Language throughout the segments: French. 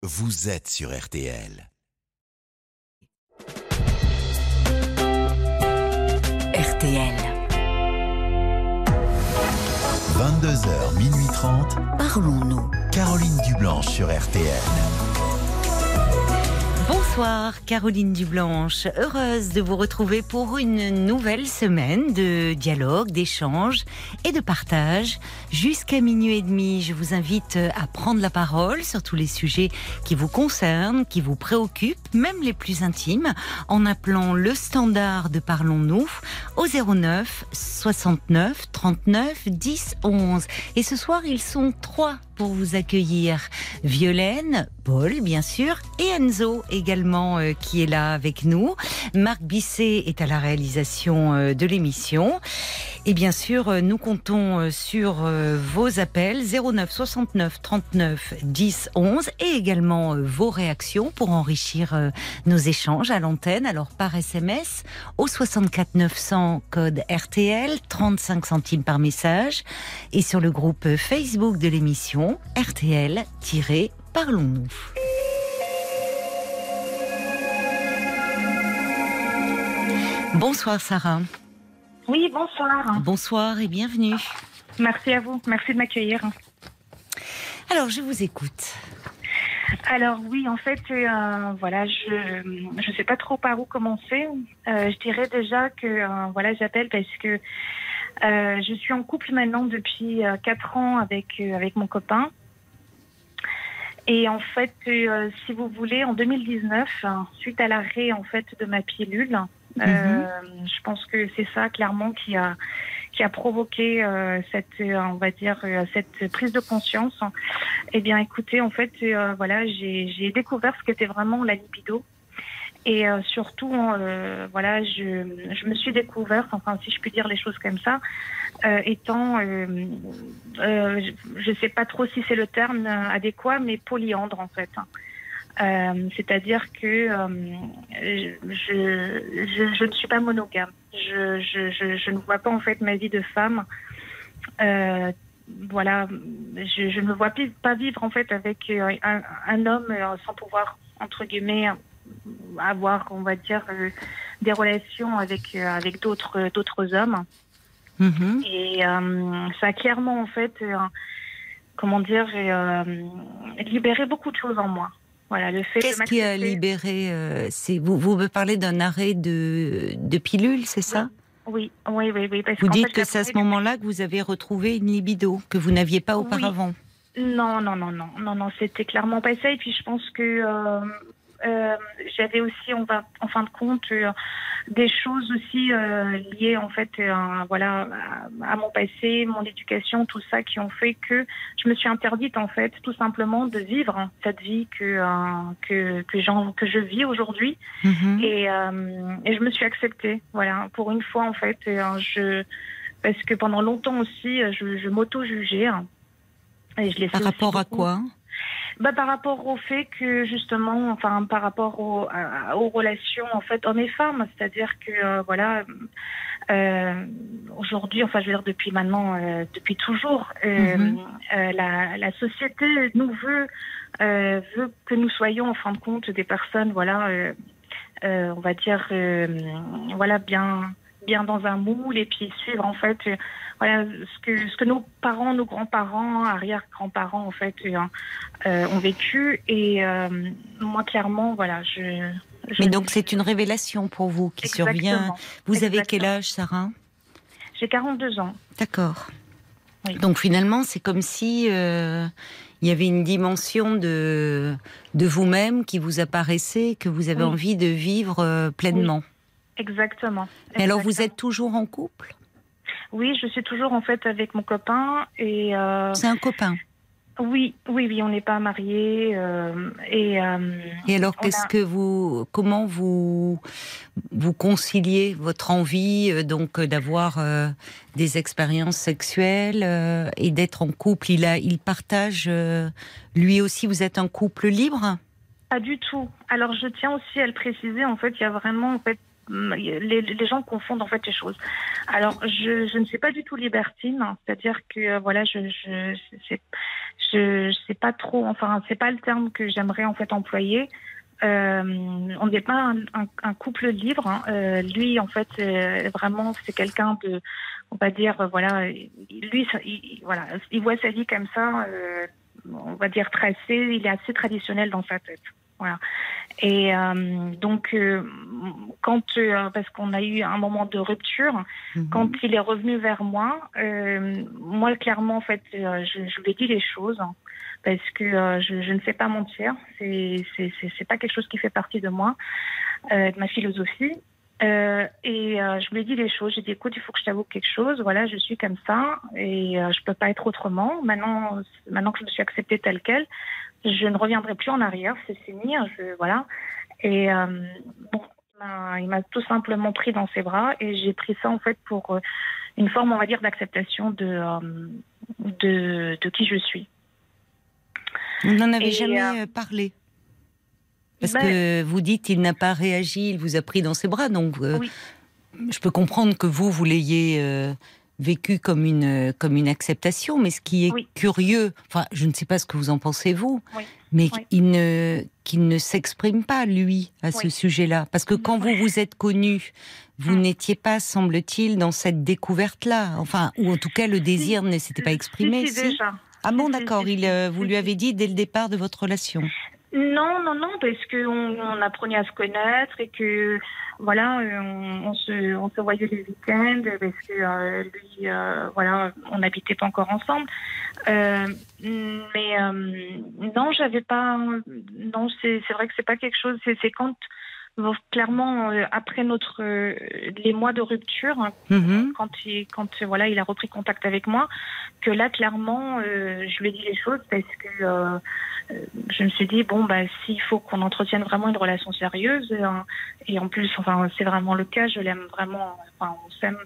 vous êtes sur RTL. RTL. 22h, minuit 30. Parlons-nous. Caroline Dublanche sur RTL. Bonsoir Caroline Dublanche, heureuse de vous retrouver pour une nouvelle semaine de dialogue, d'échange et de partage. Jusqu'à minuit et demi, je vous invite à prendre la parole sur tous les sujets qui vous concernent, qui vous préoccupent, même les plus intimes, en appelant le standard de Parlons-nous au 09 69 39 10 11. Et ce soir, ils sont 3 pour vous accueillir. Violaine, Paul bien sûr, et Enzo également qui est là avec nous. Marc Bisset est à la réalisation de l'émission. Et bien sûr, nous comptons sur vos appels 09 69 39 10 11 et également vos réactions pour enrichir nos échanges à l'antenne. Alors par SMS au 64 900 code RTL, 35 centimes par message, et sur le groupe Facebook de l'émission RTL-Parlons-nous. Bonsoir Sarah. Oui, bonsoir. Bonsoir et bienvenue. Merci à vous, merci de m'accueillir. Alors, je vous écoute. Alors oui, en fait, voilà, je sais pas trop par où commencer. Je dirais déjà que voilà, j'appelle parce que je suis en couple maintenant depuis 4 ans avec mon copain. Et en fait, si vous voulez, en 2019, suite à l'arrêt en fait de ma pilule, je pense que c'est ça clairement qui a provoqué cette, on va dire, cette prise de conscience. Eh bien, écoutez, en fait, voilà, j'ai découvert ce qu'était vraiment la libido. Et surtout, voilà, je me suis découverte, enfin, si je puis dire les choses comme ça, étant, je sais pas trop si c'est le terme adéquat, mais polyandre en fait. C'est-à-dire que je ne suis pas monogame. Je ne vois pas en fait ma vie de femme. Voilà, je ne me vois pas vivre en fait avec un homme sans pouvoir entre guillemets avoir, on va dire, des relations avec d'autres hommes. Et ça a clairement en fait, comment dire, libéré beaucoup de choses en moi. Voilà, le fait. Qu'est-ce qui a libéré vous me parlez d'un arrêt de pilule, c'est ça? Oui. Parce vous dites que c'est à ce moment-là que vous avez retrouvé une libido que vous n'aviez pas auparavant. Non, c'était clairement pas ça. Et puis je pense que j'avais aussi, en fin de compte, des choses aussi liées en fait, voilà, à mon passé, mon éducation, tout ça, qui ont fait que je me suis interdite en fait, tout simplement, de vivre cette vie que je vis aujourd'hui. Et je me suis acceptée, voilà, pour une fois en fait, parce que pendant longtemps aussi, je m'auto-jugeais. Et je par rapport à quoi? Par rapport au fait que justement, enfin par rapport aux relations en fait hommes et femmes, c'est-à-dire que voilà, aujourd'hui, enfin je veux dire depuis maintenant, depuis toujours, la société nous veut que nous soyons en fin de compte des personnes, voilà, on va dire, voilà, bien dans un moule, et puis suivre en fait voilà ce que nos parents, nos grands-parents, arrière-grands-parents en fait ont vécu. Et moi clairement voilà, mais donc c'est une révélation pour vous qui survient. Vous avez quel âge, Sarah? J'ai 42 ans. D'accord. Oui. Donc finalement c'est comme si il y avait une dimension de vous-même qui vous apparaissait, que vous avez envie de vivre pleinement. Oui. Exactement. Mais alors vous êtes toujours en couple? Oui, je suis toujours en fait avec mon copain. Et c'est un copain? Oui, on n'est pas mariés. Et alors comment vous conciliez votre envie donc d'avoir des expériences sexuelles et d'être en couple? Il partage lui aussi. Vous êtes un couple libre? Pas du tout. Alors je tiens aussi à le préciser. En fait, il y a vraiment en fait les gens confondent en fait les choses. Alors je ne suis pas du tout libertine, c'est-à-dire que voilà, je sais pas trop, enfin, c'est pas le terme que j'aimerais en fait employer. On n'est pas un couple libre. Hein. Lui, en fait, vraiment, c'est quelqu'un de, on va dire, voilà, lui, voilà, il voit sa vie comme ça, on va dire tracée. Il est assez traditionnel dans sa tête. Voilà. Et donc, parce qu'on a eu un moment de rupture, quand il est revenu vers moi, moi, clairement, en fait, je lui ai dit les choses. Hein, parce que je ne sais pas mentir, c'est pas quelque chose qui fait partie de moi, de ma philosophie. Je lui ai dit les choses. J'ai dit, écoute, il faut que je t'avoue quelque chose. Voilà, je suis comme ça et je peux pas être autrement. Maintenant que je me suis acceptée telle quelle, je ne reviendrai plus en arrière. C'est fini. Voilà. Et bon, il m'a tout simplement pris dans ses bras et j'ai pris ça en fait pour une forme, on va dire, d'acceptation de qui je suis. Vous n'en avez jamais parlé? Parce que vous dites il n'a pas réagi, il vous a pris dans ses bras, donc oui. Je peux comprendre que vous l'ayez vécu comme une acceptation, mais ce qui est curieux, enfin je ne sais pas ce que vous en pensez vous, mais qu'il ne s'exprime pas lui à ce sujet-là, parce que quand vous vous êtes connus, vous n'étiez pas, semble-t-il, dans cette découverte-là, enfin, ou en tout cas le désir ne s'était pas exprimé. Si, déjà. Ah bon, d'accord, vous lui avez dit dès le départ de votre relation? Non, parce qu'on apprenait à se connaître et que, voilà, on se voyait les week-ends parce que lui, voilà, on n'habitait pas encore ensemble. Mais non, j'avais pas. Non, c'est vrai que c'est pas quelque chose. C'est quand. Clairement, après les mois de rupture, quand voilà, il a repris contact avec moi, que là, clairement, je lui ai dit les choses parce que je me suis dit, bon, s'il faut qu'on entretienne vraiment une relation sérieuse, et en plus, enfin, c'est vraiment le cas, je l'aime vraiment, enfin, on s'aime,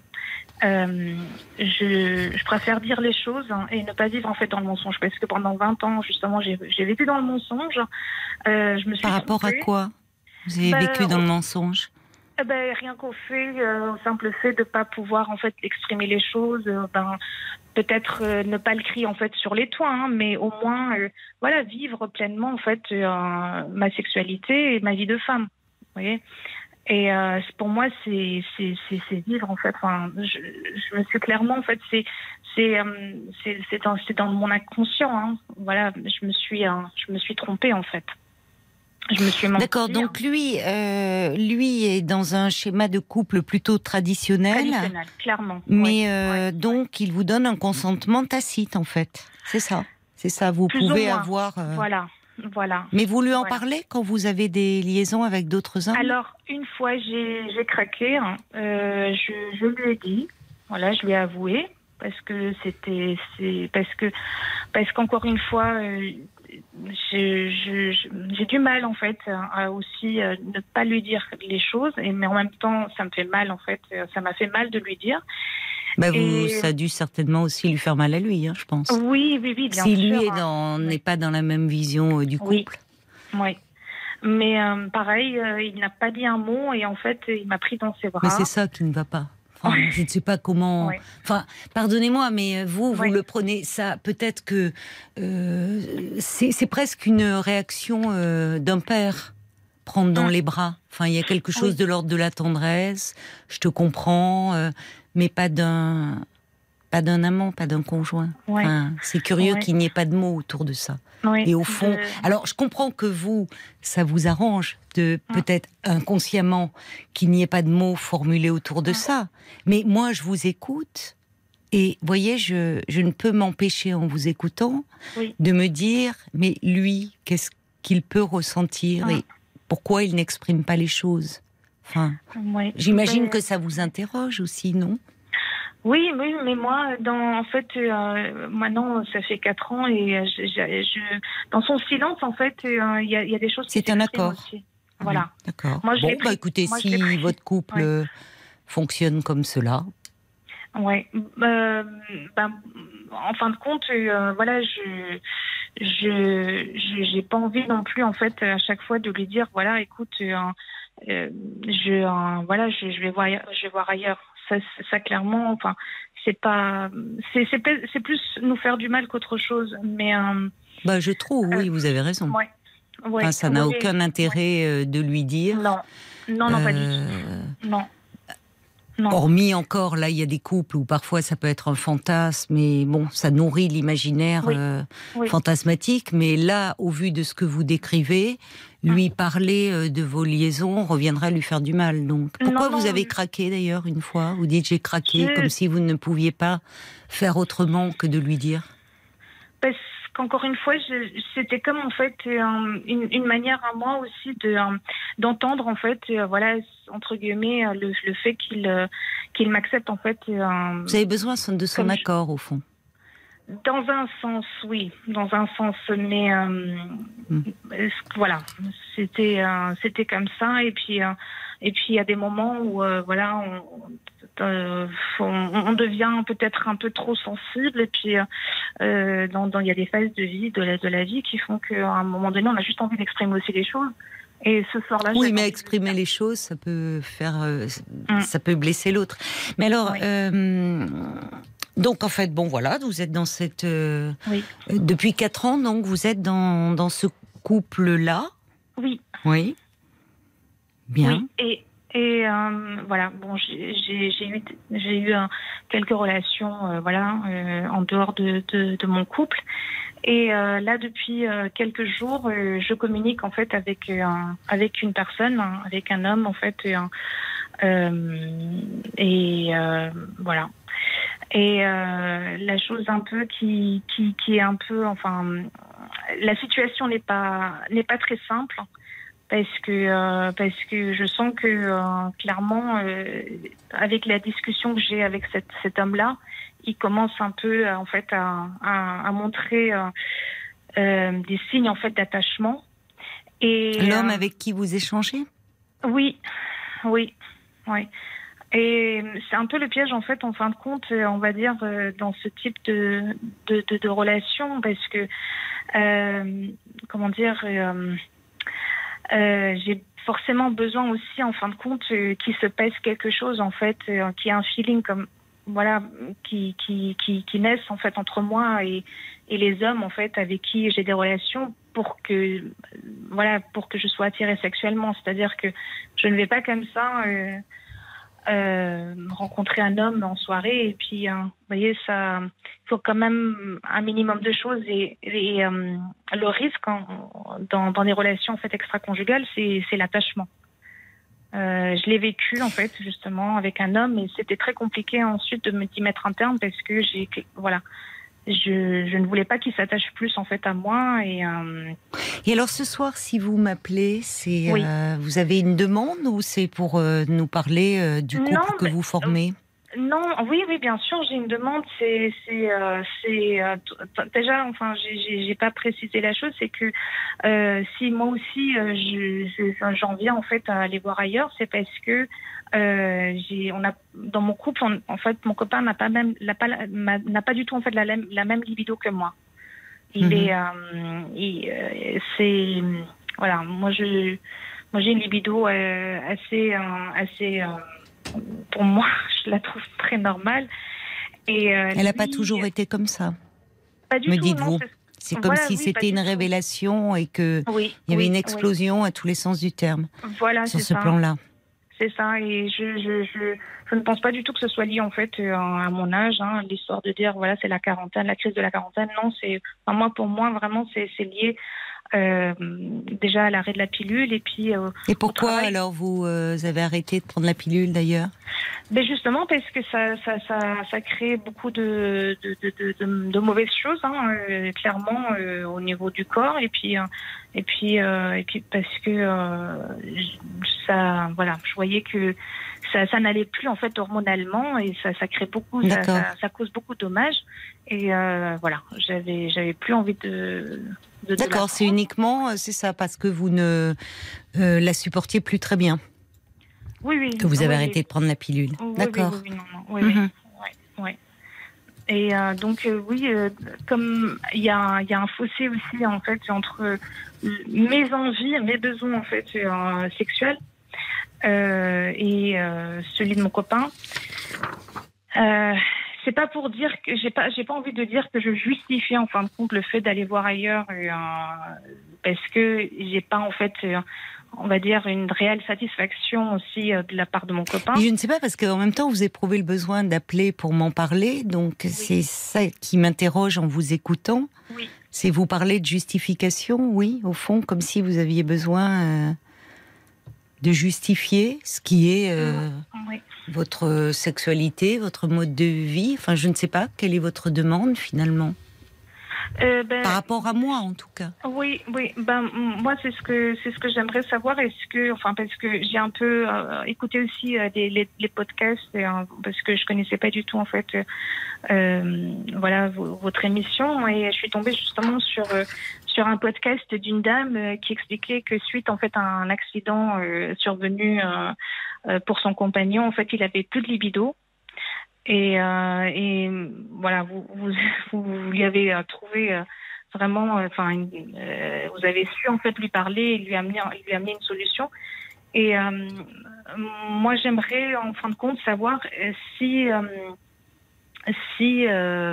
je préfère dire les choses et ne pas vivre en fait dans le mensonge, parce que pendant 20 ans, justement, j'ai vécu dans le mensonge. Je me suis Par rapport trompée. À quoi vous avez vécu dans le mensonge? Rien qu'au simple fait de ne pas pouvoir en fait exprimer les choses, peut-être ne pas le crier en fait sur les toits, hein, mais au moins voilà, vivre pleinement en fait ma sexualité et ma vie de femme, vous voyez. Et pour moi c'est vivre en fait. Enfin, je me suis clairement en fait c'est dans mon inconscient, hein, voilà, je me suis trompée en fait. Je me suis mentie. D'accord, donc lui est dans un schéma de couple plutôt traditionnel, clairement. Mais donc il vous donne un consentement tacite en fait, c'est ça. Vous plus pouvez avoir. Voilà. Mais vous lui en parlez quand vous avez des liaisons avec d'autres hommes? Alors une fois j'ai craqué, hein. Je lui ai dit, voilà, je lui ai avoué parce qu'encore une fois. J'ai du mal en fait à aussi ne pas lui dire les choses, mais en même temps ça me fait mal en fait, ça m'a fait mal de lui dire. Ça a dû certainement aussi lui faire mal à lui, hein, je pense. Oui, bien sûr. Si lui n'est pas dans la même vision du couple. Oui. Mais pareil, il n'a pas dit un mot et en fait il m'a pris dans ses bras. Mais c'est ça qui ne va pas. Enfin, je ne sais pas comment. Enfin, pardonnez-moi, mais vous le prenez ça. Peut-être que c'est presque une réaction d'un père, prendre dans les bras. Enfin, il y a quelque chose de l'ordre de la tendresse. Je te comprends, mais pas d'un amant, pas d'un conjoint. Enfin, c'est curieux qu'il n'y ait pas de mots autour de ça. Et au fond, alors je comprends que ça vous arrange de peut-être inconsciemment qu'il n'y ait pas de mots formulés autour de ça. Mais moi, je vous écoute et voyez, je ne peux m'empêcher en vous écoutant de me dire, mais lui, qu'est-ce qu'il peut ressentir et pourquoi il n'exprime pas les choses? Enfin, j'imagine que ça vous interroge aussi, non? Oui, mais moi, en fait, maintenant, ça fait 4 ans et dans son silence, en fait, il y a des choses qui s'expriment. C'est un accord. Aussi. Voilà. D'accord. Moi, écoutez, si votre couple fonctionne comme cela. Ouais. En fin de compte, voilà, j'ai pas envie non plus, en fait, à chaque fois de lui dire, voilà, écoute, je vais voir ailleurs. Ça clairement, enfin, c'est pas, c'est plus nous faire du mal qu'autre chose. Mais je trouve, oui, vous avez raison. Ouais. Ouais, ça n'a aucun intérêt de lui dire. Non, pas du tout. Non. Hormis encore, là, il y a des couples où parfois ça peut être un fantasme, mais bon, ça nourrit l'imaginaire fantasmatique. Mais là, au vu de ce que vous décrivez, lui parler de vos liaisons reviendrait à lui faire du mal. Donc, pourquoi vous avez craqué d'ailleurs une fois? Vous dites j'ai craqué, comme si vous ne pouviez pas faire autrement que de lui dire. Parce qu'encore une fois, c'était comme en fait une manière à moi aussi d'entendre en fait, voilà, entre guillemets, le fait qu'il m'accepte en fait. Vous avez besoin de son accord au fond. Dans un sens, oui, mais voilà, c'était comme ça. Et puis il y a des moments où voilà, on devient peut-être un peu trop sensible. Et puis il y a des phases de vie, de la vie qui font qu'à un moment donné, on a juste envie d'exprimer aussi les choses. Et ce soir-là, oui, mais exprimer les choses, ça peut ça peut blesser l'autre. Mais alors. Donc en fait, bon voilà, vous êtes dans cette... depuis 4 ans, donc vous êtes dans ce couple-là. Oui. Oui. Bien. Oui. Et voilà, bon, j'ai eu quelques relations en dehors de mon couple. Et là, depuis quelques jours, je communique en fait avec une personne, avec un homme en fait. Voilà. Et la chose un peu qui est un peu, enfin, la situation n'est pas très simple parce que je sens que clairement avec la discussion que j'ai avec cet homme-là, il commence un peu en fait à montrer des signes en fait d'attachement. Et l'homme avec qui vous échangez? Oui. Et c'est un peu le piège, en fait, en fin de compte, on va dire, dans ce type de relation, parce que, comment dire, j'ai forcément besoin aussi, en fin de compte, qu'il se passe quelque chose, en fait, qu'il y ait un feeling comme, voilà, qui naisse, en fait, entre moi et les hommes, en fait, avec qui j'ai des relations, pour que je sois attirée sexuellement. C'est-à-dire que je ne vais pas comme ça... rencontrer un homme en soirée et puis vous voyez, ça, il faut quand même un minimum de choses et le risque dans des relations en fait extra-conjugales, c'est l'attachement. Je l'ai vécu en fait justement avec un homme et c'était très compliqué ensuite d'y mettre un terme parce que je ne voulais pas qu'il s'attache plus en fait à moi et alors ce soir, si vous m'appelez, c'est vous avez une demande ou c'est pour nous parler du couple que vous formez? Non, oui, bien sûr, j'ai une demande. C'est déjà, enfin, j'ai pas précisé la chose, c'est que si moi aussi j'en viens en fait à aller voir ailleurs, c'est parce que dans mon couple, en fait, mon copain n'a pas du tout en fait la même libido que moi. Voilà, moi j'ai une libido assez pour moi, je la trouve très normale. Et elle n'a pas toujours été comme ça. Pas du tout. Me dites-vous. C'est comme si c'était une révélation et qu'il y avait une explosion à tous les sens du terme. Voilà, sur ce plan-là. C'est ça, et je ne pense pas du tout que ce soit lié en fait à mon âge, hein, l'histoire de dire voilà c'est la quarantaine, la crise de la quarantaine. Non, pour moi vraiment c'est lié déjà à l'arrêt de la pilule et puis. Et pourquoi alors vous avez arrêté de prendre la pilule d'ailleurs? Ben justement parce que ça crée beaucoup de mauvaises choses, hein, clairement au niveau du corps et puis parce que ça, voilà, je voyais que ça n'allait plus en fait hormonalement et ça crée beaucoup, ça cause beaucoup de dommages et voilà, j'avais plus envie de D'accord, c'est uniquement, c'est ça, parce que vous ne la supportiez plus très bien. Oui. Que vous avez arrêté de prendre la pilule. D'accord. Oui. Et donc comme il y a un fossé aussi en fait entre mes envies, mes besoins en fait sexuels et celui de mon copain. c'est pas pour dire que j'ai pas envie de dire que je justifie en fin de compte le fait d'aller voir ailleurs, parce que j'ai pas en fait, on va dire, une réelle satisfaction aussi de la part de mon copain. Je ne sais pas, parce qu'en même temps vous éprouvez le besoin d'appeler pour m'en parler, donc c'est ça qui m'interroge en vous écoutant. Oui. C'est vous parler de justification, oui, au fond, comme si vous aviez besoin de justifier ce qui est votre sexualité, votre mode de vie. Enfin, je ne sais pas, quelle est votre demande finalement par rapport à moi, en tout cas. Oui. Moi, c'est ce que j'aimerais savoir. Parce que j'ai un peu écouté aussi les podcasts, parce que je connaissais pas du tout en fait, votre émission, et je suis tombée justement sur un podcast d'une dame qui expliquait que suite en fait à un accident survenu pour son compagnon, en fait, il avait plus de libido. Et voilà, vous lui avez trouvé vraiment, vous avez su en fait lui parler et lui amener une solution. Et moi, j'aimerais en fin de compte savoir si il y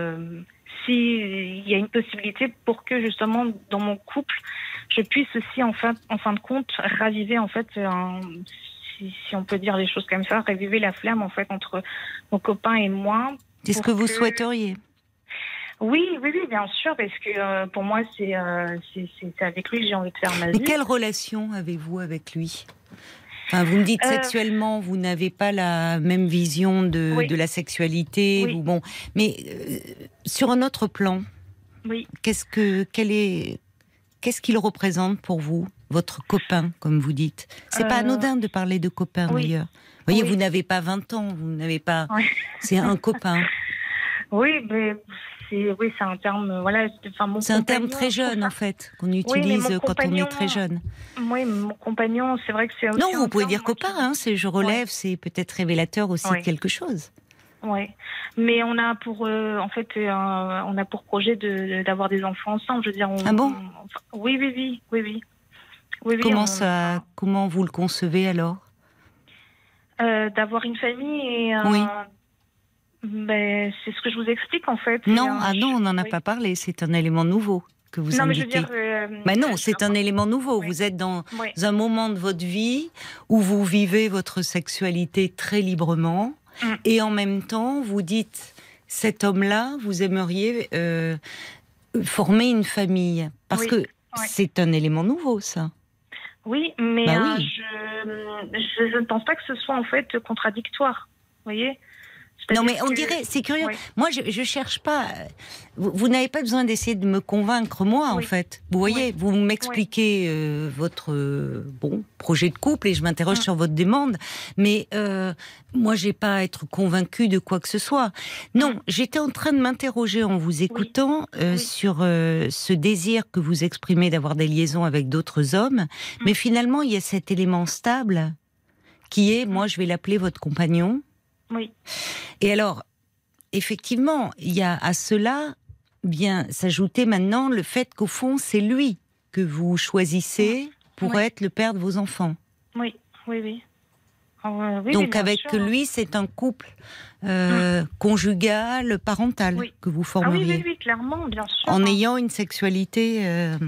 a une possibilité pour que justement dans mon couple, je puisse aussi en fin de compte raviver en fait si on peut dire les choses comme ça, raviver la flamme en fait entre mon copain et moi. C'est ce que vous souhaiteriez? Oui, bien sûr, parce que pour moi c'est avec lui que j'ai envie de faire ma vie. Mais quelle relation avez-vous avec lui? Enfin, vous me dites sexuellement, vous n'avez pas la même vision de la sexualité. Oui. Mais sur un autre plan, qu'est-ce qu'il représente pour vous, votre copain, comme vous dites? C'est pas anodin de parler de copain, d'ailleurs. Vous voyez, vous n'avez pas 20 ans, vous n'avez pas... C'est un copain. Oui, mais c'est un terme... C'est un terme très jeune, en fait, qu'on utilise quand on est très jeune. Oui, mon compagnon, c'est vrai que c'est aussi... Non, vous pouvez dire copain, je relève, c'est peut-être révélateur aussi de quelque chose. Oui, mais on a pour projet d'avoir des enfants ensemble. Je veux dire, ah bon? Oui. Comment vous le concevez alors? D'avoir une famille et c'est ce que je vous explique en fait. Non, on n'en a pas parlé. C'est un élément nouveau que vous indiquez. C'est un élément nouveau. Vous êtes dans un moment de votre vie où vous vivez votre sexualité très librement. Et en même temps, vous dites, cet homme-là, vous aimeriez former une famille. Parce que c'est un élément nouveau, ça. Oui, mais je ne pense pas que ce soit en fait contradictoire. Vous voyez ? Non, mais on dirait, c'est curieux. Oui. Moi, je cherche pas. Vous n'avez pas besoin d'essayer de me convaincre, moi, en fait. Vous voyez, vous m'expliquez votre projet de couple et je m'interroge sur votre demande. Mais moi, j'ai pas à être convaincue de quoi que ce soit. Non, j'étais en train de m'interroger en vous écoutant sur ce désir que vous exprimez d'avoir des liaisons avec d'autres hommes. Mais finalement, il y a cet élément stable qui est, moi, je vais l'appeler votre compagnon. Oui. Et alors, effectivement, il y a à cela bien s'ajouter maintenant le fait qu'au fond, c'est lui que vous choisissez pour être le père de vos enfants. Oui. Donc avec lui, c'est un couple conjugal, parental que vous formeriez. Oui, clairement, bien sûr. En ayant une sexualité...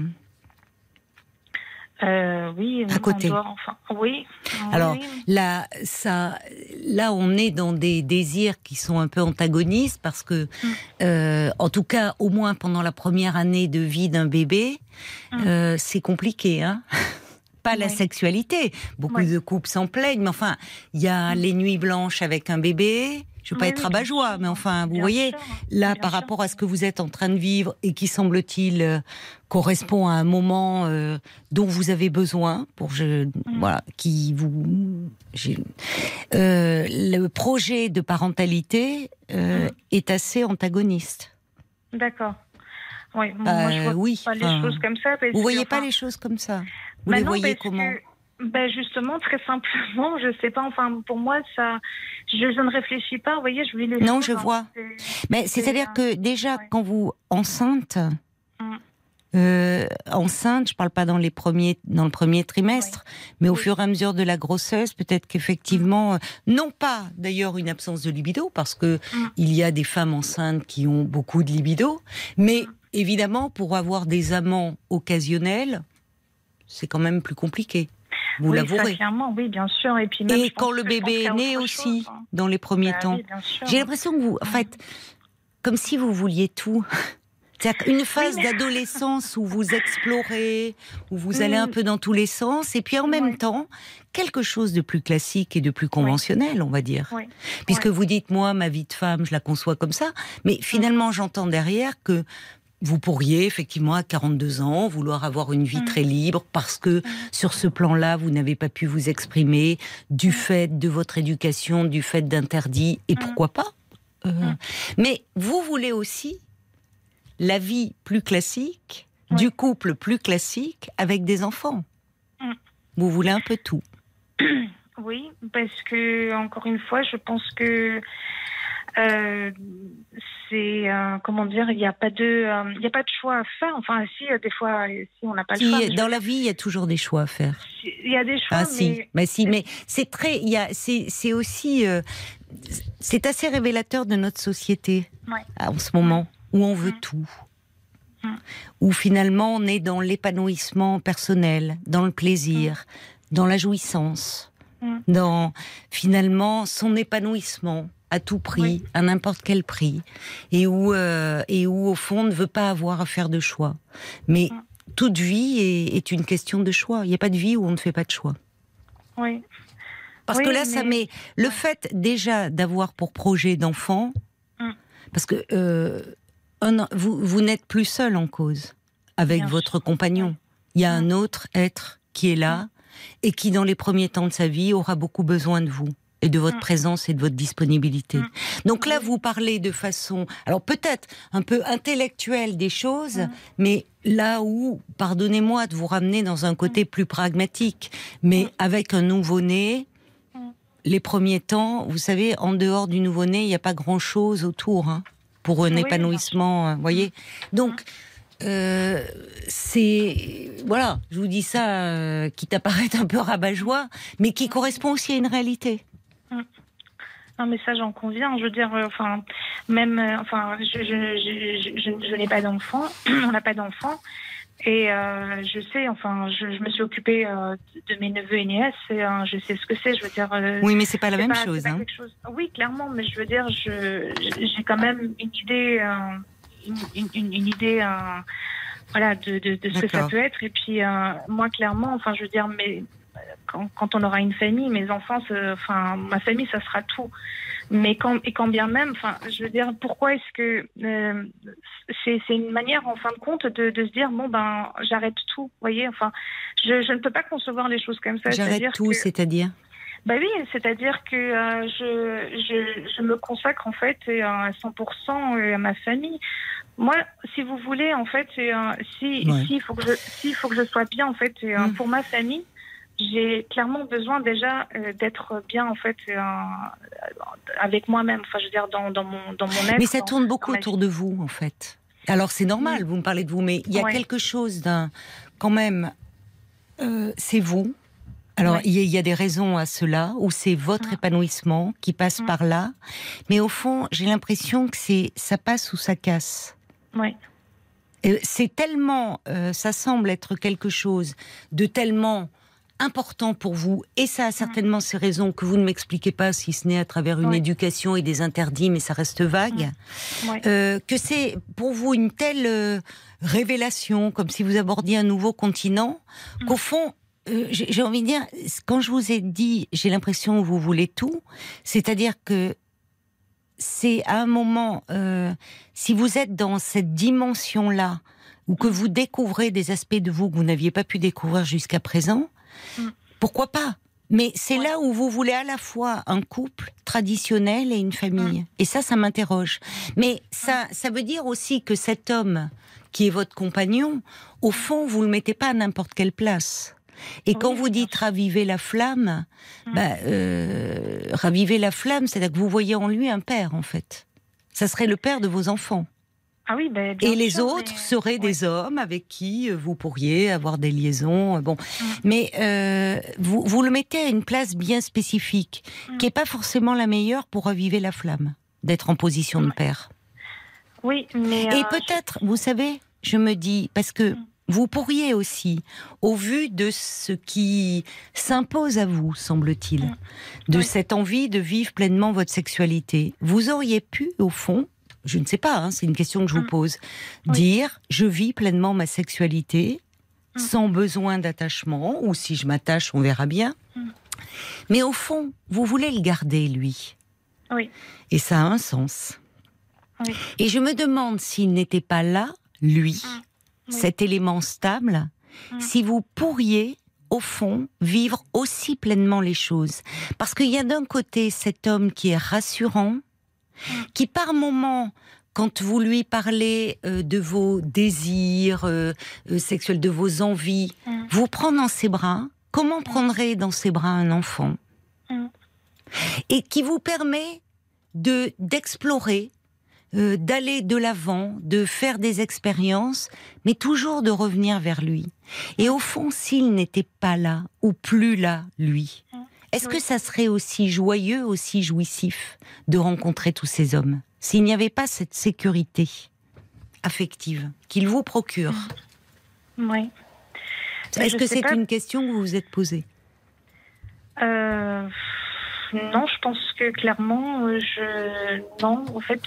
à côté. Alors là, on est dans des désirs qui sont un peu antagonistes parce que, en tout cas, au moins pendant la première année de vie d'un bébé, c'est compliqué, hein. Pas la sexualité. Beaucoup de couples s'en plaignent, mais enfin, il y a les nuits blanches avec un bébé. Je ne veux pas être rabat-joie, mais enfin, vous voyez, là, par rapport à ce que vous êtes en train de vivre et qui, semble-t-il, correspond à un moment dont vous avez besoin le projet de parentalité est assez antagoniste. D'accord. Oui, moi, je vois pas les choses comme ça. Vous voyez pas les choses comme ça? Vous les voyez comment? Justement, très simplement, je sais pas. Enfin, pour moi, ça, je ne réfléchis pas. Vous voyez, je vis les choses. Non, je vois. Mais c'est-à-dire que déjà, quand vous enceinte, enceinte, je ne parle pas dans le premier trimestre, mais au fur et à mesure de la grossesse, peut-être qu'effectivement, non pas d'ailleurs une absence de libido, parce que il y a des femmes enceintes qui ont beaucoup de libido, mais évidemment, pour avoir des amants occasionnels, c'est quand même plus compliqué. Vous l'avouerez. Ça, clairement, oui, bien sûr. Et puis même, quand le bébé est né aussi, dans les premiers temps. Oui, j'ai l'impression que vous, en fait, comme si vous vouliez tout. C'est une phase d'adolescence où vous explorez, où vous allez un peu dans tous les sens, et puis en même temps, quelque chose de plus classique et de plus conventionnel, on va dire. Puisque vous dites, moi, ma vie de femme, je la conçois comme ça, mais finalement, j'entends derrière que vous pourriez, effectivement, à 42 ans, vouloir avoir une vie très libre parce que sur ce plan-là, vous n'avez pas pu vous exprimer du fait de votre éducation, du fait d'interdits, et pourquoi pas. Mais vous voulez aussi la vie plus classique, du couple plus classique, avec des enfants. Vous voulez un peu tout. Oui, parce que, encore une fois, je pense que c'est comment dire, il n'y a pas de choix à faire. Enfin, si des fois, si on n'a pas le choix. Dans la vie, il y a toujours des choix à faire. Il y a des choix, mais c'est très, c'est aussi, c'est assez révélateur de notre société en ce moment où on veut tout. Où finalement on est dans l'épanouissement personnel, dans le plaisir, dans la jouissance, dans finalement son épanouissement à tout prix, à n'importe quel prix, et où au fond on ne veut pas avoir à faire de choix. Mais toute vie est une question de choix. Il n'y a pas de vie où on ne fait pas de choix. Oui. Parce que là, ça met le fait déjà d'avoir pour projet d'enfant, parce que vous n'êtes plus seul en cause avec votre compagnon. Il y a un autre être qui est là et qui, dans les premiers temps de sa vie, aura beaucoup besoin de vous et de votre présence et de votre disponibilité. Donc là, vous parlez de façon, alors peut-être un peu intellectuelle des choses, mais là où, pardonnez-moi de vous ramener dans un côté plus pragmatique, mais avec un nouveau-né, les premiers temps, vous savez, en dehors du nouveau-né, il n'y a pas grand-chose autour, pour un épanouissement, voyez. Donc, c'est... Voilà, je vous dis ça, qui t'apparaît un peu rabat-joie, mais qui correspond aussi à une réalité. Non, mais ça, j'en conviens. Je veux dire, je n'ai pas d'enfant, on n'a pas d'enfant. Et je sais, je me suis occupée de mes neveux et nièces, et je sais ce que c'est, je veux dire... oui, mais c'est pas la même chose. Oui, clairement, mais je veux dire, j'ai quand même une idée, une idée voilà, de ce que ça peut être. Et puis, moi, clairement, je veux dire, mais quand on aura une famille, mes enfants, ma famille, ça sera tout. Mais quand bien même, je veux dire, pourquoi est-ce que c'est une manière, en fin de compte, de se dire bon j'arrête tout, voyez, je ne peux pas concevoir les choses comme ça. J'arrête tout, c'est-à-dire. Bah oui, c'est-à-dire que je me consacre en fait à 100% à ma famille. Moi, si vous voulez, en fait, s'il faut que je sois bien en fait pour ma famille. J'ai clairement besoin déjà d'être bien en fait avec moi-même. Je veux dire dans mon être. Mais ça tourne beaucoup autour de vous en fait. Alors c'est normal, vous me parlez de vous, mais il y a quelque chose quand même. C'est vous. Alors il y a des raisons à cela où c'est votre épanouissement qui passe par là. Mais au fond, j'ai l'impression que ça passe ou ça casse. Oui. C'est tellement, ça semble être quelque chose de tellement important pour vous, et ça a certainement ses raisons que vous ne m'expliquez pas, si ce n'est à travers une éducation et des interdits, mais ça reste vague, que c'est pour vous une telle révélation, comme si vous abordiez un nouveau continent, qu'au fond, j'ai envie de dire, quand je vous ai dit, j'ai l'impression que vous voulez tout, c'est-à-dire que c'est à un moment, si vous êtes dans cette dimension-là, ou que vous découvrez des aspects de vous que vous n'aviez pas pu découvrir jusqu'à présent, pourquoi pas? Mais c'est là où vous voulez à la fois un couple traditionnel et une famille. Et ça m'interroge. Mais ça veut dire aussi que cet homme qui est votre compagnon, au fond, vous le mettez pas à n'importe quelle place. Et quand vous dites raviver la flamme, raviver la flamme, c'est-à-dire que vous voyez en lui un père, en fait. Ça serait le père de vos enfants. Ah oui, ben, bien Et les sûr, autres mais... seraient des hommes avec qui vous pourriez avoir des liaisons. Bon, mais vous le mettez à une place bien spécifique, qui n'est pas forcément la meilleure pour raviver la flamme, d'être en position de père. Oui, mais... Et peut-être, vous savez, je me dis, parce que vous pourriez aussi, au vu de ce qui s'impose à vous, semble-t-il, de cette envie de vivre pleinement votre sexualité, vous auriez pu, au fond, je ne sais pas, hein, c'est une question que je vous pose, dire, je vis pleinement ma sexualité, sans besoin d'attachement, ou si je m'attache, on verra bien. Mais au fond, vous voulez le garder, lui. Oui. Et ça a un sens. Oui. Et je me demande s'il n'était pas là, lui, cet élément stable, si vous pourriez, au fond, vivre aussi pleinement les choses. Parce qu'il y a d'un côté cet homme qui est rassurant, qui par moments, quand vous lui parlez de vos désirs sexuels, de vos envies, vous prend dans ses bras. Comment prendrait dans ses bras un enfant ? Et qui vous permet d'explorer, d'aller de l'avant, de faire des expériences, mais toujours de revenir vers lui. Et au fond, s'il n'était pas là, ou plus là, lui, est-ce que ça serait aussi joyeux, aussi jouissif de rencontrer tous ces hommes, s'il n'y avait pas cette sécurité affective qu'il vous procure ? Oui. Est-ce que c'est une question que vous vous êtes posée ? Non, je pense que clairement, non, en fait,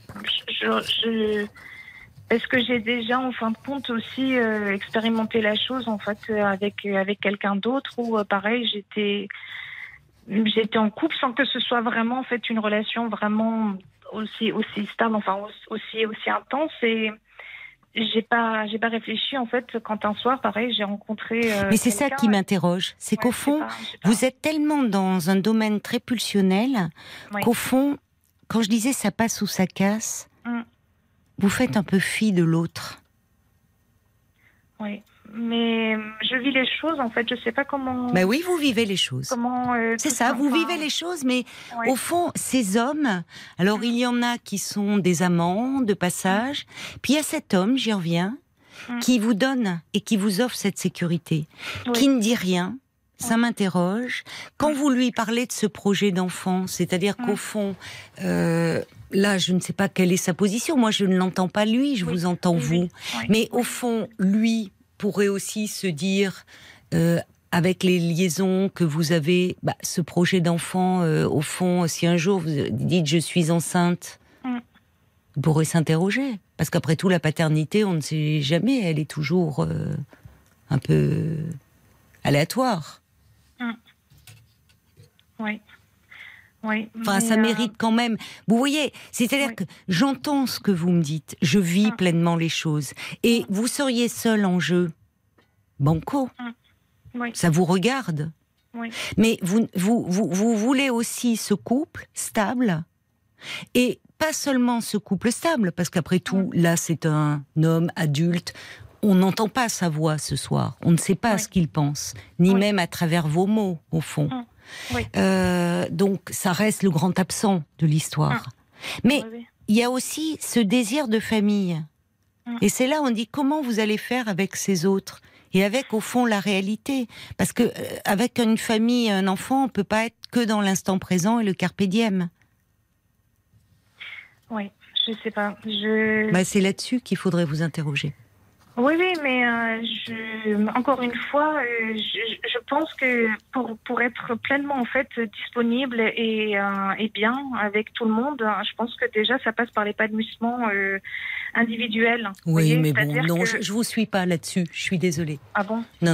parce que j'ai déjà, en fin de compte, aussi expérimenté la chose, en fait, avec quelqu'un d'autre, où pareil, j'étais en couple sans que ce soit vraiment, en fait, une relation vraiment aussi stable, enfin, aussi intense, et j'ai pas réfléchi, en fait, quand un soir, pareil, j'ai rencontré mais c'est ça qui m'interroge, c'est qu'au fond, vous êtes tellement dans un domaine très pulsionnel, qu'au fond, quand je disais ça passe ou ça casse, vous faites un peu fi de l'autre. Oui, mais je vis les choses, en fait, je sais pas comment... Ben oui, vous vivez les choses. C'est ça, vous vivez les choses, mais au fond, ces hommes, alors il y en a qui sont des amants de passage, puis il y a cet homme, j'y reviens, qui vous donne et qui vous offre cette sécurité, qui ne dit rien, ça m'interroge. Quand vous lui parlez de ce projet d'enfant, c'est-à-dire qu'au fond... là, je ne sais pas quelle est sa position. Moi, je ne l'entends pas lui, je vous entends vous. Mais au fond, lui pourrait aussi se dire, avec les liaisons que vous avez, ce projet d'enfant, au fond, si un jour vous dites « je suis enceinte », vous pourrez s'interroger. Parce qu'après tout, la paternité, on ne sait jamais, elle est toujours un peu aléatoire. Oui. Oui, enfin, ça mérite quand même. Vous voyez, c'est-à-dire que j'entends ce que vous me dites, je vis pleinement les choses. Et vous seriez seul en jeu, banco. Ça vous regarde. Mais vous voulez aussi ce couple stable. Et pas seulement ce couple stable, parce qu'après tout, là, c'est un homme adulte. On n'entend pas sa voix ce soir. On ne sait pas ce qu'il pense, ni même à travers vos mots, au fond. Donc ça reste le grand absent de l'histoire. Mais il y a aussi ce désir de famille. Et c'est là où on dit comment vous allez faire avec ces autres et avec au fond la réalité. Parce que avec une famille, un enfant, on peut pas être que dans l'instant présent et le carpe diem. Oui, je sais pas. C'est là-dessus qu'il faudrait vous interroger. Oui, mais encore une fois, je pense que pour être pleinement en fait disponible et bien avec tout le monde, je pense que déjà ça passe par l'épanouissement individuel. Oui, mais bon, non, je vous suis pas là-dessus. Je suis désolée. Ah bon ? Non,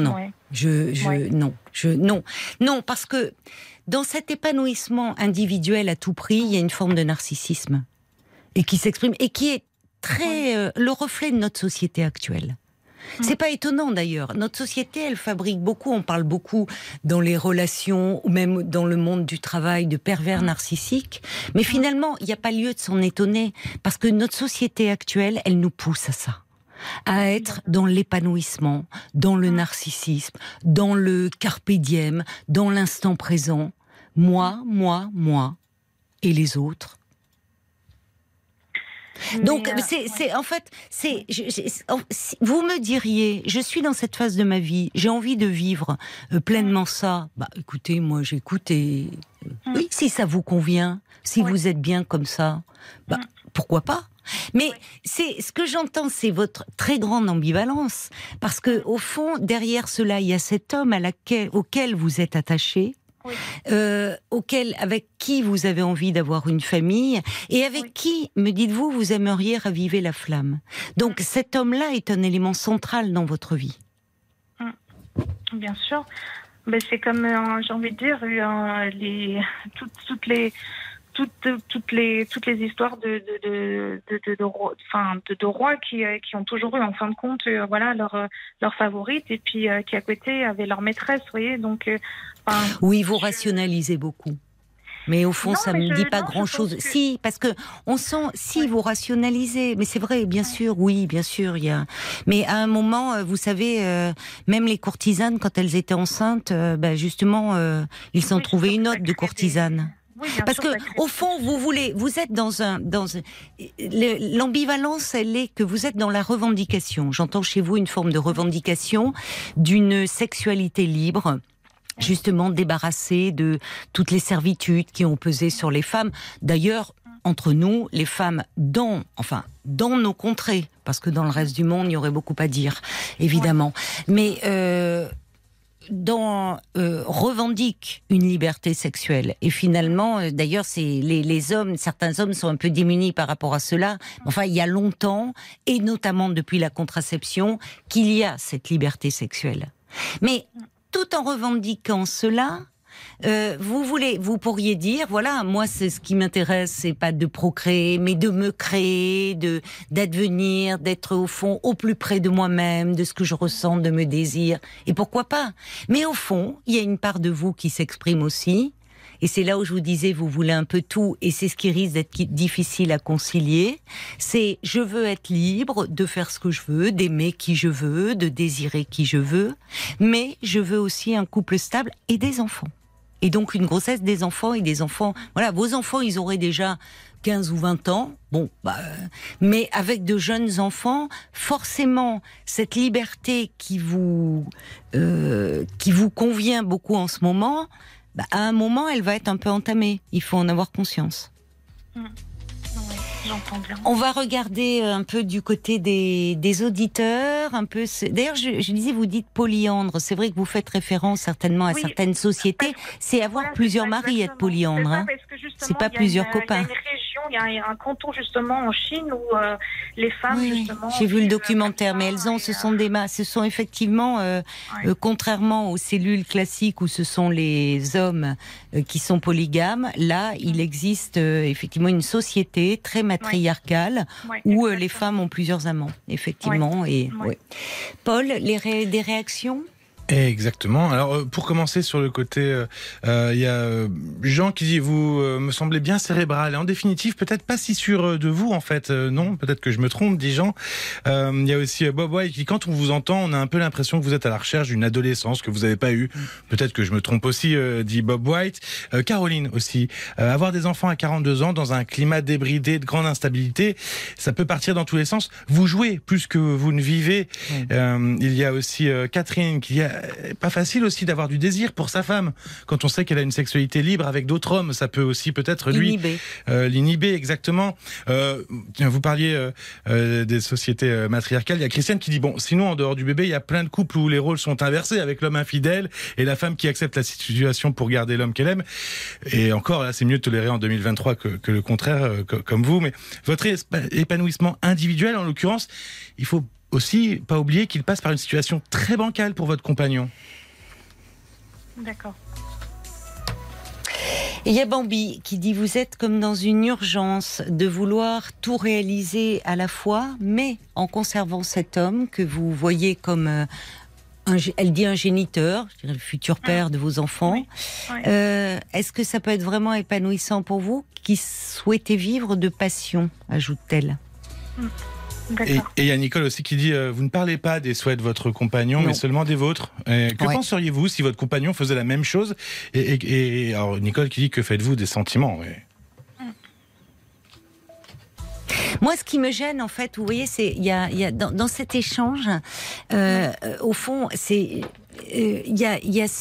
non, parce que dans cet épanouissement individuel à tout prix, il y a une forme de narcissisme et qui s'exprime et qui est très le reflet de notre société actuelle. C'est pas étonnant d'ailleurs. Notre société, elle fabrique beaucoup, on parle beaucoup dans les relations ou même dans le monde du travail de pervers narcissiques. Mais finalement, il n'y a pas lieu de s'en étonner parce que notre société actuelle, elle nous pousse à ça. À être dans l'épanouissement, dans le narcissisme, dans le carpe diem, dans l'instant présent. Moi, et les autres. Donc, Mais, en fait, vous me diriez, je suis dans cette phase de ma vie, j'ai envie de vivre pleinement ça. Bah, écoutez, moi, j'écoute et oui, si ça vous convient, si vous êtes bien comme ça, bah, pourquoi pas? Mais c'est ce que j'entends, c'est votre très grande ambivalence, parce que au fond, derrière cela, il y a cet homme auquel vous êtes attaché. Oui. Avec qui vous avez envie d'avoir une famille et avec qui, me dites-vous, vous aimeriez raviver la flamme. Donc cet homme-là est un élément central dans votre vie. Bien sûr. Ben, c'est comme, j'ai envie de dire, toutes les histoires de rois qui ont toujours eu en fin de compte leur favorite et puis qui à côté avaient leur maîtresse, vous voyez, donc oui, vous rationalisez beaucoup. Mais au fond, ça ne me dit pas grand-chose. Si, parce que on sent, vous rationalisez, mais c'est vrai, bien sûr, oui, bien sûr, il y a. Mais à un moment, vous savez, même les courtisanes, quand elles étaient enceintes, justement, ils s'en trouvaient une autre de courtisane. Oui, parce que au fond, vous êtes dans l'ambivalence, elle est que vous êtes dans la revendication. J'entends chez vous une forme de revendication d'une sexualité libre, justement débarrassée de toutes les servitudes qui ont pesé sur les femmes. D'ailleurs, entre nous, les femmes dans nos contrées, parce que dans le reste du monde, il y aurait beaucoup à dire, évidemment. Mais revendique une liberté sexuelle. Et finalement, d'ailleurs, c'est les hommes, certains hommes sont un peu démunis par rapport à cela. Enfin, il y a longtemps, et notamment depuis la contraception, qu'il y a cette liberté sexuelle. Mais tout en revendiquant cela, vous pourriez dire, voilà, moi c'est ce qui m'intéresse, c'est pas de procréer, mais de me créer, d'advenir, d'être au fond au plus près de moi-même, de ce que je ressens, de mes désirs, et pourquoi pas. Mais au fond, il y a une part de vous qui s'exprime aussi, et c'est là où je vous disais, vous voulez un peu tout, et c'est ce qui risque d'être difficile à concilier, c'est je veux être libre de faire ce que je veux, d'aimer qui je veux, de désirer qui je veux, mais je veux aussi un couple stable et des enfants. Et donc une grossesse, des enfants et des enfants. Voilà, vos enfants, ils auraient déjà 15 ou 20 ans. Bon, mais avec de jeunes enfants, forcément, cette liberté qui vous convient beaucoup en ce moment, à un moment, elle va être un peu entamée. Il faut en avoir conscience. Oui, j'entends bien. On va regarder un peu du côté des auditeurs. D'ailleurs, je disais, vous dites polyandre. C'est vrai que vous faites référence certainement à certaines sociétés. C'est avoir plusieurs maris, être polyandre. C'est pas plusieurs copains. Il y a un canton justement en Chine où les femmes justement. J'ai vu le documentaire, mais ce sont effectivement, contrairement aux cellules classiques où ce sont les hommes qui sont polygames, là il existe effectivement une société très matriarcale où les femmes ont plusieurs amants, effectivement. Paul, des réactions? Exactement. Alors, pour commencer sur le côté, il y a Jean qui dit, vous me semblez bien cérébral. Et en définitive, peut-être pas si sûr de vous, en fait. Non, peut-être que je me trompe, dit Jean. Il y a aussi Bob White qui dit, quand on vous entend, on a un peu l'impression que vous êtes à la recherche d'une adolescence que vous n'avez pas eue. Peut-être que je me trompe aussi, dit Bob White. Caroline aussi. Avoir des enfants à 42 ans dans un climat débridé, de grande instabilité, ça peut partir dans tous les sens. Vous jouez plus que vous ne vivez. Il y a aussi Catherine qui dit, pas facile aussi d'avoir du désir pour sa femme quand on sait qu'elle a une sexualité libre avec d'autres hommes. Ça peut aussi peut-être l'inhiber, exactement. Vous parliez des sociétés matriarcales. Il y a Christiane qui dit, bon, sinon en dehors du bébé, il y a plein de couples où les rôles sont inversés, avec l'homme infidèle et la femme qui accepte la situation pour garder l'homme qu'elle aime. Et encore, là, c'est mieux de tolérer en 2023 que le contraire, comme vous. Mais votre épanouissement individuel, en l'occurrence, il faut aussi pas oublier qu'il passe par une situation très bancale pour votre compagnon. D'accord. Il y a Bambi qui dit, vous êtes comme dans une urgence de vouloir tout réaliser à la fois, mais en conservant cet homme que vous voyez comme elle dit un géniteur, je dirais le futur père de vos enfants. Est-ce que ça peut être vraiment épanouissant pour vous, qui souhaitez vivre de passion, ajoute-t-elle. Et il y a Nicole aussi qui dit, vous ne parlez pas des souhaits de votre compagnon, mais seulement des vôtres. Que penseriez-vous si votre compagnon faisait la même chose? Et alors Nicole qui dit, que faites-vous des sentiments? Moi, ce qui me gêne, en fait, vous voyez, c'est il y a dans cet échange, au fond, c'est il y a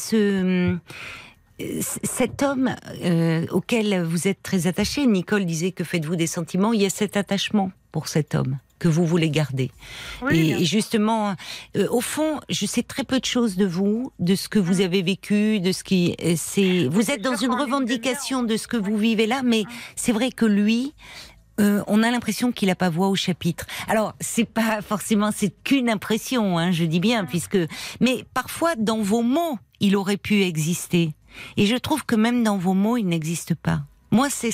cet homme auquel vous êtes très attaché. Nicole disait que faites-vous des sentiments. Il y a cet attachement pour cet homme que vous voulez garder. Oui, Et justement, au fond, je sais très peu de choses de vous, de ce que vous avez vécu, de ce qui c'est. Vous êtes dans une revendication de ce que vous vivez là, mais c'est vrai que lui. On a l'impression qu'il n'a pas voix au chapitre. Alors, c'est pas forcément, c'est qu'une impression, hein, je dis bien, puisque. Mais parfois, dans vos mots, il aurait pu exister. Et je trouve que même dans vos mots, il n'existe pas. Moi, c'est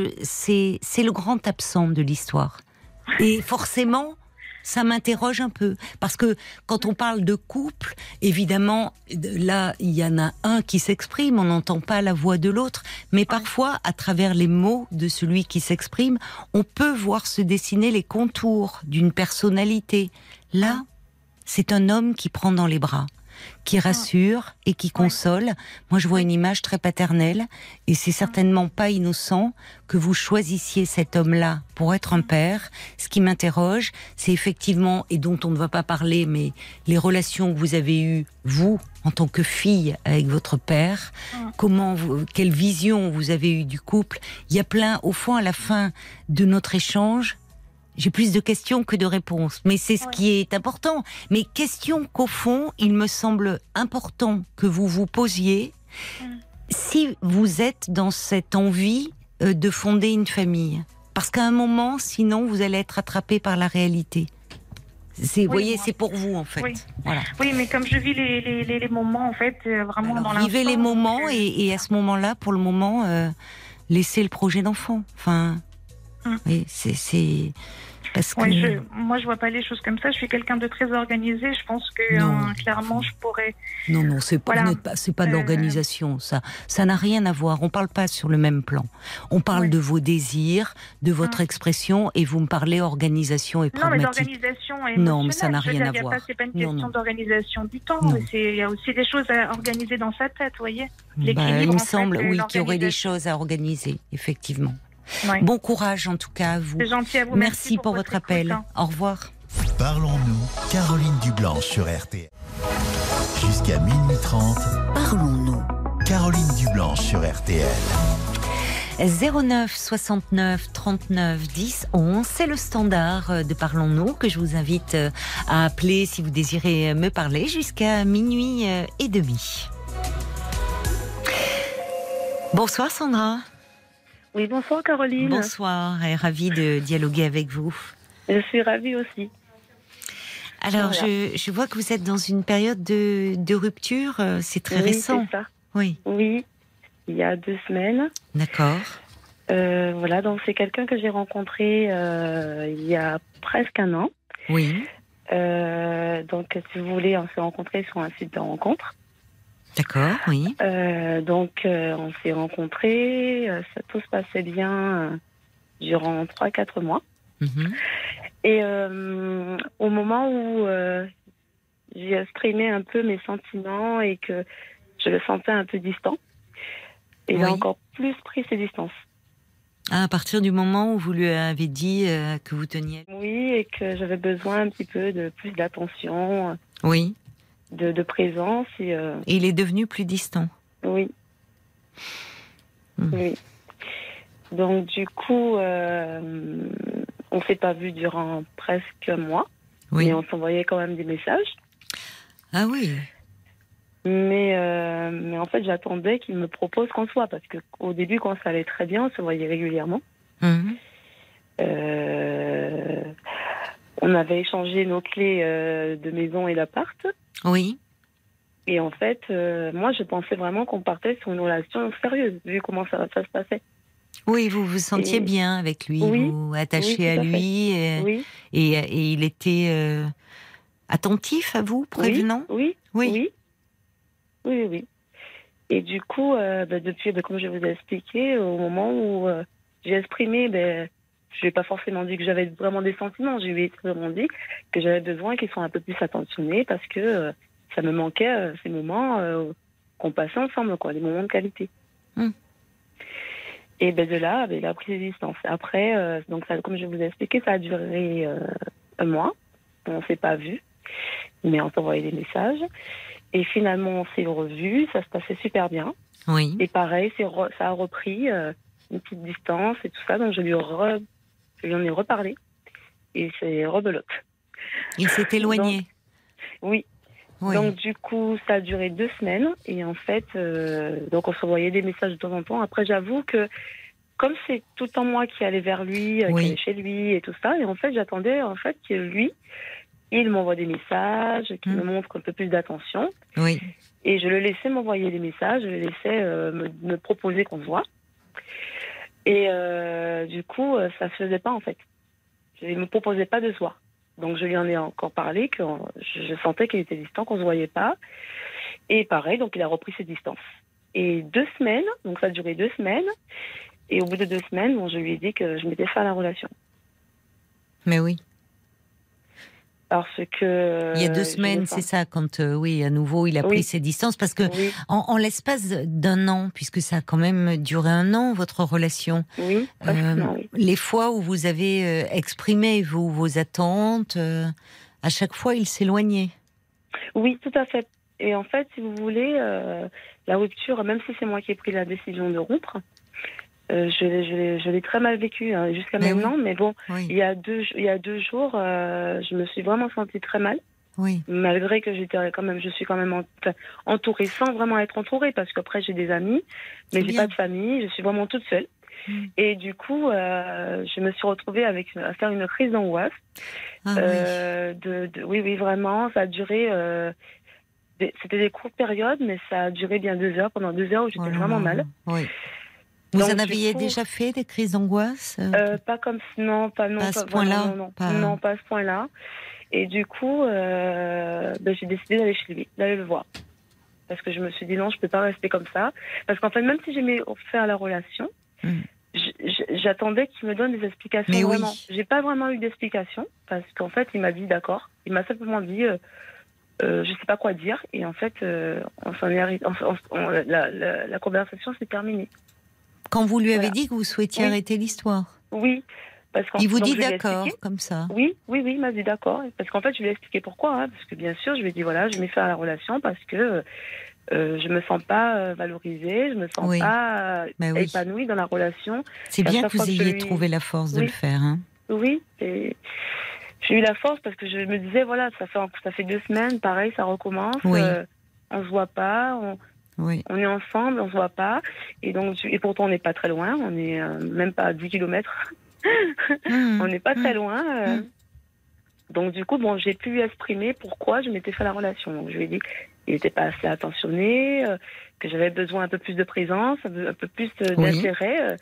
le grand absent de l'histoire. Et forcément, ça m'interroge un peu. Parce que quand on parle de couple, évidemment, là, il y en a un qui s'exprime, on n'entend pas la voix de l'autre. Mais parfois, à travers les mots de celui qui s'exprime, on peut voir se dessiner les contours d'une personnalité. Là, c'est un homme qui prend dans les bras, qui rassure et qui console. Moi, je vois une image très paternelle et c'est certainement pas innocent que vous choisissiez cet homme-là pour être un père. Ce qui m'interroge, c'est effectivement, et dont on ne va pas parler, mais les relations que vous avez eues, vous, en tant que fille, avec votre père, quelle vision vous avez eue du couple. Il y a plein, au fond, à la fin de notre échange, j'ai plus de questions que de réponses, mais c'est ce qui est important. Mais questions qu'au fond, il me semble important que vous vous posiez si vous êtes dans cette envie de fonder une famille. Parce qu'à un moment, sinon, vous allez être attrapé par la réalité. Vous voyez, c'est pour vous, en fait. Oui. Voilà. Oui, mais comme je vis les moments, en fait, vraiment Alors, dans l'instant... vivez les moments et à ce moment-là, pour le moment, laissez le projet d'enfant. Enfin, oui, c'est parce que... moi, je vois pas les choses comme ça. Je suis quelqu'un de très organisé. Je pense que clairement, je pourrais... Non, c'est pas, Voilà. c'est pas de l'organisation. Ça n'a rien à voir. On parle pas sur le même plan. On parle de vos désirs, de votre expression, et vous me parlez organisation et Non, mais pragmatique. d'organisation émotionnelle. Non, mais ça n'a rien à voir. C'est pas une question d'organisation du temps. Il y a aussi des choses à organiser dans sa tête, vous voyez. Il L'équilibre, me en fait, semble, oui, qu'il y aurait des l'organisation. choses à organiser, effectivement. Ouais. Bon courage, en tout cas, à vous. C'est gentil à vous. Merci pour votre appel. écoute, hein. Au revoir. Parlons-nous, Caroline Dublanche sur RTL. Jusqu'à minuit 30, Parlons-nous. Caroline Dublanche sur RTL. 09 69 39 10 11, c'est le standard de Parlons-nous que je vous invite à appeler si vous désirez me parler jusqu'à minuit et demi. Bonsoir Sandra. Oui, bonsoir Caroline. Bonsoir et ravie de dialoguer avec vous. Je suis ravie aussi. Alors, Voilà. je vois que vous êtes dans une période de rupture, c'est très récent. C'est ça. Oui, Oui, il y a 2 semaines. d'accord. Voilà, donc c'est quelqu'un que j'ai rencontré il y a presque 1 an. Oui, Donc, si vous voulez, on s'est rencontrés sur un site de rencontre. d'accord, oui. On s'est rencontrés, tout se passait bien durant 3-4 mois. Mhm. Et au moment où j'ai exprimé un peu mes sentiments et que je le sentais un peu distant, il a encore plus pris ses distances. Ah, à partir du moment où vous lui avez dit que vous teniez... Oui, et que j'avais besoin un petit peu de plus d'attention, Oui, de présence. Et, et il est devenu plus distant. oui. Oui. Donc, du coup, on s'est pas vu durant presque un mois, Oui. mais on s'envoyait quand même des messages. Ah oui. Mais en fait, j'attendais qu'il me propose qu'on soit, parce qu'au début, quand ça allait très bien, on se voyait régulièrement. Mhm. On avait échangé nos clés de maison et d'appart. Oui. Et en fait, moi, je pensais vraiment qu'on partait sur une relation sérieuse, vu comment ça se passait. Oui, vous vous sentiez bien avec lui, Oui. vous attaché Oui, à tout à lui, Oui. et il était attentif à vous, prévenant. Oui. Oui. Oui. Oui, oui, oui. Et du coup, depuis, comme je vous ai expliqué, au moment où j'ai exprimé, je n'ai pas forcément dit que j'avais vraiment des sentiments. Je lui ai vraiment dit que j'avais besoin qu'ils soient un peu plus attentionnés parce que ça me manquait ces moments qu'on passait ensemble, quoi, des moments de qualité. Et ben de là, il a pris ses distances. Après, donc ça, comme je vous ai expliqué, ça a duré un mois. On s'est pas vu, mais on s'envoyait des messages. Et finalement, on s'est revus. Ça se passait super bien. Oui. Et pareil, ça a repris une petite distance et tout ça. Donc je lui en ai reparlé. Et c'est rebelote. Il s'est éloigné. Oui. Oui. Donc du coup, ça a duré 2 semaines. Et en fait, donc on s'envoyait des messages de temps en temps. Après, j'avoue que comme c'est tout le temps moi qui allais vers lui, qui allais chez lui et tout ça, et en fait, j'attendais en fait que lui, il m'envoie des messages, qu'il me montre un peu plus d'attention. Oui. Et je le laissais m'envoyer des messages, je le laissais me proposer qu'on se voit. Et du coup, ça se faisait pas en fait. Il ne me proposait pas de se voir. Donc je lui en ai encore parlé, que je sentais qu'il était distant, qu'on ne se voyait pas. Et pareil, donc il a repris ses distances. Et 2 semaines, donc ça a duré 2 semaines. Et au bout de 2 semaines, bon, je lui ai dit que je m'étais fait à la relation. Mais oui. Parce que... Il y a 2 semaines, c'est ça, quand, oui, à nouveau, il a pris ses distances. Parce que, en l'espace d'1 an, puisque ça a quand même duré 1 an, votre relation, oui. Les fois où vous avez exprimé vos attentes, à chaque fois, il s'éloignait. Oui, tout à fait. Et en fait, si vous voulez, la rupture, même si c'est moi qui ai pris la décision de rompre, je l'ai très mal vécu jusqu'à maintenant, mais bon, il y a 2 jours, je me suis vraiment sentie très mal. Oui. Malgré que je suis quand même entourée sans vraiment être entourée, parce qu'après j'ai des amis, mais j'ai pas de famille, je suis vraiment toute seule. Et du coup, je me suis retrouvée à faire une crise d'angoisse. Oui, vraiment, ça a duré. C'était des courtes périodes, mais ça a duré bien 2 heures. Pendant 2 heures où j'étais vraiment mal. Oui. Vous en aviez déjà fait des crises d'angoisse Pas comme non, pas à ce point-là. Non, pas à ce point-là. Et du coup, j'ai décidé d'aller chez lui, d'aller le voir, parce que je me suis dit non, je peux pas rester comme ça. Parce qu'en fait, même si j'aimais faire la relation, j'attendais qu'il me donne des explications. Mais vraiment, j'ai pas vraiment eu d'explications, parce qu'en fait, il m'a dit d'accord. Il m'a simplement dit. Je sais pas quoi dire, et en fait, on s'en est arrêté. La conversation s'est terminée. Quand vous lui avez dit que vous souhaitiez arrêter l'histoire. Oui. Il vous dit d'accord, comme ça. Oui, il m'a dit d'accord. Parce qu'en fait, je lui ai expliqué pourquoi. Parce que bien sûr, je lui ai dit, voilà, je m'ai fait à la relation parce que je me sens pas valorisée, je me sens pas épanouie dans la relation. C'est bien que vous ayez trouvé la force de le faire. Hein. Oui, et j'ai eu la force parce que je me disais, voilà, ça fait 2 semaines, pareil, ça recommence. On se voit pas, on est ensemble, on se voit pas. Et pourtant, on n'est pas très loin, on est même pas à 10 kilomètres. On n'est pas très loin. Donc du coup, j'ai pu exprimer pourquoi je m'étais fait la relation. Donc je lui ai dit qu'il n'était pas assez attentionné, que j'avais besoin un peu plus de présence, un peu plus d'intérêt.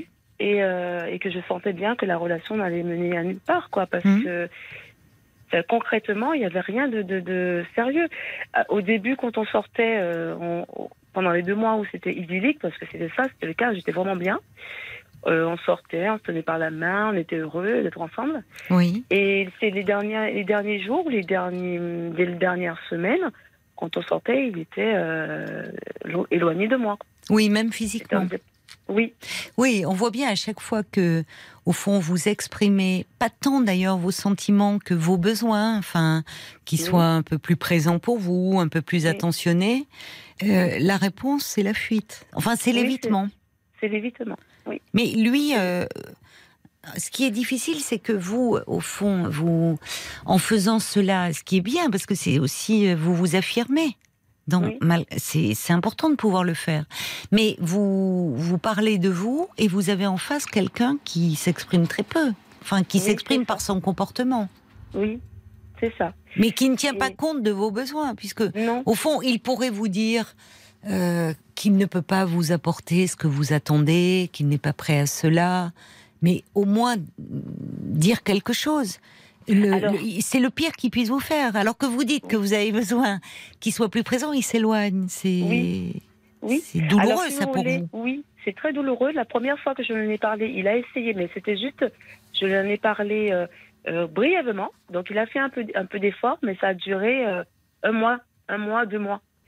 Et que je sentais bien que la relation n'allait mener à nulle part, quoi, parce que concrètement, il n'y avait rien de sérieux. Au début, quand on sortait, pendant les 2 mois où c'était idyllique, parce que c'était le cas, j'étais vraiment bien. On sortait, on se tenait par la main, on était heureux d'être ensemble. Oui. Et c'est les derniers jours, les dernières semaines, quand on sortait, il était éloigné de moi. Oui, même physiquement. Oui. Oui, on voit bien à chaque fois que, au fond, vous exprimez pas tant d'ailleurs vos sentiments que vos besoins, qu'ils soient un peu plus présents pour vous, un peu plus attentionnés. La réponse, c'est la fuite. C'est l'évitement. C'est l'évitement, oui. Mais lui, ce qui est difficile, c'est que vous, au fond, en faisant cela, ce qui est bien, parce que c'est aussi, vous affirmez. C'est important de pouvoir le faire. Mais vous parlez de vous et vous avez en face quelqu'un qui s'exprime très peu. Qui s'exprime par son comportement. Oui, c'est ça. Mais qui ne tient pas compte de vos besoins, puisque, au fond, il pourrait vous dire qu'il ne peut pas vous apporter ce que vous attendez, qu'il n'est pas prêt à cela, mais au moins dire quelque chose. C'est le pire qu'il puisse vous faire. Alors que vous dites que vous avez besoin qu'il soit plus présent, il s'éloigne. C'est douloureux. Alors, ça pour vous. Oui, c'est très douloureux. La première fois que je lui en ai parlé, il a essayé, mais c'était juste, je lui en ai parlé brièvement. Donc il a fait un peu d'effort, mais ça a duré 1 mois, 2 mois.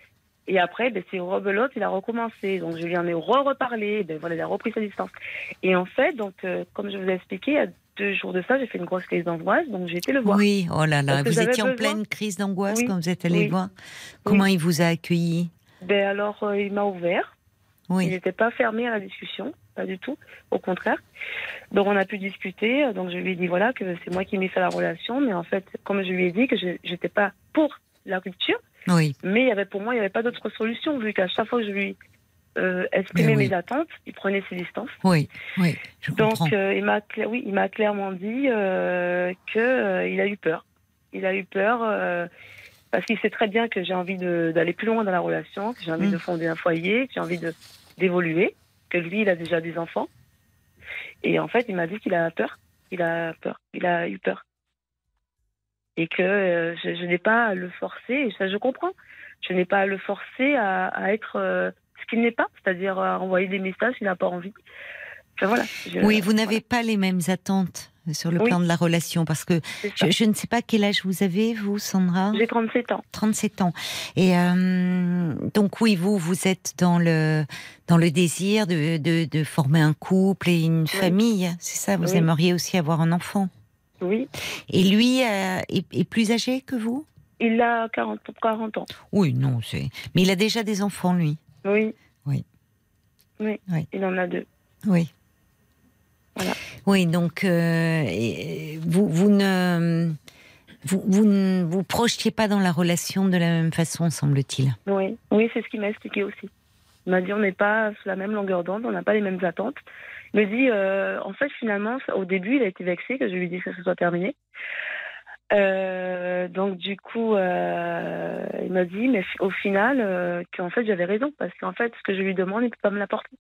Et après, c'est rebelote, il a recommencé. Donc, je lui en ai reparlé. Voilà, il a repris sa distance. Et en fait, donc, comme je vous ai expliqué, il y a 2 jours de ça, j'ai fait une grosse crise d'angoisse. Donc, j'ai été le voir. Oui, oh là là, Parce que vous étiez en j'avais besoin. pleine crise d'angoisse Oui, quand vous êtes allé oui, le voir. Comment oui. il vous a accueilli? Alors, il m'a ouvert. Il Oui, n'était pas fermé à la discussion, pas du tout, au contraire. Donc on a pu discuter, donc je lui ai dit voilà que c'est moi qui m'ai fait la relation, mais en fait, comme je lui ai dit que je n'étais pas pour la rupture, oui, mais pour moi, il n'y avait pas d'autre solution, vu qu'à chaque fois que je lui exprimais Mais oui. mes attentes, il prenait ses distances. oui, je comprends. Donc il m'a clairement dit qu'il a eu peur. Il a eu peur parce qu'il sait très bien que j'ai envie d'aller plus loin dans la relation, que j'ai envie de fonder un foyer, que j'ai envie d'évoluer, que lui, il a déjà des enfants. Et en fait, il m'a dit qu'il a peur. Il a eu peur. Et que je n'ai pas à le forcer, et ça je comprends. Je n'ai pas à le forcer à être ce qu'il n'est pas, c'est-à-dire à envoyer des messages s'il n'a pas envie. Enfin, voilà. Oui, vous n'avez pas les mêmes attentes sur le plan de la relation, parce que je ne sais pas quel âge vous avez, vous, Sandra? J'ai 37 ans. 37 ans. Et donc oui, vous êtes dans le désir de former un couple et une famille, c'est ça? Vous aimeriez aussi avoir un enfant? Oui. Et lui est plus âgé que vous? Il a 40 ans. Oui, non, mais il a déjà des enfants, lui? Oui. Oui. Oui, il en a 2. Oui. Voilà. Oui, donc vous ne vous projetiez pas dans la relation de la même façon, semble-t-il. Oui, c'est ce qu'il m'a expliqué aussi. Il m'a dit on n'est pas sur la même longueur d'onde, on n'a pas les mêmes attentes. Il me dit en fait finalement au début il a été vexé que je lui dise que ce soit terminé. Donc du coup il m'a dit mais au final qu'en fait j'avais raison parce qu'en fait ce que je lui demande il peut pas me l'apporter.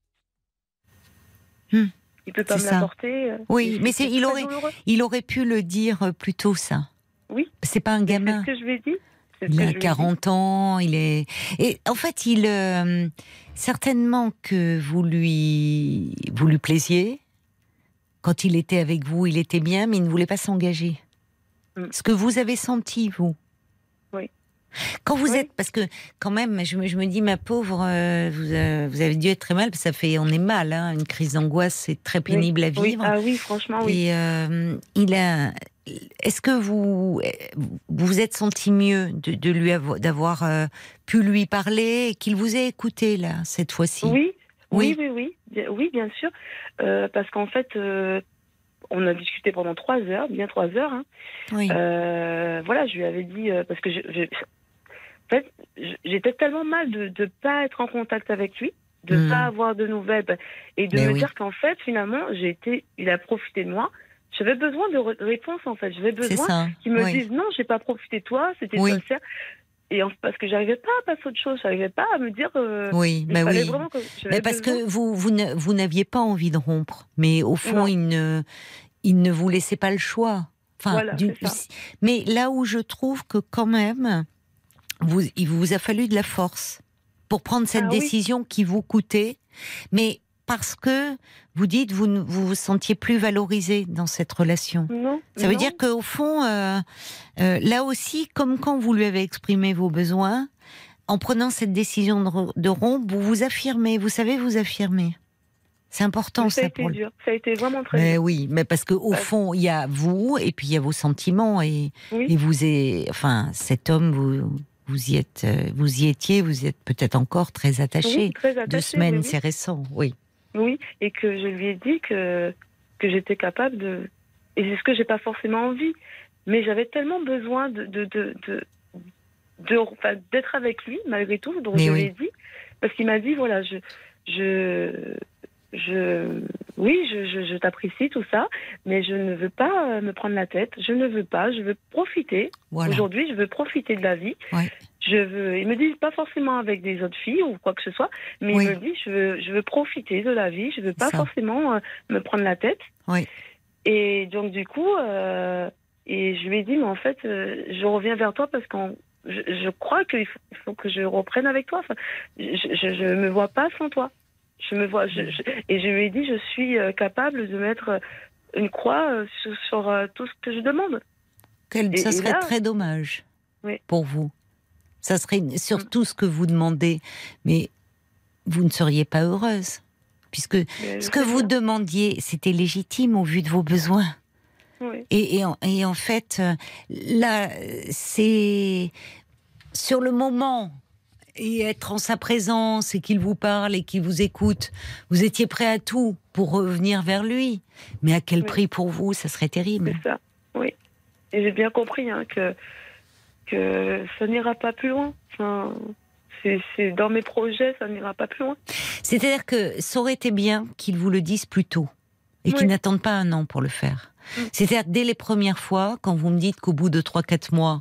Il peut pas me l'apporter. Oui, mais il aurait pu le dire plus tôt, ça. Oui. C'est pas un gamin. C'est ce que je lui ai dit. Il a 40 ans, et en fait, certainement que vous lui plaisiez. Quand il était avec vous, il était bien, mais il ne voulait pas s'engager. Ce que vous avez senti, vous. Oui. Quand vous êtes, parce que quand même, je me dis, ma pauvre, vous avez dû être très mal, parce que on est mal, hein, une crise d'angoisse, c'est très pénible à vivre. Oui. Ah oui, franchement, oui. Et est-ce que vous vous êtes senti mieux d'avoir pu lui parler et qu'il vous ait écouté là cette fois-ci? Oui, bien sûr, parce qu'en fait. On a discuté pendant 3 heures, bien 3 heures. Hein. Oui. Voilà, je lui avais dit parce que en fait, j'étais tellement mal de ne pas être en contact avec lui, de ne pas avoir de nouvelles et de me dire qu'en fait, finalement, il a profité de moi. J'avais besoin de réponses en fait. J'avais besoin qu'il me dise non, j'ai pas profité de toi, c'était sincère. Et parce que j'arrivais pas à passer autre chose, j'arrivais pas à me dire. Vraiment mais parce que vous n'aviez pas envie de rompre, mais au fond il ne vous laissait pas le choix. Enfin, voilà, mais là où je trouve que quand même, il vous a fallu de la force pour prendre cette décision qui vous coûtait, mais parce que vous dites vous vous sentiez plus valorisé dans cette relation. Non. Ça veut dire qu'au fond, là aussi, comme quand vous lui avez exprimé vos besoins, en prenant cette décision de rompre, vous vous affirmez. Vous savez vous affirmer. C'est important, ça. Ça a été dur. Ça a été vraiment très dur. Oui, mais parce qu'au fond, il y a vous et puis il y a vos sentiments et cet homme, vous y étiez, vous y êtes peut-être encore très attaché. Oui, très attaché. 2 semaines, c'est récent, oui. Oui, et que je lui ai dit que j'étais capable de... Et c'est ce que j'ai pas forcément envie. Mais j'avais tellement besoin d'être avec lui, malgré tout. Donc je lui ai dit, parce qu'il m'a dit, voilà, je t'apprécie, tout ça, mais je ne veux pas me prendre la tête. Je ne veux pas, je veux profiter. Voilà. Aujourd'hui, je veux profiter de la vie. Ouais. Il me dit pas forcément avec des autres filles ou quoi que ce soit, mais il me dit je veux profiter de la vie, je veux pas forcément me prendre la tête. Oui. Et donc du coup, et je lui ai dit mais en fait je reviens vers toi parce que je crois qu'il faut que je reprenne avec toi. Enfin, je me vois pas sans toi. Et je lui ai dit je suis capable de mettre une croix sur tout ce que je demande. Ça serait très dommage pour vous. Ça serait surtout ce que vous demandez. Mais vous ne seriez pas heureuse. Puisque ce que vous demandiez, c'était légitime au vu de vos besoins. Oui. Et en fait, là, c'est sur le moment, et être en sa présence, et qu'il vous parle, et qu'il vous écoute, vous étiez prêt à tout pour revenir vers lui. Mais à quel prix pour vous, ça serait terrible. C'est ça, oui. Et j'ai bien compris que ça n'ira pas plus loin. Enfin, c'est dans mes projets, ça n'ira pas plus loin. C'est-à-dire que ça aurait été bien qu'il vous le dise plus tôt, et qu'il n'attende pas un an pour le faire. C'est-à-dire dès les premières fois, quand vous me dites qu'au bout de 3-4 mois,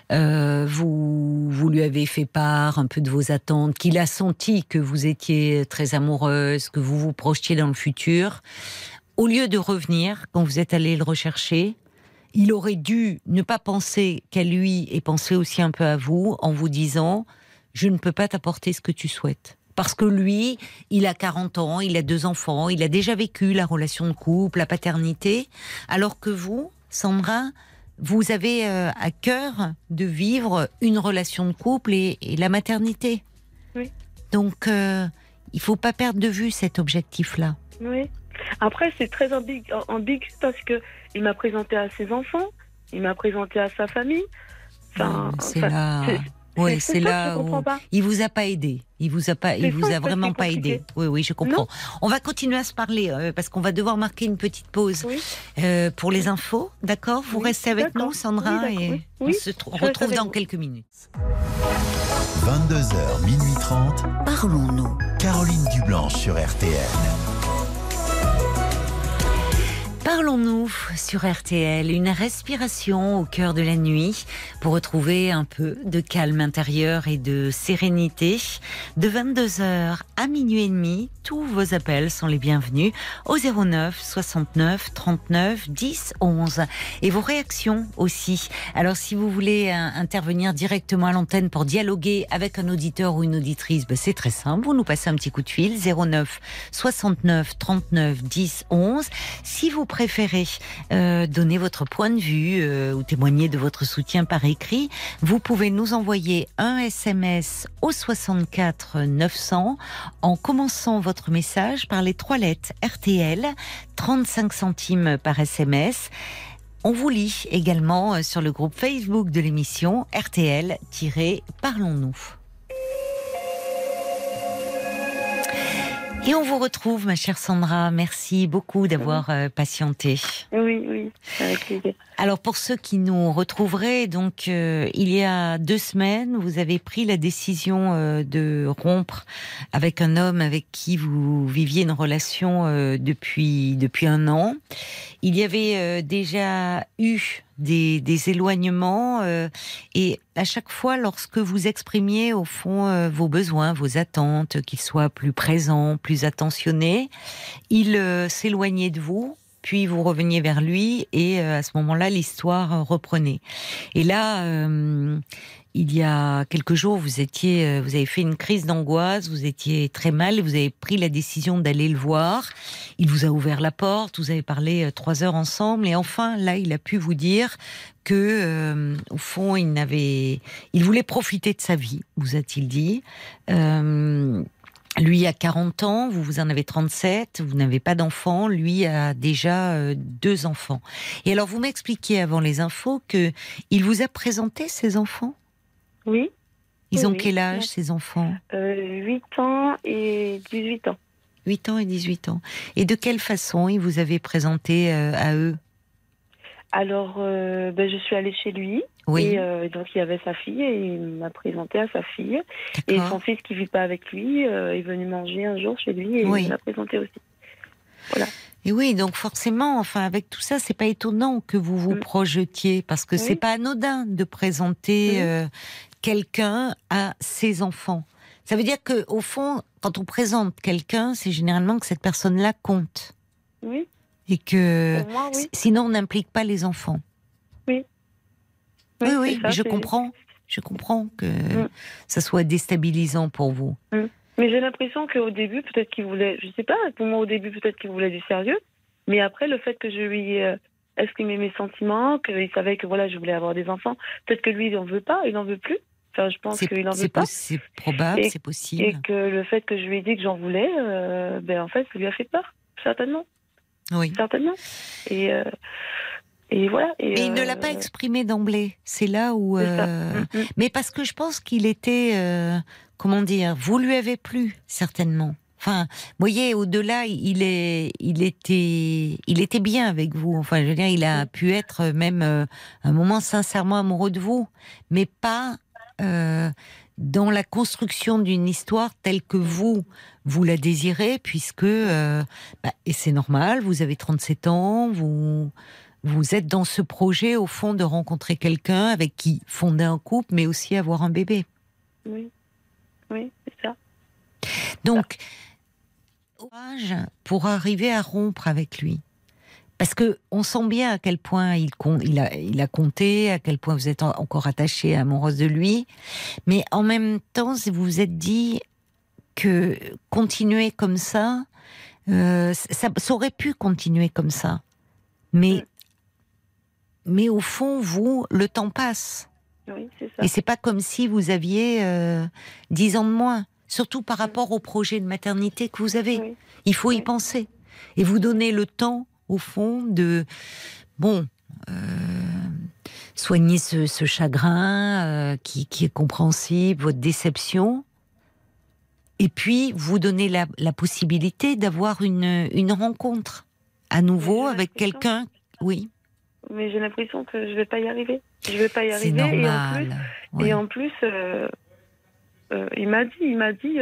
vous lui avez fait part un peu de vos attentes, qu'il a senti que vous étiez très amoureuse, que vous vous projetiez dans le futur, au lieu de revenir, quand vous êtes allé le rechercher, il aurait dû ne pas penser qu'à lui et penser aussi un peu à vous, en vous disant « je ne peux pas t'apporter ce que tu souhaites ». Parce que lui, il a 40 ans, il a 2 enfants, il a déjà vécu la relation de couple, la paternité, alors que vous, Sandra, vous avez à cœur de vivre une relation de couple et la maternité. Oui. Donc, il ne faut pas perdre de vue cet objectif-là. Oui. Après, c'est très ambigu parce qu'il m'a présenté à ses enfants, il m'a présenté à sa famille. Enfin, c'est là... Oui, c'est là où il vous a pas aidé. Il vous a vraiment pas aidé. Oui, je comprends. Non. On va continuer à se parler parce qu'on va devoir marquer une petite pause pour les infos. D'accord ? Vous restez avec nous, Sandra, et on se retrouve dans quelques minutes. 22h, minuit 30. Parlons-nous. Caroline Dublanche sur RTL. Parlons-nous sur RTL, une respiration au cœur de la nuit pour retrouver un peu de calme intérieur et de sérénité. De 22h à minuit et demi, tous vos appels sont les bienvenus au 09 69 39 10 11. Et vos réactions aussi. Alors si vous voulez intervenir directement à l'antenne pour dialoguer avec un auditeur ou une auditrice, c'est très simple, vous nous passez un petit coup de fil, 09 69 39 10 11. Si vous préférez donner votre point de vue ou témoigner de votre soutien par écrit, vous pouvez nous envoyer un SMS au 64 900 en commençant votre message par les 3 lettres RTL, 35 centimes par SMS. On vous lit également sur le groupe Facebook de l'émission RTL-Parlons-nous. Et on vous retrouve, ma chère Sandra. Merci beaucoup d'avoir patienté. Oui, avec plaisir. Alors, pour ceux qui nous retrouveraient, donc, il y a 2 semaines, vous avez pris la décision de rompre avec un homme avec qui vous viviez une relation depuis 1 an. Il y avait déjà eu des éloignements et à chaque fois, lorsque vous exprimiez au fond vos besoins, vos attentes, qu'ils soient plus présents, plus attentionnés, il s'éloignait de vous, puis vous reveniez vers lui et à ce moment-là, l'histoire reprenait. Et là, il y a quelques jours, vous avez fait une crise d'angoisse, vous étiez très mal, et vous avez pris la décision d'aller le voir. Il vous a ouvert la porte, vous avez parlé 3 heures ensemble, et enfin, là, il a pu vous dire que, au fond, il voulait profiter de sa vie, vous a-t-il dit. Lui a 40 ans, vous en avez 37, vous n'avez pas d'enfants, lui a déjà 2 enfants. Et alors, vous m'expliquiez avant les infos que il vous a présenté ses enfants ? Oui. Ils ont quel âge, ces enfants ? 8 ans et 18 ans. 8 ans et 18 ans. Et de quelle façon il vous avait présenté à eux ? Alors, je suis allée chez lui. Oui. Et donc, il y avait sa fille et il m'a présenté à sa fille. D'accord. Et son fils qui ne vit pas avec lui est venu manger un jour chez lui et il m'a présenté aussi. Voilà. Et oui, donc forcément, enfin, avec tout ça, c'est pas étonnant que vous vous projetiez, parce que c'est pas anodin de présenter quelqu'un à ses enfants. Ça veut dire que, au fond, quand on présente quelqu'un, c'est généralement que cette personne-là compte. Oui. Et que, pour moi, sinon, on n'implique pas les enfants. Oui. Oui, ça, je comprends. Je comprends que ça soit déstabilisant pour vous. Mais j'ai l'impression qu'au début, peut-être qu'il voulait, je sais pas, pour moi au début, peut-être qu'il voulait du sérieux. Mais après, le fait que je lui exprimé mes sentiments, qu'il savait que voilà, je voulais avoir des enfants, peut-être que lui, il n'en veut pas, il n'en veut plus. Enfin, je pense qu'il en veut pas. C'est probable, c'est possible. Et que le fait que je lui ai dit que j'en voulais, en fait, ça lui a fait peur, certainement. Oui. Certainement. Et voilà. Mais il ne l'a pas exprimé d'emblée. C'est là où. Mais parce que je pense qu'il était, comment dire, vous lui avez plu certainement. Enfin, vous voyez, au-delà, il était bien avec vous. Enfin, je veux dire, il a pu être même un moment sincèrement amoureux de vous, mais pas dans la construction d'une histoire telle que vous la désirez, puisque et c'est normal. Vous avez 37 ans, vous êtes dans ce projet au fond de rencontrer quelqu'un avec qui fonder un couple, mais aussi avoir un bébé. Oui, c'est ça. Donc, courage pour arriver à rompre avec lui. Parce que on sent bien à quel point il a compté, à quel point vous êtes encore attachée, amoureuse de lui. Mais en même temps, vous vous êtes dit que continuer comme ça, ça aurait pu continuer comme ça. Mais au fond, le temps passe. Oui, c'est ça. Et c'est pas comme si vous aviez 10 ans de moins. Surtout par rapport au projet de maternité que vous avez. Oui. Il faut y penser. Et vous donner le temps, au fond, de soigner ce chagrin qui est compréhensible, votre déception. Et puis, vous donner la possibilité d'avoir une rencontre à nouveau avec quelqu'un. Oui. Mais j'ai l'impression que je vais pas y arriver. Je vais pas y arriver. C'est normal. Et en plus, il m'a dit,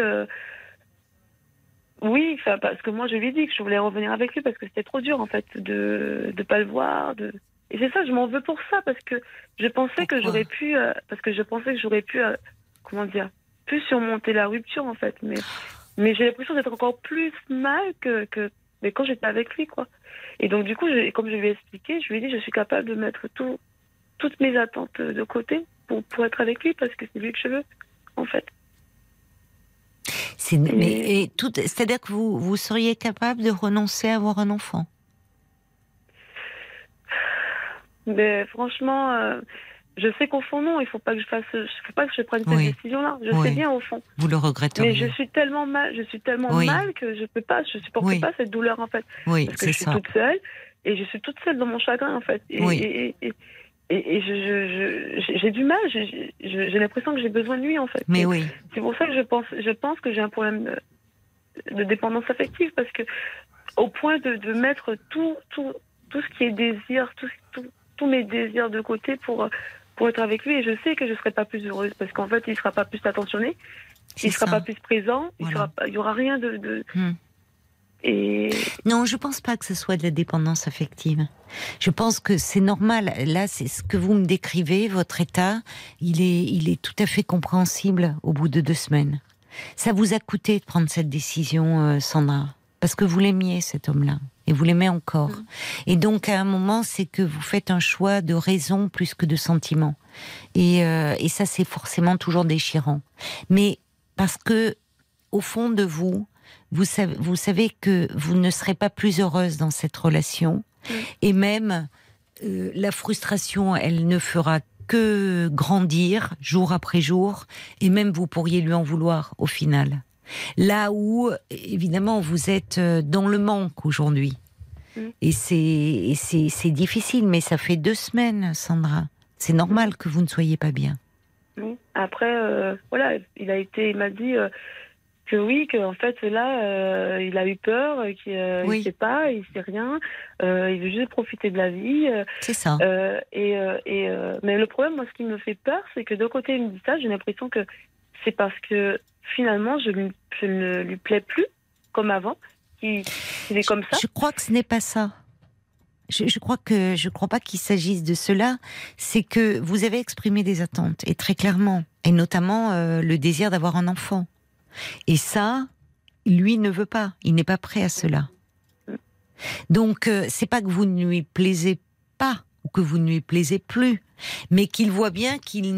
oui, parce que moi je lui ai dit que je voulais revenir avec lui parce que c'était trop dur en fait de pas le voir. Et c'est ça, je m'en veux pour ça parce que je pensais que j'aurais pu, comment dire, plus surmonter la rupture en fait. Mais j'ai l'impression d'être encore plus mal mais quand j'étais avec lui quoi. Et donc du coup, comme je lui ai expliqué, je lui ai dit je suis capable de mettre toutes mes attentes de côté pour être avec lui parce que c'est lui que je veux en fait. C'est-à-dire que vous seriez capable de renoncer à avoir un enfant? Mais franchement, je sais qu'au fond non, il faut pas que je prenne cette décision-là. Je sais bien au fond. Vous le regretteriez. Mais je suis tellement mal que je supporte pas cette douleur en fait. Oui, parce que je suis toute seule et je suis toute seule dans mon chagrin en fait. Et j'ai du mal, j'ai l'impression que j'ai besoin de lui en fait. Mais oui. C'est pour ça que je pense que j'ai un problème de dépendance affective parce que au point de mettre tout ce qui est désir, tous mes désirs de côté pour être avec lui et je sais que je serai pas plus heureuse parce qu'en fait il sera pas plus attentionné, il sera pas plus présent, voilà. Il y aura rien de Et... Non, je pense pas que ce soit de la dépendance affective. Je pense que c'est normal. Là, c'est ce que vous me décrivez, votre état, il est tout à fait compréhensible au bout de 2 semaines. Ça vous a coûté de prendre cette décision, Sandra, parce que vous l'aimiez, cet homme-là, et vous l'aimez encore. Et donc, à un moment, c'est que vous faites un choix de raison plus que de sentiment. Et ça, c'est forcément toujours déchirant. Mais parce que, au fond de vous savez que vous ne serez pas plus heureuse dans cette relation. Et même, la frustration, elle ne fera que grandir jour après jour. Et même, vous pourriez lui en vouloir au final. Là où, évidemment, vous êtes dans le manque aujourd'hui. Et c'est difficile, mais ça fait 2 semaines, Sandra. C'est normal que vous ne soyez pas bien. Après, voilà, il m'a dit... que oui, qu'en fait là, il a eu peur, qu'il ne sait pas, il sait rien, il veut juste profiter de la vie. C'est ça. Mais le problème, moi, ce qui me fait peur, c'est que d'un côté, il me dit ça, j'ai l'impression que c'est parce que finalement, je ne lui plais plus comme avant, qu'il est comme ça. Je crois que ce n'est pas ça. Je crois pas qu'il s'agisse de cela. C'est que vous avez exprimé des attentes, et très clairement, et notamment le désir d'avoir un enfant. Et ça, lui ne veut pas. Il n'est pas prêt à cela. Donc, c'est pas que vous ne lui plaisez pas ou que vous ne lui plaisez plus, mais qu'il voit bien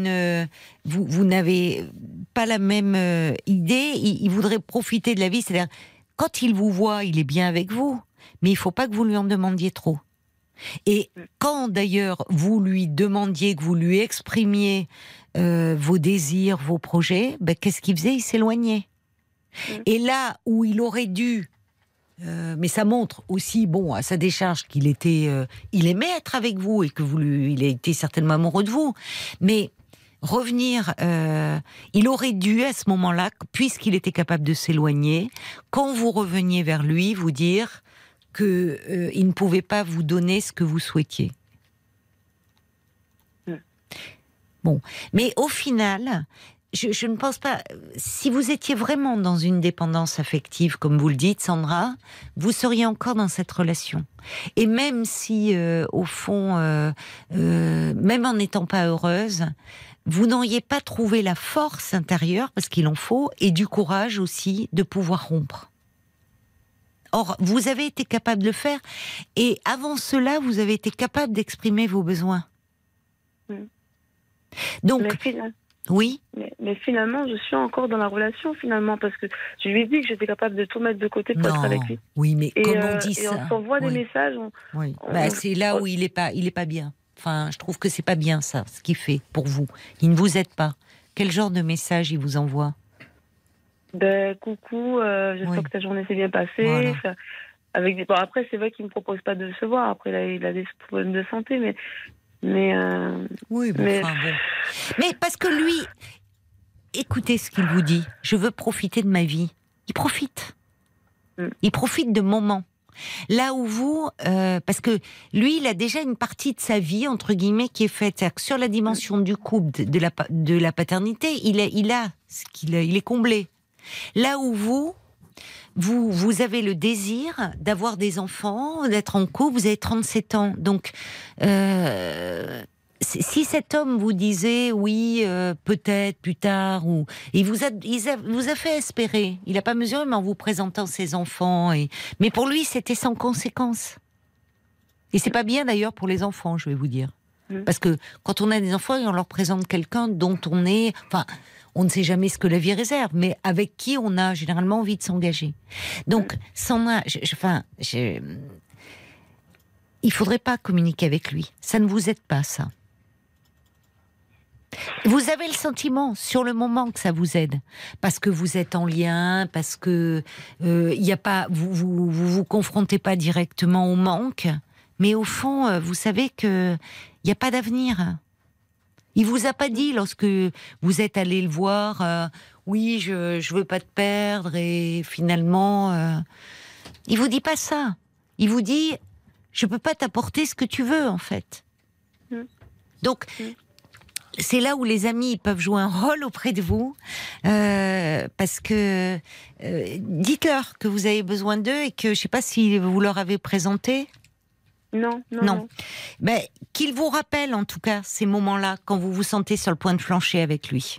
vous n'avez pas la même idée. Il voudrait profiter de la vie. C'est-à-dire, quand il vous voit, il est bien avec vous, mais il faut pas que vous lui en demandiez trop. Et quand d'ailleurs vous lui demandiez, que vous lui exprimiez vos désirs, vos projets, qu'est-ce qu'il faisait? Il s'éloignait. Et là où il aurait dû, mais ça montre aussi, à sa décharge, qu'il était, il aimait être avec vous et que il a été certainement amoureux de vous, mais revenir, il aurait dû à ce moment-là, puisqu'il était capable de s'éloigner, quand vous reveniez vers lui, vous dire que il ne pouvait pas vous donner ce que vous souhaitiez. Bon, mais au final, je ne pense pas. Si vous étiez vraiment dans une dépendance affective, comme vous le dites, Sandra, vous seriez encore dans cette relation. Et même si, au fond, même en n'étant pas heureuse, vous n'auriez pas trouvé la force intérieure, parce qu'il en faut, et du courage aussi de pouvoir rompre. Or, vous avez été capable de le faire, et avant cela, vous avez été capable d'exprimer vos besoins. Donc, oui. Mais finalement, je suis encore dans la relation, finalement, parce que je lui ai dit que j'étais capable de tout mettre de côté pour être avec lui. Oui, mais comme on dit et ça... on s'envoie des messages... c'est là où il est pas bien. Enfin, je trouve que c'est pas bien, ça, ce qu'il fait pour vous. Il ne vous aide pas. Quel genre de message il vous envoie? Coucou, j'espère que ta journée s'est bien passée. Voilà. Après, c'est vrai qu'il ne me propose pas de se voir. Après, là, il a des problèmes de santé, mais parce que lui, écoutez ce qu'il vous dit. Je veux profiter de ma vie. Il profite. Il profite de moments. Là où vous, parce que lui, il a déjà une partie de sa vie entre guillemets qui est faite. C'est-à-dire que sur la dimension du couple, de la paternité, il est comblé. Là où vous avez le désir d'avoir des enfants, d'être en couple, vous avez 37 ans. Donc, si cet homme vous disait oui, peut-être plus tard, il vous a fait espérer. Il n'a pas mesuré, mais en vous présentant ses enfants. Mais pour lui, c'était sans conséquence. Et c'est pas bien d'ailleurs pour les enfants, je vais vous dire. Parce que quand on a des enfants et on leur présente quelqu'un dont on ne sait jamais ce que la vie réserve, mais avec qui on a généralement envie de s'engager. Donc, Sandra, il faudrait pas communiquer avec lui. Ça ne vous aide pas, ça. Vous avez le sentiment, sur le moment, que ça vous aide, parce que vous êtes en lien, parce que vous confrontez pas directement au manque, mais au fond, vous savez que il y a pas d'avenir. Il vous a pas dit lorsque vous êtes allé le voir, oui, je veux pas te perdre, et finalement, il vous dit pas ça. Il vous dit, je peux pas t'apporter ce que tu veux, en fait. Donc, c'est là où les amis peuvent jouer un rôle auprès de vous, parce que dites-leur que vous avez besoin d'eux et que je sais pas si vous leur avez présenté. Non. Mais qu'il vous rappelle en tout cas ces moments-là quand vous vous sentez sur le point de flancher avec lui.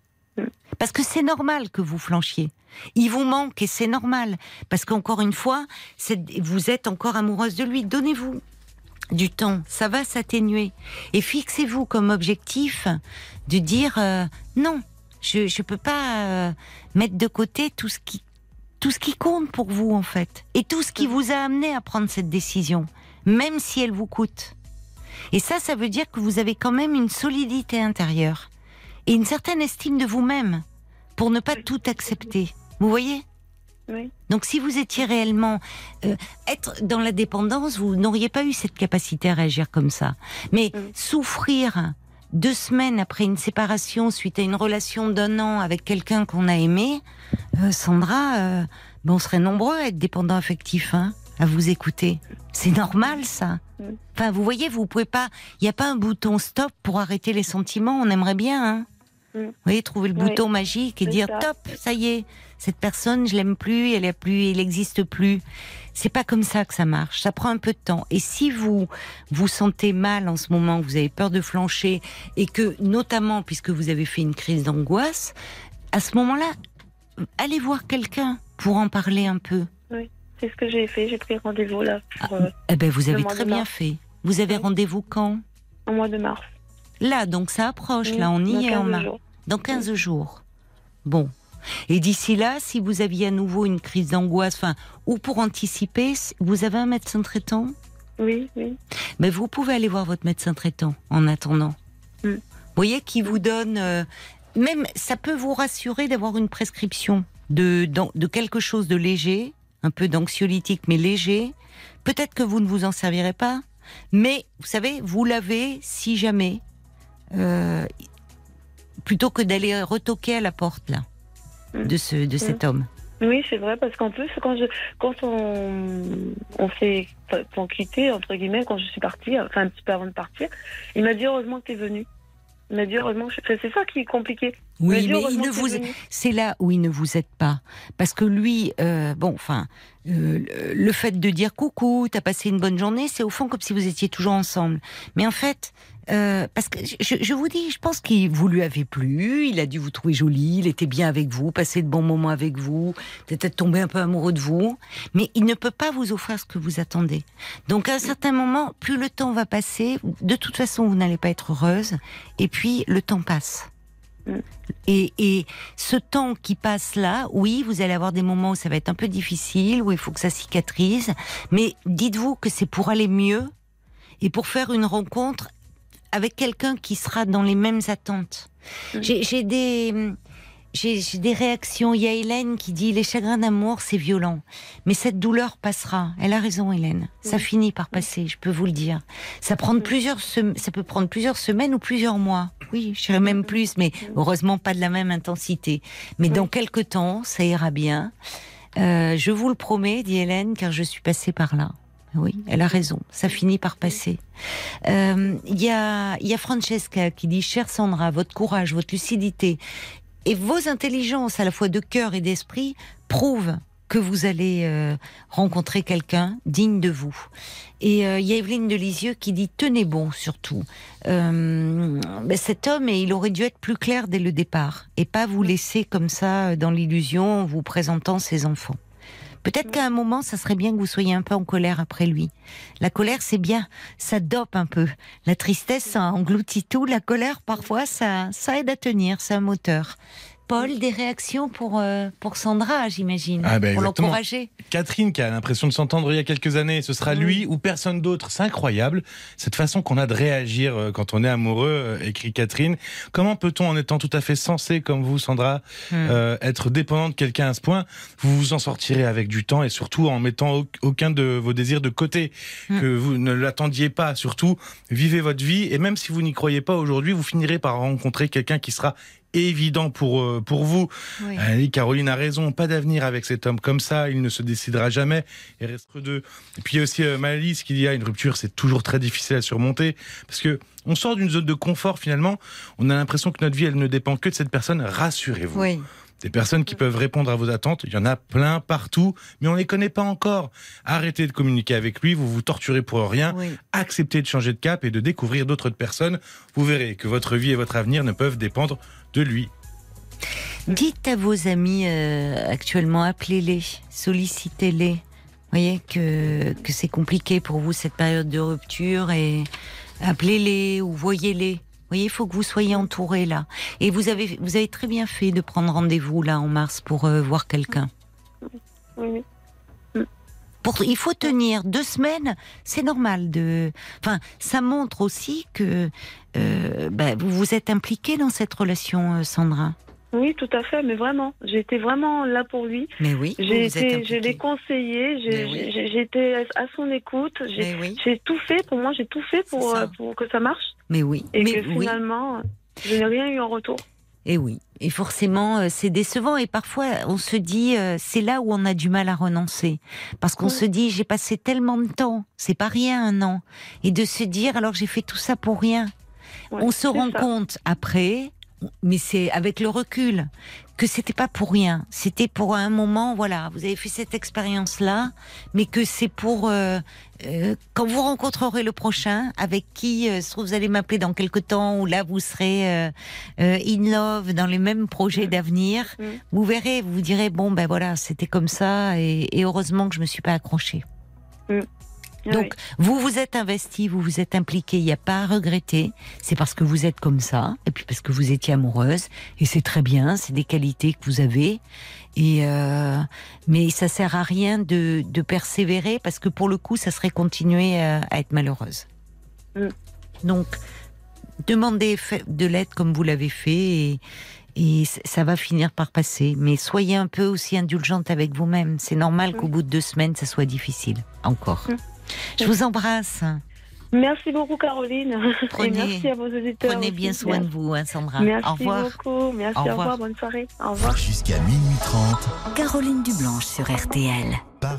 Parce que c'est normal que vous flanchiez. Il vous manque et c'est normal. Parce qu'encore une fois, vous êtes encore amoureuse de lui. Donnez-vous du temps, ça va s'atténuer. Et fixez-vous comme objectif de dire non, je peux pas mettre de côté tout ce qui compte pour vous en fait. Et tout ce qui vous a amené à prendre cette décision. Même si elle vous coûte. Et ça veut dire que vous avez quand même une solidité intérieure et une certaine estime de vous-même pour ne pas tout accepter. Vous voyez ? Oui. Donc si vous étiez réellement être dans la dépendance, vous n'auriez pas eu cette capacité à réagir comme ça. Mais souffrir 2 semaines après une séparation suite à une relation d'1 an avec quelqu'un qu'on a aimé, Sandra, on serait nombreux à être dépendants affectifs, à vous écouter. C'est normal, ça. Enfin, vous voyez, vous pouvez pas... Il n'y a pas un bouton stop pour arrêter les sentiments. On aimerait bien, Vous voyez, trouver le bouton magique et dire ça. Top, ça y est, cette personne, je l'aime plus, elle n'existe plus. C'est pas comme ça que ça marche. Ça prend un peu de temps. Et si vous vous sentez mal en ce moment, vous avez peur de flancher, et que, notamment, puisque vous avez fait une crise d'angoisse, à ce moment-là, allez voir quelqu'un pour en parler un peu. Oui. C'est ce que j'ai fait, j'ai pris rendez-vous là. Vous avez très bien fait. Vous avez rendez-vous quand ? Au mois de mars. Là, donc ça approche, là, on y est en mars. Dans 15 jours. Bon. Et d'ici là, si vous aviez à nouveau une crise d'angoisse, ou pour anticiper, vous avez un médecin traitant ? Oui. Mais vous pouvez aller voir votre médecin traitant en attendant. Vous voyez, qui vous donne... même, ça peut vous rassurer d'avoir une prescription de quelque chose de léger, un peu d'anxiolytique, mais léger. Peut-être que vous ne vous en servirez pas, mais vous savez, vous l'avez si jamais, plutôt que d'aller retoquer à la porte là de cet homme. Oui, c'est vrai, parce qu'en plus, quand on s'est quitté, entre guillemets, quand je suis partie, enfin un petit peu avant de partir, il m'a dit heureusement que tu es venue. Il m'a dit heureusement que c'est ça qui est compliqué. Oui, mais c'est là où il ne vous aide pas. Parce que lui, le fait de dire coucou, t'as passé une bonne journée, c'est au fond comme si vous étiez toujours ensemble. Mais en fait, parce que je vous dis, je pense qu'il vous lui avez plu, il a dû vous trouver jolie, il était bien avec vous, passer de bons moments avec vous, peut-être tomber un peu amoureux de vous, mais il ne peut pas vous offrir ce que vous attendez. Donc à un certain moment, plus le temps va passer, de toute façon vous n'allez pas être heureuse, et puis le temps passe. Et ce temps qui passe là, oui, vous allez avoir des moments où ça va être un peu difficile, où il faut que ça cicatrise, mais dites-vous que c'est pour aller mieux et pour faire une rencontre avec quelqu'un qui sera dans les mêmes attentes. J'ai des réactions. Il y a Hélène qui dit « Les chagrins d'amour, c'est violent. Mais cette douleur passera. » Elle a raison, Hélène. Ça finit par passer, je peux vous le dire. Ça peut prendre plusieurs semaines ou plusieurs mois. Oui, je dirais même plus, mais heureusement pas de la même intensité. Mais dans quelques temps, ça ira bien. Je vous le promets, dit Hélène, car je suis passée par là. Oui, elle a raison. Ça finit par passer. Il y a Francesca qui dit « Chère Sandra, votre courage, votre lucidité et vos intelligences à la fois de cœur et d'esprit prouvent que vous allez rencontrer quelqu'un digne de vous. » Et il y a Evelyne de Lisieux qui dit « Tenez bon, surtout. Cet homme, il aurait dû être plus clair dès le départ et pas vous laisser comme ça dans l'illusion en vous présentant ses enfants. » Peut-être qu'à un moment, ça serait bien que vous soyez un peu en colère après lui. La colère, c'est bien, ça dope un peu. La tristesse, ça engloutit tout. La colère, parfois, ça aide à tenir, c'est un moteur. Paul, des réactions pour Sandra, j'imagine, pour l'encourager. Catherine, qui a l'impression de s'entendre il y a quelques années, ce sera lui ou personne d'autre. C'est incroyable, cette façon qu'on a de réagir quand on est amoureux, écrit Catherine. Comment peut-on, en étant tout à fait sensé comme vous, Sandra, être dépendant de quelqu'un à ce point? Vous vous en sortirez avec du temps et surtout en mettant aucun de vos désirs de côté, que vous ne l'attendiez pas. Surtout, vivez votre vie et même si vous n'y croyez pas aujourd'hui, vous finirez par rencontrer quelqu'un qui sera évident pour vous. Oui. Caroline a raison, pas d'avenir avec cet homme comme ça, il ne se décidera jamais, il reste que deux. Et puis il y a aussi Malice qui dit une rupture c'est toujours très difficile à surmonter parce que on sort d'une zone de confort finalement, on a l'impression que notre vie elle ne dépend que de cette personne, rassurez-vous. Oui. Des personnes qui peuvent répondre à vos attentes, il y en a plein partout, mais on ne les connaît pas encore. Arrêtez de communiquer avec lui, vous vous torturez pour rien. Oui. Acceptez de changer de cap et de découvrir d'autres personnes. Vous verrez que votre vie et votre avenir ne peuvent dépendre de lui. Dites à vos amis actuellement, appelez-les, sollicitez-les. Vous voyez que c'est compliqué pour vous cette période de rupture et appelez-les ou voyez-les. Vous voyez, il faut que vous soyez entourés là. Et vous avez très bien fait de prendre rendez-vous là en mars pour voir quelqu'un. Oui. Il faut tenir 2 semaines, c'est normal. Ça montre aussi que vous vous êtes impliquée dans cette relation, Sandra. Oui, tout à fait, mais vraiment, j'étais vraiment là pour lui. Mais oui, je l'ai conseillé, j'étais à son écoute, j'ai tout fait, pour moi, j'ai tout fait pour que ça marche. Mais oui. Et que finalement, je n'ai rien eu en retour. Et oui, et forcément, c'est décevant. Et parfois, on se dit, c'est là où on a du mal à renoncer. Parce qu'on se dit, j'ai passé tellement de temps, c'est pas rien 1 an. Et de se dire, alors j'ai fait tout ça pour rien. Ouais, on se rend compte après... Mais c'est avec le recul que c'était pas pour rien. C'était pour un moment, voilà, vous avez fait cette expérience-là, mais que c'est pour quand vous rencontrerez le prochain, avec qui vous allez m'appeler dans quelque temps, ou là vous serez in love dans les mêmes projets d'avenir. Vous verrez, vous vous direz bon ben voilà, c'était comme ça, et heureusement que je me suis pas accrochée. Donc, vous vous êtes investi, vous vous êtes impliqué, il n'y a pas à regretter. C'est parce que vous êtes comme ça, et puis parce que vous étiez amoureuse, et c'est très bien, c'est des qualités que vous avez. Mais ça sert à rien de persévérer, parce que pour le coup, ça serait continuer à être malheureuse. Donc, Demandez de l'aide comme vous l'avez fait et ça va finir par passer. Mais soyez un peu aussi indulgente avec vous-même. C'est normal qu'au bout de 2 semaines, ça soit difficile. Encore. Je vous embrasse. Merci beaucoup, Caroline. Et merci à vos auditeurs. Prenez bien soin de vous, hein, Sandra. Merci au revoir. beaucoup. Merci, au revoir. Bonne soirée. Au revoir. Jusqu'à minuit 30. Caroline Dublanche sur RTL.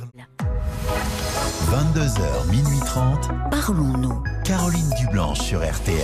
22h, minuit 30. Parlons-nous. Caroline Dublanche sur RTL.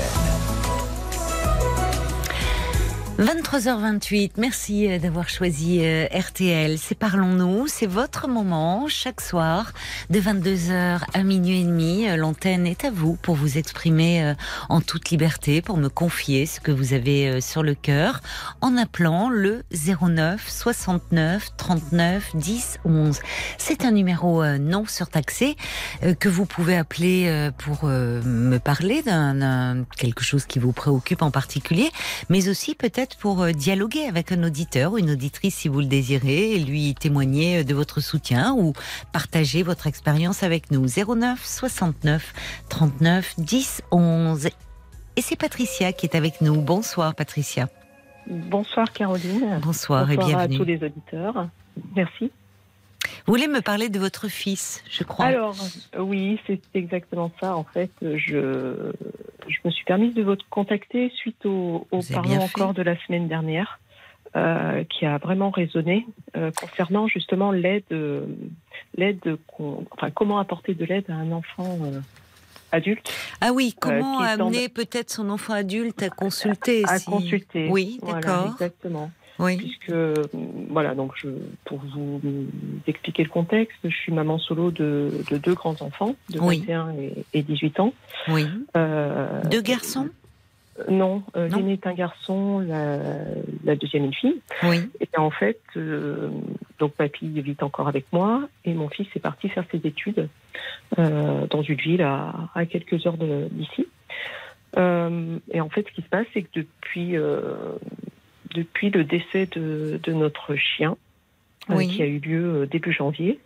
23h28, merci d'avoir choisi RTL. C'est Parlons-nous, c'est votre moment chaque soir de 22h à minuit et demi. L'antenne est à vous pour vous exprimer en toute liberté, pour me confier ce que vous avez sur le cœur en appelant le 09 69 39 10 11. C'est un numéro non surtaxé que vous pouvez appeler pour me parler d'un quelque chose qui vous préoccupe en particulier, mais aussi peut-être pour dialoguer avec un auditeur ou une auditrice si vous le désirez, et lui témoigner de votre soutien ou partager votre expérience avec nous. 09 69 39 10 11. Et c'est Patricia qui est avec nous. Bonsoir Patricia. Bonsoir Caroline. Bonsoir et bienvenue. Bonsoir à tous les auditeurs. Merci. Vous voulez me parler de votre fils, je crois. Alors, oui, c'est exactement ça. En fait, je me suis permise de vous contacter suite au Parlons encore de la semaine dernière, qui a vraiment résonné concernant justement comment apporter de l'aide à un enfant adulte. Ah oui, comment amener peut-être son enfant adulte à consulter. Consulter. Oui, d'accord. Voilà, exactement. Oui. Puisque, voilà, donc pour vous expliquer le contexte, je suis maman solo de 2 grands-enfants, de 21 et 18 ans. Oui. 2 garçons ? Non, l'aîné est un garçon, la deuxième une fille. Oui. Et en fait, donc papy vit encore avec moi, et mon fils est parti faire ses études dans une ville à quelques heures d'ici. Et en fait, ce qui se passe, c'est que depuis le décès de notre chien, qui a eu lieu début janvier,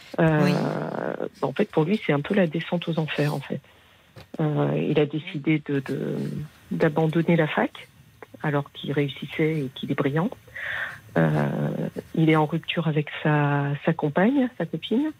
en fait, pour lui, c'est un peu la descente aux enfers, en fait. Il a décidé d'abandonner la fac, alors qu'il réussissait et qu'il est brillant. Il est en rupture avec sa compagne, sa copine.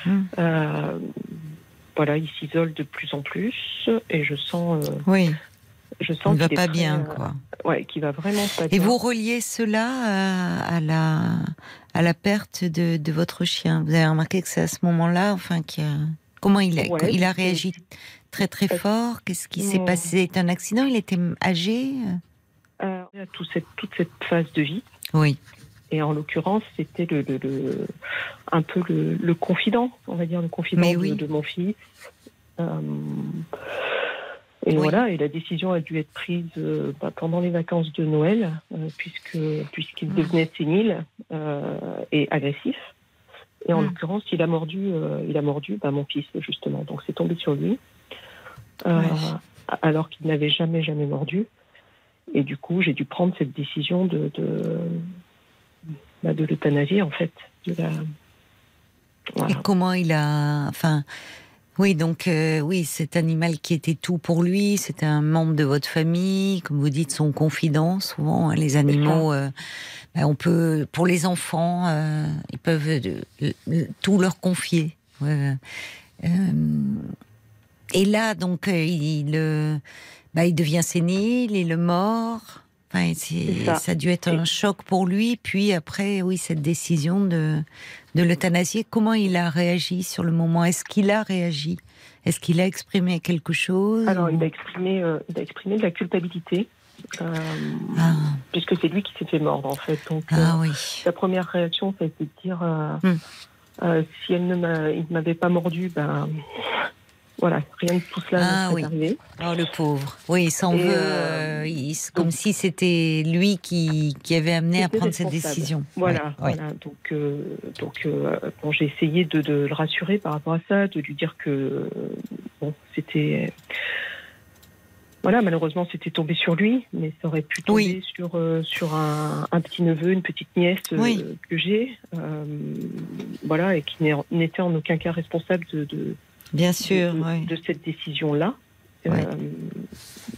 Voilà, il s'isole de plus en plus, et je sens... Je sens qu'il ne va pas bien, quoi. Ouais, qu'il va vraiment pas bien. Et vous reliez cela à la perte de votre chien. Vous avez remarqué que c'est à ce moment-là, enfin, comment il a réagi très très fort. Qu'est-ce qui s'est passé? C'est un accident? Il était âgé? Toute cette phase de vie. Oui. Et en l'occurrence, c'était un peu le confident, on va dire, le confident de mon fils. Et voilà, et la décision a dû être prise pendant les vacances de Noël, puisqu'il devenait sénile et agressif. Et en l'occurrence, il a mordu mon fils, justement. Donc c'est tombé sur lui, alors qu'il n'avait jamais mordu. Et du coup, j'ai dû prendre cette décision de l'euthanasie, en fait. Voilà. Et comment il a... Enfin... Oui, donc cet animal qui était tout pour lui, c'était un membre de votre famille, comme vous dites, son confident. Souvent, les animaux, on peut, pour les enfants, ils peuvent tout leur confier. Et là, donc, il devient sénile, il est mort. Enfin, ça a dû être un choc pour lui. Puis après, cette décision de l'euthanasier, comment il a réagi sur le moment? Est-ce qu'il a réagi? Est-ce qu'il a exprimé quelque chose? Alors, il a exprimé de la culpabilité, puisque c'est lui qui s'est fait mordre, en fait. Donc, sa première réaction, ça a été de dire si il ne m'avait pas mordu, voilà, rien de tout cela ne serait arrivé. Oh, le pauvre. Oui, il s'en veut. Comme si c'était lui qui avait amené à prendre cette décision. Voilà. Donc, j'ai essayé de le rassurer par rapport à ça, de lui dire que c'était... Voilà, malheureusement, c'était tombé sur lui, mais ça aurait pu tomber sur un petit-neveu, une petite-nièce que j'ai, voilà, et qui n'était en aucun cas responsable de Bien sûr, de cette décision-là.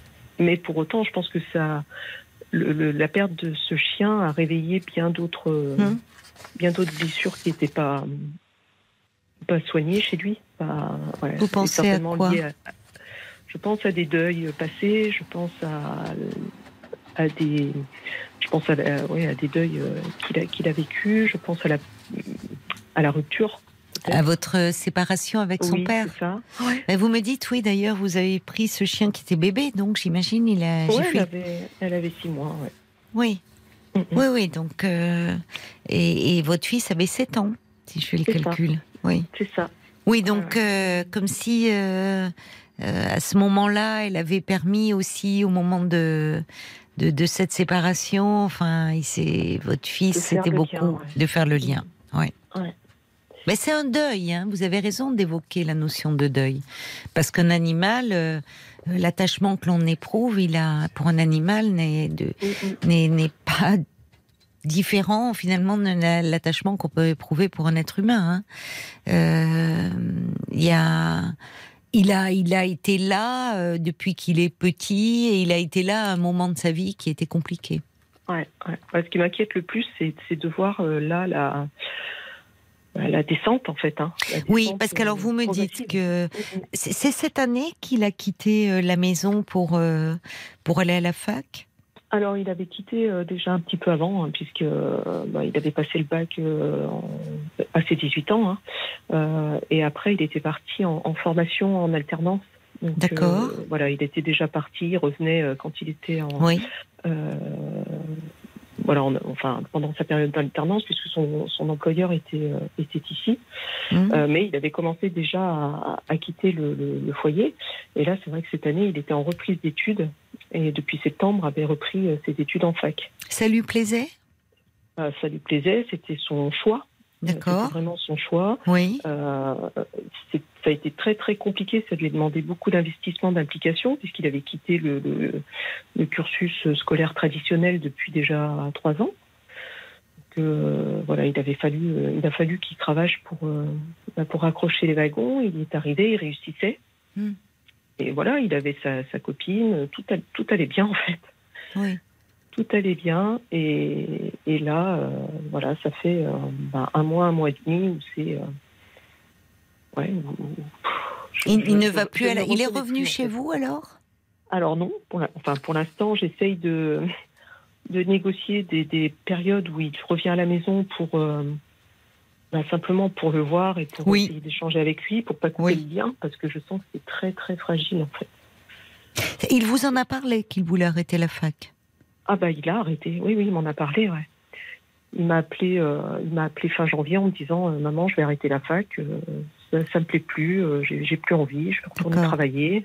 Mais pour autant, je pense que la perte de ce chien a réveillé bien d'autres blessures qui n'étaient pas soignées chez lui. Vous pensez à quoi? Je pense à des deuils passés, je pense à des deuils qu'il a vécu, je pense à la rupture. À votre séparation avec son père. C'est ça. Ouais. Mais vous me dites, oui, d'ailleurs, vous avez pris ce chien qui était bébé, donc j'imagine elle avait 6 mois, ouais. Oui. Oui, donc... et votre fils avait 7 ans, si je fais le calcul. Oui. C'est ça. Oui, donc comme si, à ce moment-là, elle avait permis aussi, au moment de cette séparation, enfin, votre fils, c'était beaucoup de faire le lien. Ouais. Mais c'est un deuil, hein. Vous avez raison d'évoquer la notion de deuil. Parce qu'un animal, l'attachement que l'on éprouve, pour un animal, n'est pas différent finalement de l'attachement qu'on peut éprouver pour un être humain. Hein. Il a été là depuis qu'il est petit, et il a été là à un moment de sa vie qui était compliqué. Ouais. Ce qui m'inquiète le plus, c'est de voir la descente, en fait. Hein. Oui, parce qu'alors vous me dites que c'est cette année qu'il a quitté la maison pour aller à la fac? Alors, il avait quitté déjà un petit peu avant, hein, puisque il avait passé le bac à ses 18 ans. Hein, et après, il était parti en formation en alternance. Donc, d'accord. Il était déjà parti, il revenait quand il était pendant sa période d'alternance, puisque son employeur était ici. Mais il avait commencé déjà à quitter le foyer. Et là, c'est vrai que cette année, il était en reprise d'études. Et depuis septembre, avait repris ses études en fac. Ça lui plaisait? Ça lui plaisait, c'était son choix. D'accord. C'était vraiment son choix. Oui. Ça a été très très compliqué, ça lui a demandé beaucoup d'investissement, d'implication, puisqu'il avait quitté le cursus scolaire traditionnel depuis déjà 3 ans. Donc, il a fallu qu'il cravache pour raccrocher les wagons. Il y est arrivé, il réussissait. Et voilà, il avait sa copine, tout allait bien en fait. Oui. Tout allait bien, et là, ça fait 1 mois et demi où c'est... il ne va plus. Il est revenu chez vous alors? Alors non, pour l'instant, j'essaye de négocier des périodes où il revient à la maison pour simplement pour le voir et pour essayer d'échanger avec lui, pour pas couper le lien, parce que je sens que c'est très très fragile en fait. Il vous en a parlé qu'il voulait arrêter la fac? Ah il a arrêté. Oui, il m'en a parlé. Ouais. Il m'a appelé fin janvier en me disant maman, je vais arrêter la fac. Ça me plaît plus. J'ai plus envie. Je vais retourner travailler.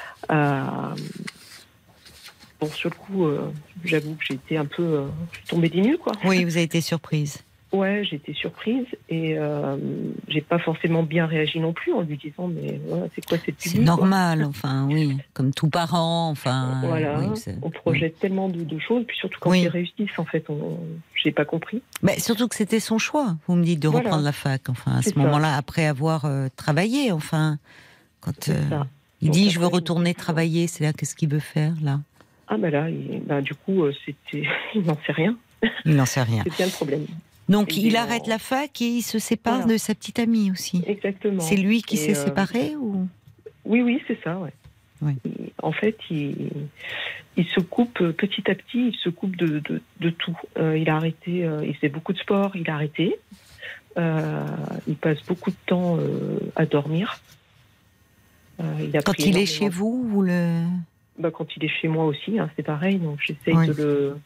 Sur le coup, j'avoue que j'ai été un peu tombée des nues, quoi. Oui, vous avez été surprise. Ouais, j'ai été surprise et j'ai pas forcément bien réagi non plus en lui disant mais c'est quoi cette pubie? C'est normal, enfin oui, comme tout parent, enfin. Voilà, on projette tellement de choses, puis surtout quand ils réussissent, en fait, j'ai pas compris. Mais surtout que c'était son choix. Vous me dites de reprendre la fac, enfin à ce moment-là, après avoir travaillé, enfin quand il dit je veux retourner travailler, c'est là qu'est-ce qu'il veut faire là? Ah là, du coup il n'en sait rien. Il n'en sait rien. C'est bien le problème. Donc il arrête la fac et il se sépare de sa petite amie aussi. Exactement. C'est lui qui s'est séparé ou? Oui, c'est ça, ouais. Oui. En fait, il se coupe petit à petit, il se coupe de tout. Il a arrêté, il faisait beaucoup de sport, il a arrêté. Il passe beaucoup de temps à dormir. Quand il est chez vous, vous le... Quand il est chez moi aussi, hein, c'est pareil, donc j'essaye de le...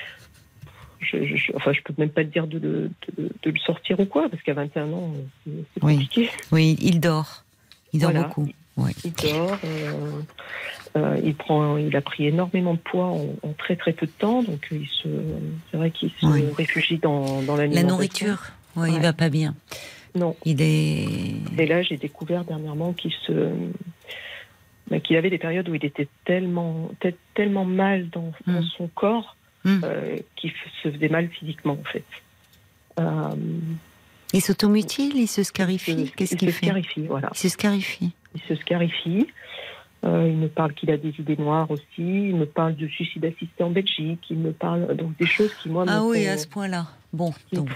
je peux même pas te dire de le sortir ou quoi, parce qu'à 21 ans, c'est compliqué. Oui, il dort. Il dort beaucoup. Ouais. Il dort. Il a pris énormément de poids en très très peu de temps, donc c'est vrai qu'il se réfugie dans l'alimentation. La nourriture, il va pas bien. Non. Et là, j'ai découvert dernièrement qu'il avait des périodes où il était tellement mal dans son corps. Qui se faisait mal physiquement, en fait. Il s'automutile, il se scarifie. Qu'est-ce qu'il fait? Il se scarifie, voilà. Il se scarifie. Il se scarifie. Il me parle qu'il a des idées noires aussi. Il me parle de suicide assisté en Belgique. Il me parle donc des choses qui, moi, ah oui, à ce point-là. Bon, donc,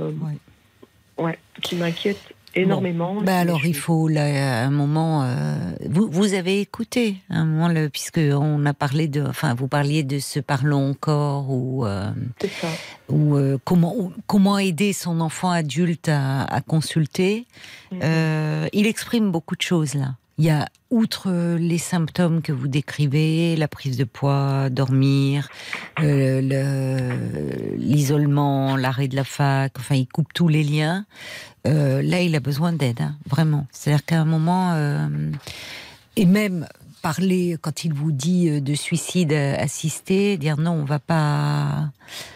qui m'inquiètent énormément. Bon. Alors, il faut là, un moment. Vous avez écouté un moment, puisque on a parlé de. Enfin, vous parliez de ce parlons encore ou. C'est ça. Ou comment aider son enfant adulte à consulter. Il exprime beaucoup de choses là. Il y a, outre les symptômes que vous décrivez, la prise de poids, dormir, l'isolement, l'arrêt de la fac, enfin, il coupe tous les liens. Là, il a besoin d'aide, hein, vraiment. C'est-à-dire qu'à un moment, et même parler, quand il vous dit de suicide assisté, dire non, on va pas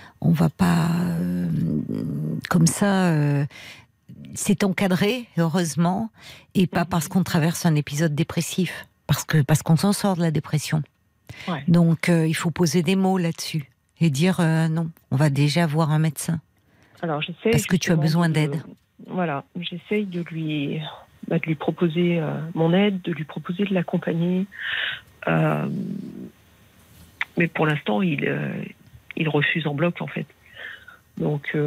comme ça. C'est encadré, heureusement, et pas parce qu'on traverse un épisode dépressif, parce qu'on s'en sort de la dépression. Ouais. Donc, il faut poser des mots là-dessus et dire non, on va déjà voir un médecin. Alors, j'essaie parce que tu as besoin d'aide. Voilà, j'essaye de lui proposer mon aide, de lui proposer de l'accompagner. Mais pour l'instant, il refuse en bloc, en fait. Donc,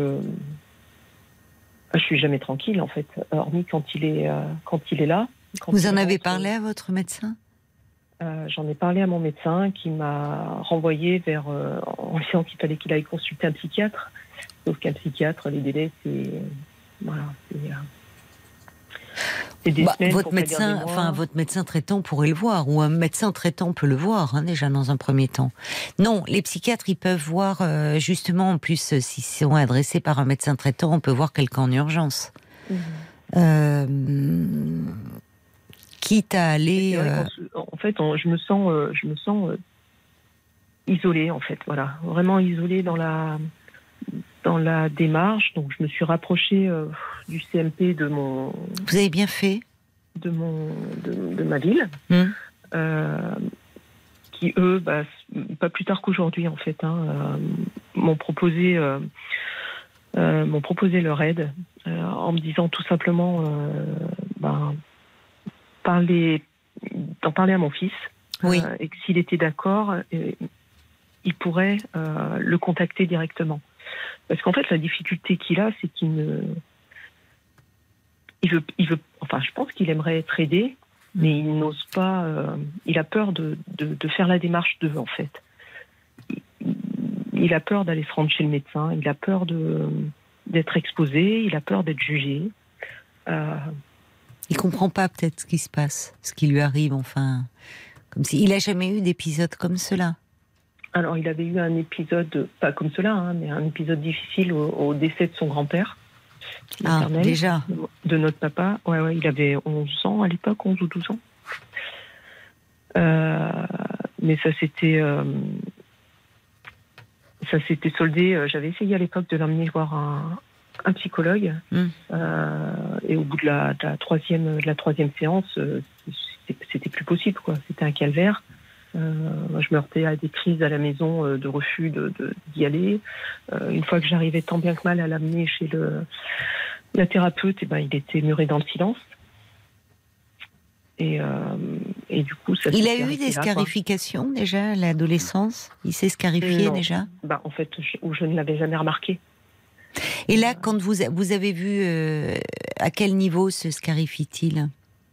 je suis jamais tranquille, en fait, hormis quand il est là. Vous en avez parlé à votre médecin ? J'en ai parlé à mon médecin qui m'a renvoyé en disant qu'il fallait qu'il aille consulter un psychiatre. Sauf qu'un psychiatre, les délais, c'est des semaines. Votre médecin traitant pourrait le voir, ou un médecin traitant peut le voir, hein, déjà dans un premier temps. Non, les psychiatres, ils peuvent voir, justement, en plus, s'ils sont adressés par un médecin traitant, on peut voir quelqu'un en urgence. Quitte à aller. En fait, je me sens isolée, en fait, voilà, vraiment isolée dans la démarche. Donc, je me suis rapprochée du CMP de mon. Vous avez bien fait. De ma ville, qui eux, pas plus tard qu'aujourd'hui en fait, m'ont proposé leur aide en me disant tout simplement d'en parler à mon fils, et que s'il était d'accord, il pourrait le contacter directement. Parce qu'en fait, la difficulté qu'il a, c'est qu'il veut, enfin, je pense qu'il aimerait être aidé, mais il n'ose pas, il a peur de faire la démarche en fait. Il a peur d'aller se rendre chez le médecin, il a peur d'être exposé, il a peur d'être jugé. Il comprend pas peut-être ce qui se passe, ce qui lui arrive, enfin, comme si il a jamais eu d'épisode comme cela. Alors, il avait eu un épisode, pas comme cela, mais un épisode difficile au décès de son grand-père. Déjà. De notre papa. Ouais, il avait 11 ans à l'époque, 11 ou 12 ans. Mais ça s'était soldé. J'avais essayé à l'époque de l'emmener voir un psychologue. Et au bout de la troisième séance, c'était plus possible, quoi. C'était un calvaire. Je me heurtais à des crises à la maison de refus d'y aller. Une fois que j'arrivais tant bien que mal à l'amener chez la thérapeute, il était muré dans le silence. Et du coup, ça. Il a eu des scarifications déjà à l'adolescence. Il s'est scarifié déjà. En fait, je ne l'avais jamais remarqué. Et là, quand vous avez vu, à quel niveau se scarifie-t-il ?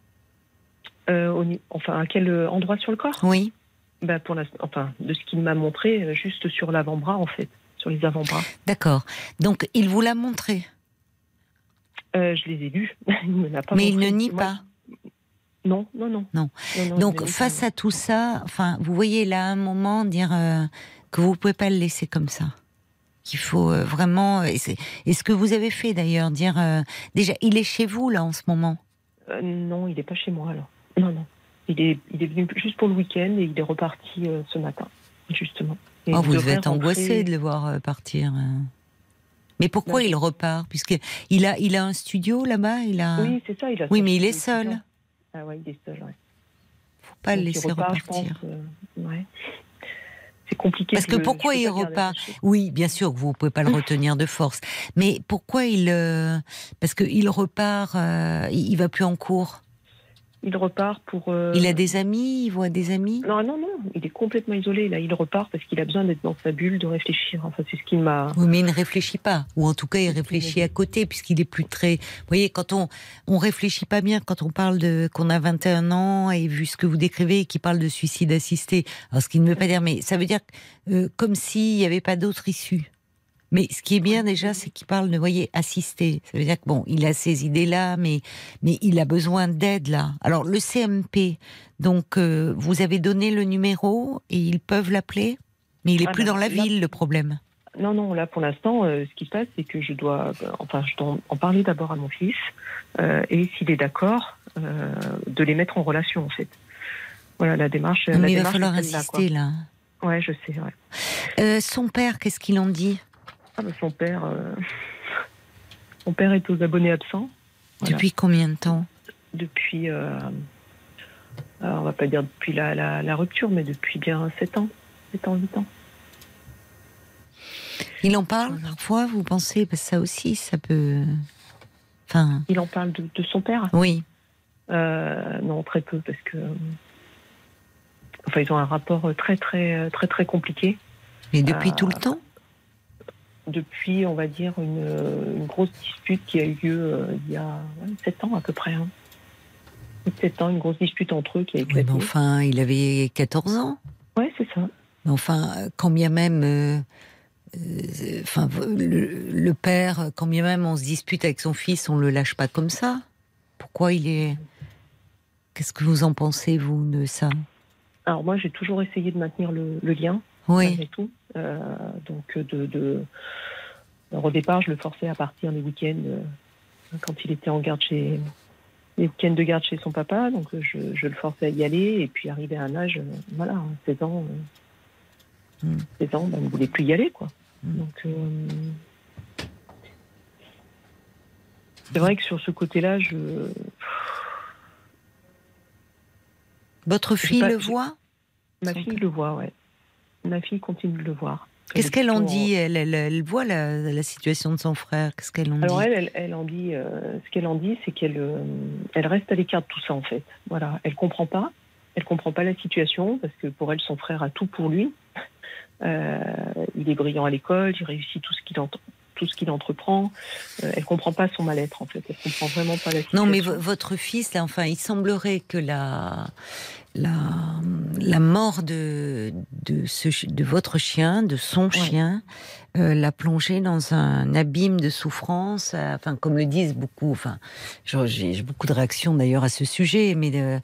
À quel endroit sur le corps ? Oui. De ce qu'il m'a montré, juste sur l'avant-bras, en fait, sur les avant-bras. D'accord. Donc, il vous l'a montré ? Je les ai lus. Il me l'a pas Mais montré. il ne nie pas ? Non. Donc, face à tout ça, enfin, vous voyez là, à un moment, dire que vous ne pouvez pas le laisser comme ça. Qu'il faut vraiment... Et ce que vous avez fait, d'ailleurs, dire... déjà, il est chez vous, là, en ce moment ? Non, il n'est pas chez moi, alors. Non. Il est venu juste pour le week-end et il est reparti ce matin, justement. Et vous devez être angoissé de le voir partir. Mais pourquoi il repart ? Puisqu'il a un studio là-bas, Oui, c'est ça. Oui, mais il est seul. Ah oui, il est seul, ouais. Faut pas le laisser repartir. C'est compliqué. Parce que pourquoi il repart ? Oui, bien sûr que vous ne pouvez pas le retenir de force. Mais pourquoi parce qu'il repart, il va plus en cours ? Il repart pour... Il a des amis, il voit des amis? Non, il est complètement isolé. Là, il repart parce qu'il a besoin d'être dans sa bulle, de réfléchir. Enfin, c'est ce qu'il m'a... Oui, mais il ne réfléchit pas. Ou en tout cas, il réfléchit à côté, puisqu'il est plus très... Vous voyez, quand on réfléchit pas bien, quand on parle qu'on a 21 ans, et vu ce que vous décrivez, et qu'il parle de suicide assisté. Alors, ce qui ne veut pas dire... Mais ça veut dire comme s'il n'y avait pas d'autre issue. Mais ce qui est bien déjà, c'est qu'il parle de, voyez, assister. Ça veut dire que bon, il a ces idées-là, mais il a besoin d'aide là. Alors le CMP, donc vous avez donné le numéro et ils peuvent l'appeler, mais il est plus dans la ville le problème. Non, là pour l'instant, ce qui se passe, c'est que je dois en parler d'abord à mon fils et s'il est d'accord, de les mettre en relation en fait. Voilà la démarche. Mais il va falloir insister là. Ouais, je sais. Ouais. Son père, qu'est-ce qu'il en dit? Son père est aux abonnés absents. Voilà. Depuis combien de temps? Depuis, on va pas dire depuis la rupture, mais depuis bien 7 ans, 8 ans. Il en parle parfois, vous pensez? Parce que ça aussi, ça peut... Enfin... Il en parle de son père? Oui. Non, très peu, parce que... Enfin, ils ont un rapport très, très, très, très compliqué. Mais depuis tout le temps? Depuis, on va dire, une grosse dispute qui a eu lieu il y a 7 ans à peu près. 7 ans, une grosse dispute entre eux qui a éclaté. Oui, mais enfin, il avait 14 ans. Oui, c'est ça. Mais enfin, quand bien même... le père, quand bien même on se dispute avec son fils, on le lâche pas comme ça. Pourquoi il est... Qu'est-ce que vous en pensez, vous, de ça? Alors moi, j'ai toujours essayé de maintenir le lien. Oui. Malgré tout. Donc, au départ, je le forçais à partir les week-ends quand il était en garde les week-ends de garde chez son papa. Donc, je le forçais à y aller. Et puis, arrivé à un âge, 16 ans, 16 ans, il ne voulait plus y aller, quoi. Donc, c'est vrai que sur ce côté-là, Votre fille le voit? Ma fille le voit, ouais. Ma fille continue de le voir. Qu'est-ce qu'elle en dit? Elle voit la situation de son frère. Qu'est-ce qu'elle en dit? Alors elle en dit, ce qu'elle en dit, c'est qu'elle reste à l'écart de tout ça en fait. Voilà, elle comprend pas la situation parce que pour elle, son frère a tout pour lui. Il est brillant à l'école, il réussit tout ce qu'il entreprend. Elle comprend pas son mal-être en fait. Elle comprend vraiment pas la situation. Non, mais votre fils, là, enfin, il semblerait que la mort de votre chien, de son chien, l'a plongé dans un abîme de souffrance. Enfin, comme le disent beaucoup. Enfin, j'ai beaucoup de réactions d'ailleurs à ce sujet, mais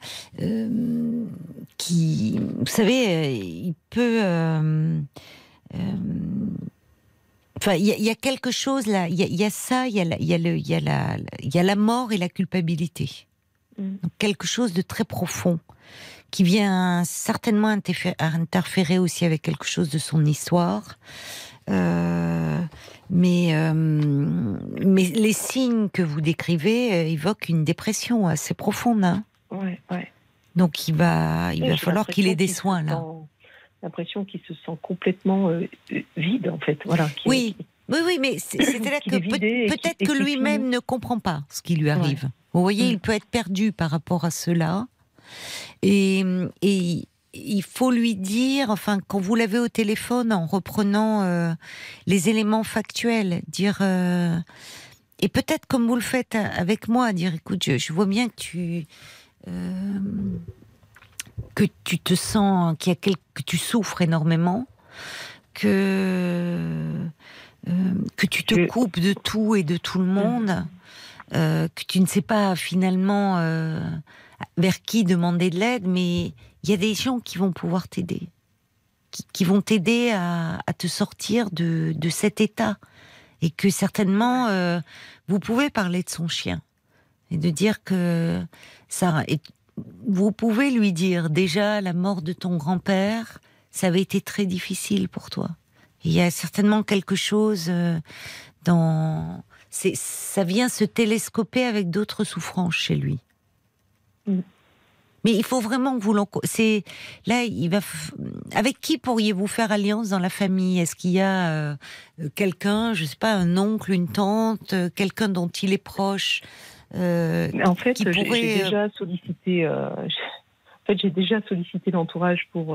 qui, vous savez, il peut. Enfin, il y a quelque chose là. Il y a ça. Il y a la mort et la culpabilité. Donc, quelque chose de très profond qui vient certainement interférer aussi avec quelque chose de son histoire. Mais les signes que vous décrivez évoquent une dépression assez profonde. Hein. Ouais. Donc il va falloir qu'il ait des soins là. L'impression qu'il se sent complètement vide en fait. Voilà. Oui, mais c'est-à-dire que peut-être que lui-même ne comprend pas ce qui lui arrive. Ouais. Vous voyez, il peut être perdu par rapport à cela. Et il faut lui dire, enfin, quand vous l'avez au téléphone, en reprenant les éléments factuels, dire, et peut-être comme vous le faites avec moi, dire, écoute, je vois bien que tu te sens, que tu souffres énormément, que tu te coupes de tout et de tout le monde, que tu ne sais pas finalement vers qui demander de l'aide, mais il y a des gens qui vont pouvoir t'aider, qui vont t'aider à te sortir de cet état, et que certainement vous pouvez parler de son chien et de dire que ça. Et vous pouvez lui dire déjà la mort de ton grand-père, ça avait été très difficile pour toi. Et il y a certainement quelque chose ça vient se télescoper avec d'autres souffrances chez lui. Mais il faut vraiment que vous avec qui pourriez-vous faire alliance dans la famille? Est-ce qu'il y a quelqu'un, je sais pas, un oncle, une tante, quelqu'un dont il est proche, En fait, j'ai déjà sollicité. J'ai déjà sollicité l'entourage pour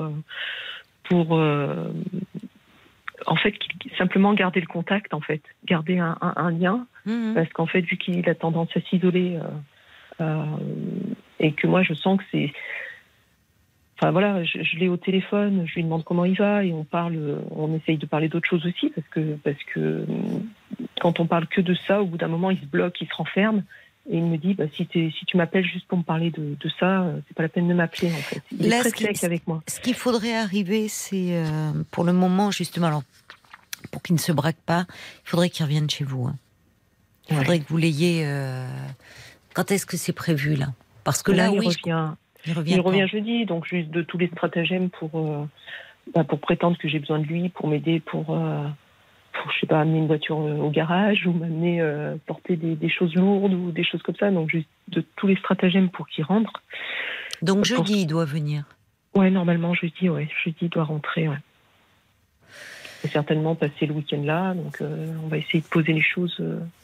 en fait, simplement garder le contact, en fait, garder un lien, parce qu'en fait, vu qu'il a tendance à s'isoler, et que moi, je sens que c'est... Enfin, voilà, je l'ai au téléphone, je lui demande comment il va, et on essaye de parler d'autres choses aussi, parce que quand on parle que de ça, au bout d'un moment, il se bloque, il se renferme, et il me dit, si tu m'appelles juste pour me parler de ça, c'est pas la peine de m'appeler, en fait. Il est très sec avec moi. Ce qu'il faudrait arriver, c'est, pour le moment, justement, alors, pour qu'il ne se braque pas, il faudrait qu'il revienne chez vous. Hein. Il faudrait que vous l'ayez... Quand est-ce que c'est prévu, là? Parce que là, oui... Il revient jeudi, donc juste de tous les stratagèmes pour prétendre que j'ai besoin de lui, pour m'aider, pour je sais pas, amener une voiture au garage, ou m'amener porter des choses lourdes, ou des choses comme ça. Donc juste de tous les stratagèmes pour qu'il rentre. Donc jeudi, il doit venir. Ouais, normalement jeudi, il doit rentrer, ouais. Et certainement passer le week-end là, donc on va essayer de poser les choses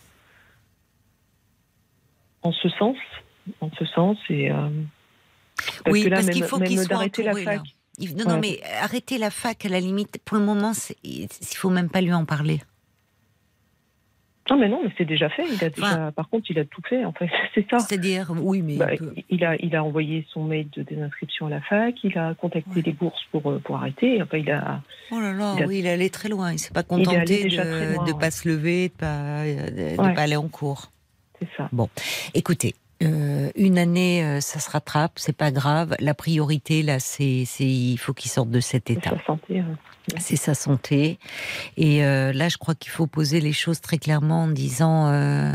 en ce sens, et... parce qu'il faut qu'il soit entouré, là. Non, mais arrêter la fac, à la limite, pour le moment, il ne faut même pas lui en parler. Non, mais c'est déjà fait. Par contre, il a tout fait, en fait. C'est ça. C'est-à-dire, oui, mais... il a envoyé son mail de désinscription à la fac, il a contacté les bourses pour arrêter. Enfin, il a... Oh là là, il est allé très loin. Il ne s'est pas contenté de ne pas se lever, de ne pas aller en cours. C'est ça. Bon, écoutez... une année, ça se rattrape, c'est pas grave. La priorité, là, il faut qu'il sorte de cet état. C'est sa santé. C'est sa santé. Et là, je crois qu'il faut poser les choses très clairement en disant,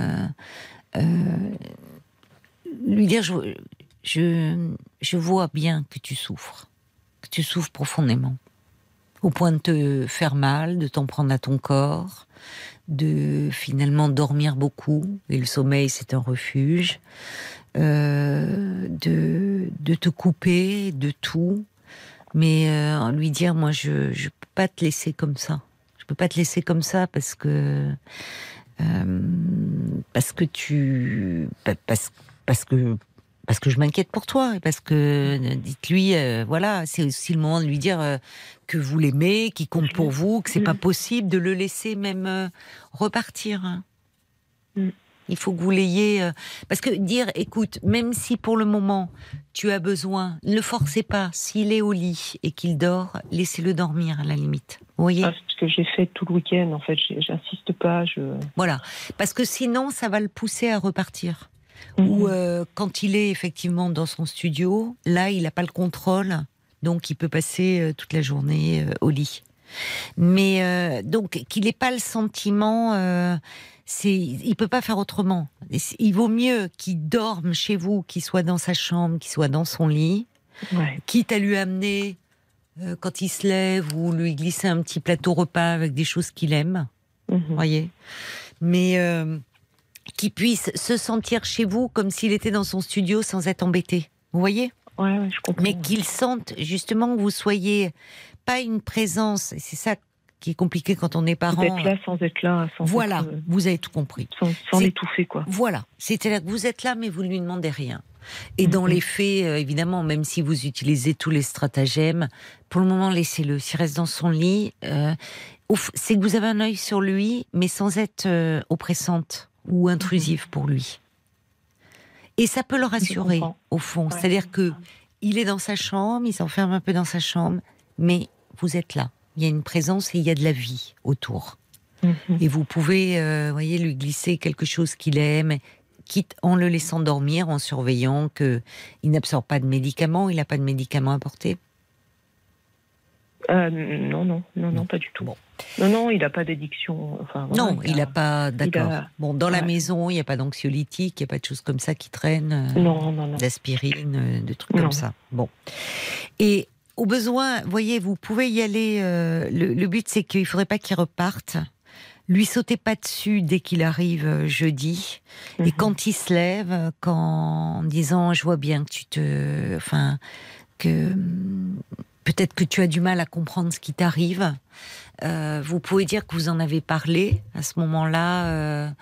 lui dire, je vois bien que tu souffres profondément, au point de te faire mal, de t'en prendre à ton corps, de finalement dormir beaucoup, et le sommeil c'est un refuge, de te couper de tout, mais lui dire, moi je peux pas te laisser comme ça, parce que je m'inquiète pour toi, et parce que, dites-lui, voilà, c'est aussi le moment de lui dire que vous l'aimez, qu'il compte pour vous, que c'est pas possible de le laisser même repartir. Hein. Il faut que vous l'ayez... parce que dire, écoute, même si pour le moment tu as besoin, ne le forcez pas, s'il est au lit et qu'il dort, laissez-le dormir à la limite. Vous voyez ? C'est ce que j'ai fait tout le week-end, en fait, j'insiste pas. Voilà, parce que sinon ça va le pousser à repartir. Ou quand il est effectivement dans son studio, là il n'a pas le contrôle, donc il peut passer toute la journée au lit. Mais donc qu'il n'ait pas le sentiment, il peut pas faire autrement. Il vaut mieux qu'il dorme chez vous, qu'il soit dans sa chambre, qu'il soit dans son lit, quitte à lui amener quand il se lève, ou lui glisser un petit plateau repas avec des choses qu'il aime. Voyez. Mais qu'il puisse se sentir chez vous comme s'il était dans son studio sans être embêté. Vous voyez ? Ouais, je comprends. Mais qu'il sente justement que vous soyez pas une présence, et c'est ça qui est compliqué quand on est parent. Vous êtes là sans être là. Voilà, vous avez tout compris. Sans l'étouffer, quoi. Voilà, c'est-à-dire que vous êtes là, mais vous ne lui demandez rien. Et dans les faits, évidemment, même si vous utilisez tous les stratagèmes, pour le moment, laissez-le. S'il reste dans son lit, c'est que vous avez un œil sur lui, mais sans être oppressante ou intrusive pour lui. Et ça peut le rassurer, au fond. C'est-à-dire que il est dans sa chambre, il s'enferme un peu dans sa chambre, mais vous êtes là. Il y a une présence et il y a de la vie autour. Et vous pouvez, voyez, lui glisser quelque chose qu'il aime, quitte en le laissant dormir, en surveillant qu'il n'absorbe pas de médicaments. Il n'a pas de médicaments à porter. Non, pas du tout. Bon. Non, il n'a pas d'addiction. Enfin, voilà, non, il n'a pas. D'accord. Bon, dans la maison, il n'y a pas d'anxiolytique, il n'y a pas de choses comme ça qui traînent. Non. D'aspirine, de trucs comme ça. Bon. Et au besoin, voyez, vous pouvez y aller. Le but, c'est qu'il ne faudrait pas qu'il reparte. Lui sautez pas dessus dès qu'il arrive jeudi. Et quand il se lève, en disant, je vois bien que que peut-être que tu as du mal à comprendre ce qui t'arrive. Vous pouvez dire que vous en avez parlé à ce moment-là,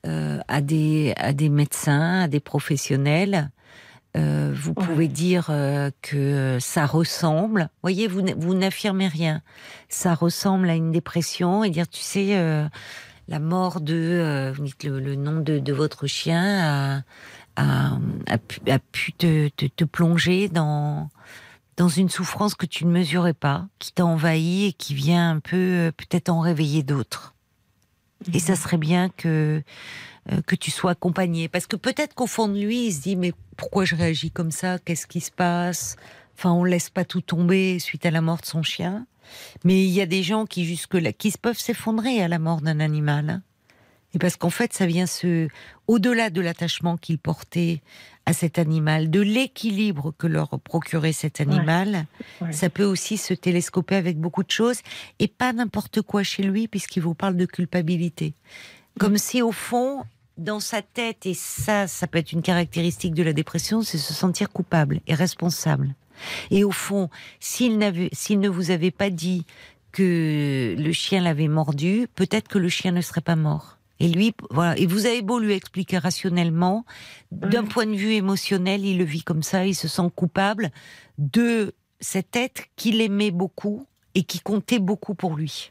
à des médecins, à des professionnels. Vous pouvez dire que ça ressemble. Voyez, vous n'affirmez rien. Ça ressemble à une dépression et dire, tu sais, la mort vous dites le nom de votre chien a pu te plonger dans une souffrance que tu ne mesurais pas, qui t'a envahi et qui vient un peu peut-être en réveiller d'autres. Et ça serait bien que tu sois accompagné. Parce que peut-être qu'au fond de lui, il se dit, mais pourquoi je réagis comme ça? Qu'est-ce qui se passe? Enfin, on ne laisse pas tout tomber suite à la mort de son chien. Mais il y a des gens qui jusque-là, qui peuvent s'effondrer à la mort d'un animal. Hein. Et parce qu'en fait, ça vient au-delà de l'attachement qu'ils portaient à cet animal, de l'équilibre que leur procurait cet animal, ça peut aussi se télescoper avec beaucoup de choses, et pas n'importe quoi chez lui, puisqu'il vous parle de culpabilité. Comme si, au fond, dans sa tête, et ça peut être une caractéristique de la dépression, c'est se sentir coupable et responsable. Et au fond, s'il ne vous avait pas dit que le chien l'avait mordu, peut-être que le chien ne serait pas mort. Et lui, voilà. Et vous avez beau lui expliquer rationnellement, d'un point de vue émotionnel, il le vit comme ça, il se sent coupable de cet être qu'il aimait beaucoup et qui comptait beaucoup pour lui.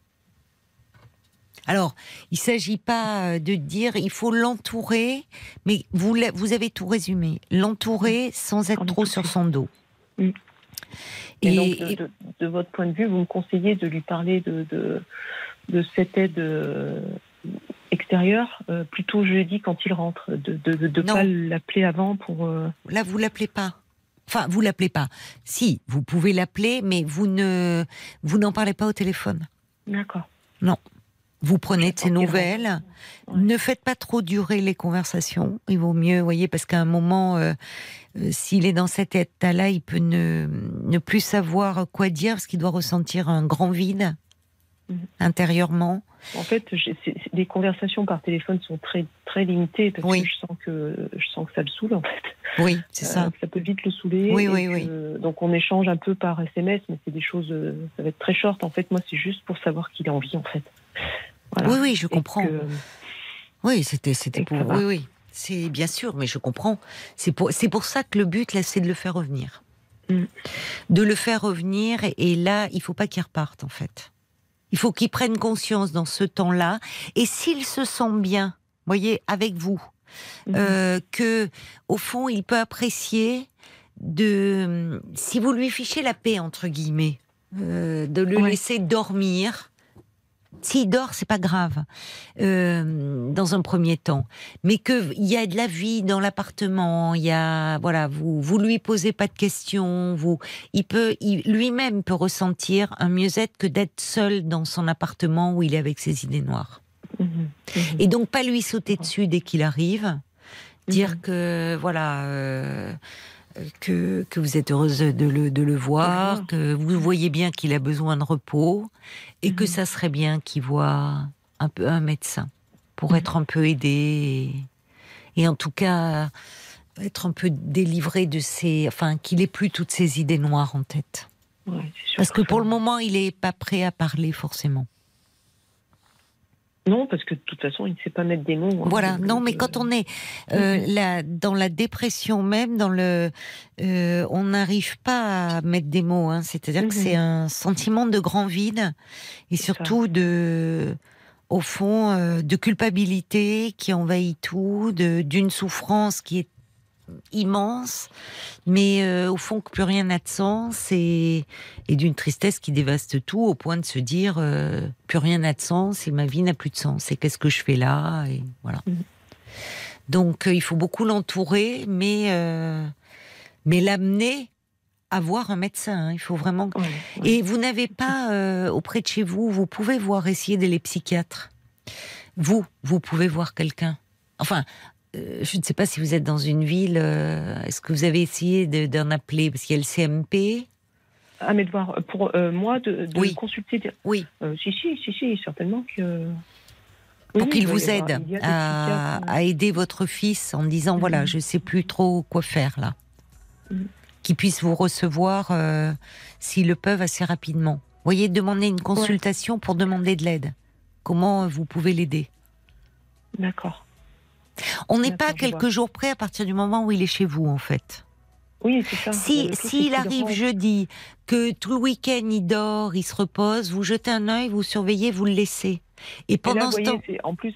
Alors, il ne s'agit pas de dire, il faut l'entourer, mais vous avez tout résumé. L'entourer sans être trop sur son dos. Et donc, de votre point de vue, vous me conseillez de lui parler de cette aide extérieure plutôt jeudi quand il rentre, de ne pas l'appeler avant pour... Là, vous ne l'appelez pas. Enfin, vous ne l'appelez pas. Si, vous pouvez l'appeler, mais vous n'en parlez pas au téléphone. D'accord. Non. Vous prenez de ses nouvelles. Ne faites pas trop durer les conversations. Il vaut mieux, voyez, parce qu'à un moment, s'il est dans cet état-là, il peut ne plus savoir quoi dire, parce qu'il doit ressentir un grand vide intérieurement. En fait, les conversations par téléphone sont très, très limitées, parce que je sens que ça le saoule, en fait. Oui, c'est ça. Ça peut vite le saouler. Oui. Donc on échange un peu par SMS, mais c'est des choses, ça va être très short. En fait, moi, c'est juste pour savoir qu'il a envie, en fait. Voilà. Oui, je comprends. Oui, c'était pour... Oui, c'est bien sûr, mais je comprends. C'est pour ça que le but, là, c'est de le faire revenir. De le faire revenir, et là, il faut pas qu'il reparte, en fait. Il faut qu'il prenne conscience dans ce temps-là, et s'il se sent bien, voyez, avec vous, que, au fond, il peut apprécier si vous lui fichez la paix, entre guillemets, de le laisser dormir. S'il dort, c'est pas grave, dans un premier temps. Mais qu'il y a de la vie dans l'appartement, vous lui posez pas de questions, lui-même peut ressentir un mieux-être que d'être seul dans son appartement où il est avec ses idées noires. Et donc, pas lui sauter dessus dès qu'il arrive, dire que, que vous êtes heureuse de le voir, que vous voyez bien qu'il a besoin de repos, et que ça serait bien qu'il voit un peu un médecin pour être un peu aidé et en tout cas être un peu délivré qu'il ait plus toutes ces idées noires en tête. Ouais, c'est sûr. Parce que pour le moment, il est pas prêt à parler forcément. Non, parce que de toute façon, il ne sait pas mettre des mots. Voilà, mais quand on est dans la dépression même, on n'arrive pas à mettre des mots. Hein. C'est-à-dire que c'est un sentiment de grand vide et surtout au fond, de culpabilité qui envahit tout, d'une souffrance qui est immense, mais au fond que plus rien n'a de sens et d'une tristesse qui dévaste tout au point de se dire plus rien n'a de sens et ma vie n'a plus de sens et qu'est-ce que je fais là et voilà. Donc il faut beaucoup l'entourer, mais l'amener à voir un médecin. Hein. Il faut vraiment. Et vous n'avez pas auprès de chez vous, vous pouvez essayer les psychiatres. Vous pouvez voir quelqu'un. Enfin. Je ne sais pas si vous êtes dans une ville. Est-ce que vous avez essayé d'en appeler? Parce qu'il y a le CMP. Ah, mais de voir, pour moi, de consulter. Oui. Si, certainement que. Pour qu'il vous aide à aider votre fils en disant voilà, je ne sais plus trop quoi faire là. Qu'il puisse vous recevoir s'ils le peuvent assez rapidement. Vous voyez, demander une consultation pour demander de l'aide. Comment vous pouvez l'aider? D'accord. On n'est pas quelques jours près à partir du moment où il est chez vous, en fait. Oui, c'est ça. S'il arrive jeudi, que tout le week-end il dort, il se repose, vous jetez un œil, vous surveillez, vous le laissez. Et pendant ce temps, en plus,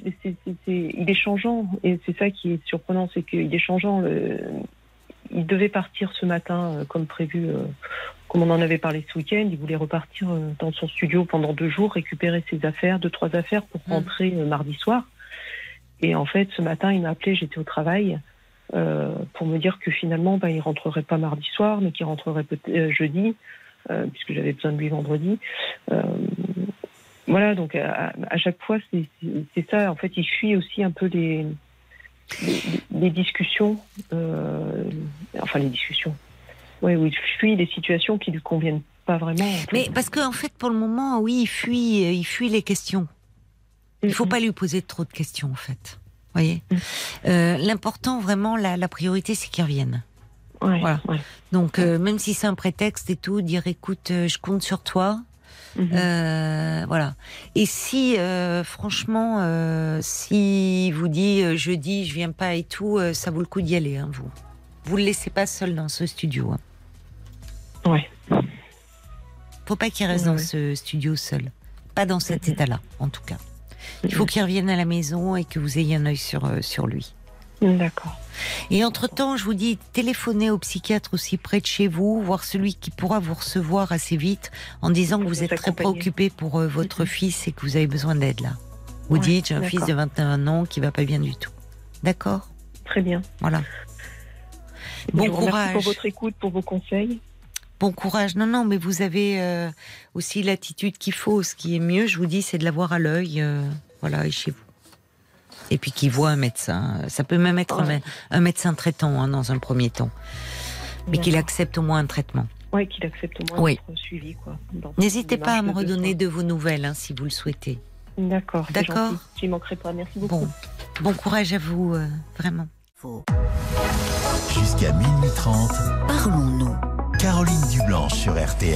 il est changeant, et c'est ça qui est surprenant, c'est qu'il est changeant. Il devait partir ce matin, comme prévu, comme on en avait parlé ce week-end. Il voulait repartir dans son studio pendant 2 jours, récupérer ses affaires, 2-3 affaires pour rentrer mardi soir. Et en fait, ce matin, il m'a appelé, j'étais au travail, pour me dire que finalement, il rentrerait pas mardi soir, mais qu'il rentrerait peut-être jeudi, puisque j'avais besoin de lui vendredi. Voilà, donc à chaque fois, c'est ça. En fait, il fuit aussi un peu les discussions, les discussions. Oui, il fuit les situations qui lui conviennent pas vraiment. En fait. Mais parce qu'en fait, pour le moment, oui, il fuit les questions. Il faut pas lui poser trop de questions, en fait. Voyez. L'important, vraiment, la priorité, c'est qu'il revienne. Ouais, voilà. Ouais. Donc, même si c'est un prétexte et tout, dire, écoute, je compte sur toi. Voilà. Et si, franchement, si vous dit jeudi, je viens pas et tout, ça vaut le coup d'y aller, hein, vous. Vous le laissez pas seul dans ce studio. Hein. Ouais. Faut pas qu'il reste dans ce studio seul. Pas dans cet état-là, en tout cas. Il faut qu'il revienne à la maison et que vous ayez un œil sur lui. D'accord. Et entre-temps, je vous dis, téléphonez au psychiatre aussi près de chez vous, voir celui qui pourra vous recevoir assez vite en disant que vous êtes très préoccupé pour votre fils et que vous avez besoin d'aide là. Vous dites, j'ai un fils de 21 ans qui va pas bien du tout. D'accord ? Très bien. Voilà. Bon courage. Merci pour votre écoute, pour vos conseils. Bon courage. Non, mais vous avez aussi l'attitude qu'il faut. Ce qui est mieux, je vous dis, c'est de l'avoir à l'œil, voilà, et chez vous. Et puis qu'il voit un médecin. Ça peut même être un médecin traitant, hein, dans un premier temps. Mais qu'il accepte au moins un traitement. Oui, qu'il accepte au moins d'être suivi, quoi. N'hésitez pas à me redonner de vos nouvelles, hein, si vous le souhaitez. D'accord. D'accord. J'y manquerai pas. Merci beaucoup. Bon courage à vous, vraiment. Jusqu'à minuit 30. Parlons-nous. Caroline Dublanche sur RTL.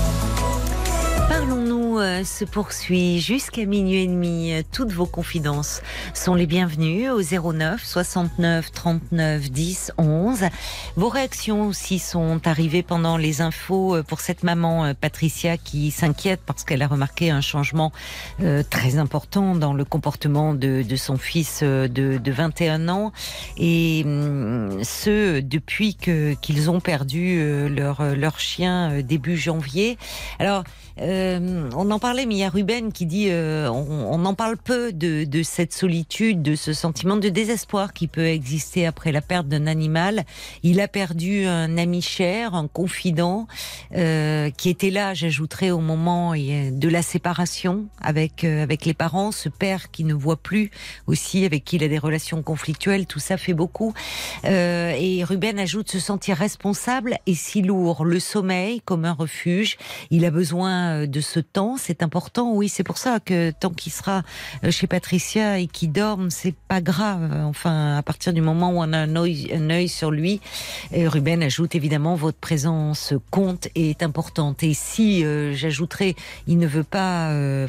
Parlons-nous se poursuit jusqu'à minuit et demi. Toutes vos confidences sont les bienvenues au 09 69 39 10 11. Vos réactions aussi sont arrivées pendant les infos pour cette maman Patricia qui s'inquiète parce qu'elle a remarqué un changement très important dans le comportement de son fils de 21 ans et ce depuis qu'ils ont perdu leur chien début janvier. Alors on en parlait, mais il y a Ruben qui dit on en parle peu de cette solitude, de ce sentiment de désespoir qui peut exister après la perte d'un animal. Il a perdu un ami cher, un confident qui était là, j'ajouterais, au moment de la séparation avec les parents, ce père qui ne voit plus aussi, avec qui il a des relations conflictuelles, tout ça fait beaucoup. Et Ruben ajoute se sentir responsable et si lourd, le sommeil comme un refuge, il a besoin de ce temps, c'est important. Oui, c'est pour ça que tant qu'il sera chez Patricia et qu'il dorme, c'est pas grave. Enfin, à partir du moment où on a un œil sur lui, Ruben ajoute évidemment votre présence compte et est importante. Et si j'ajouterais, il ne veut pas,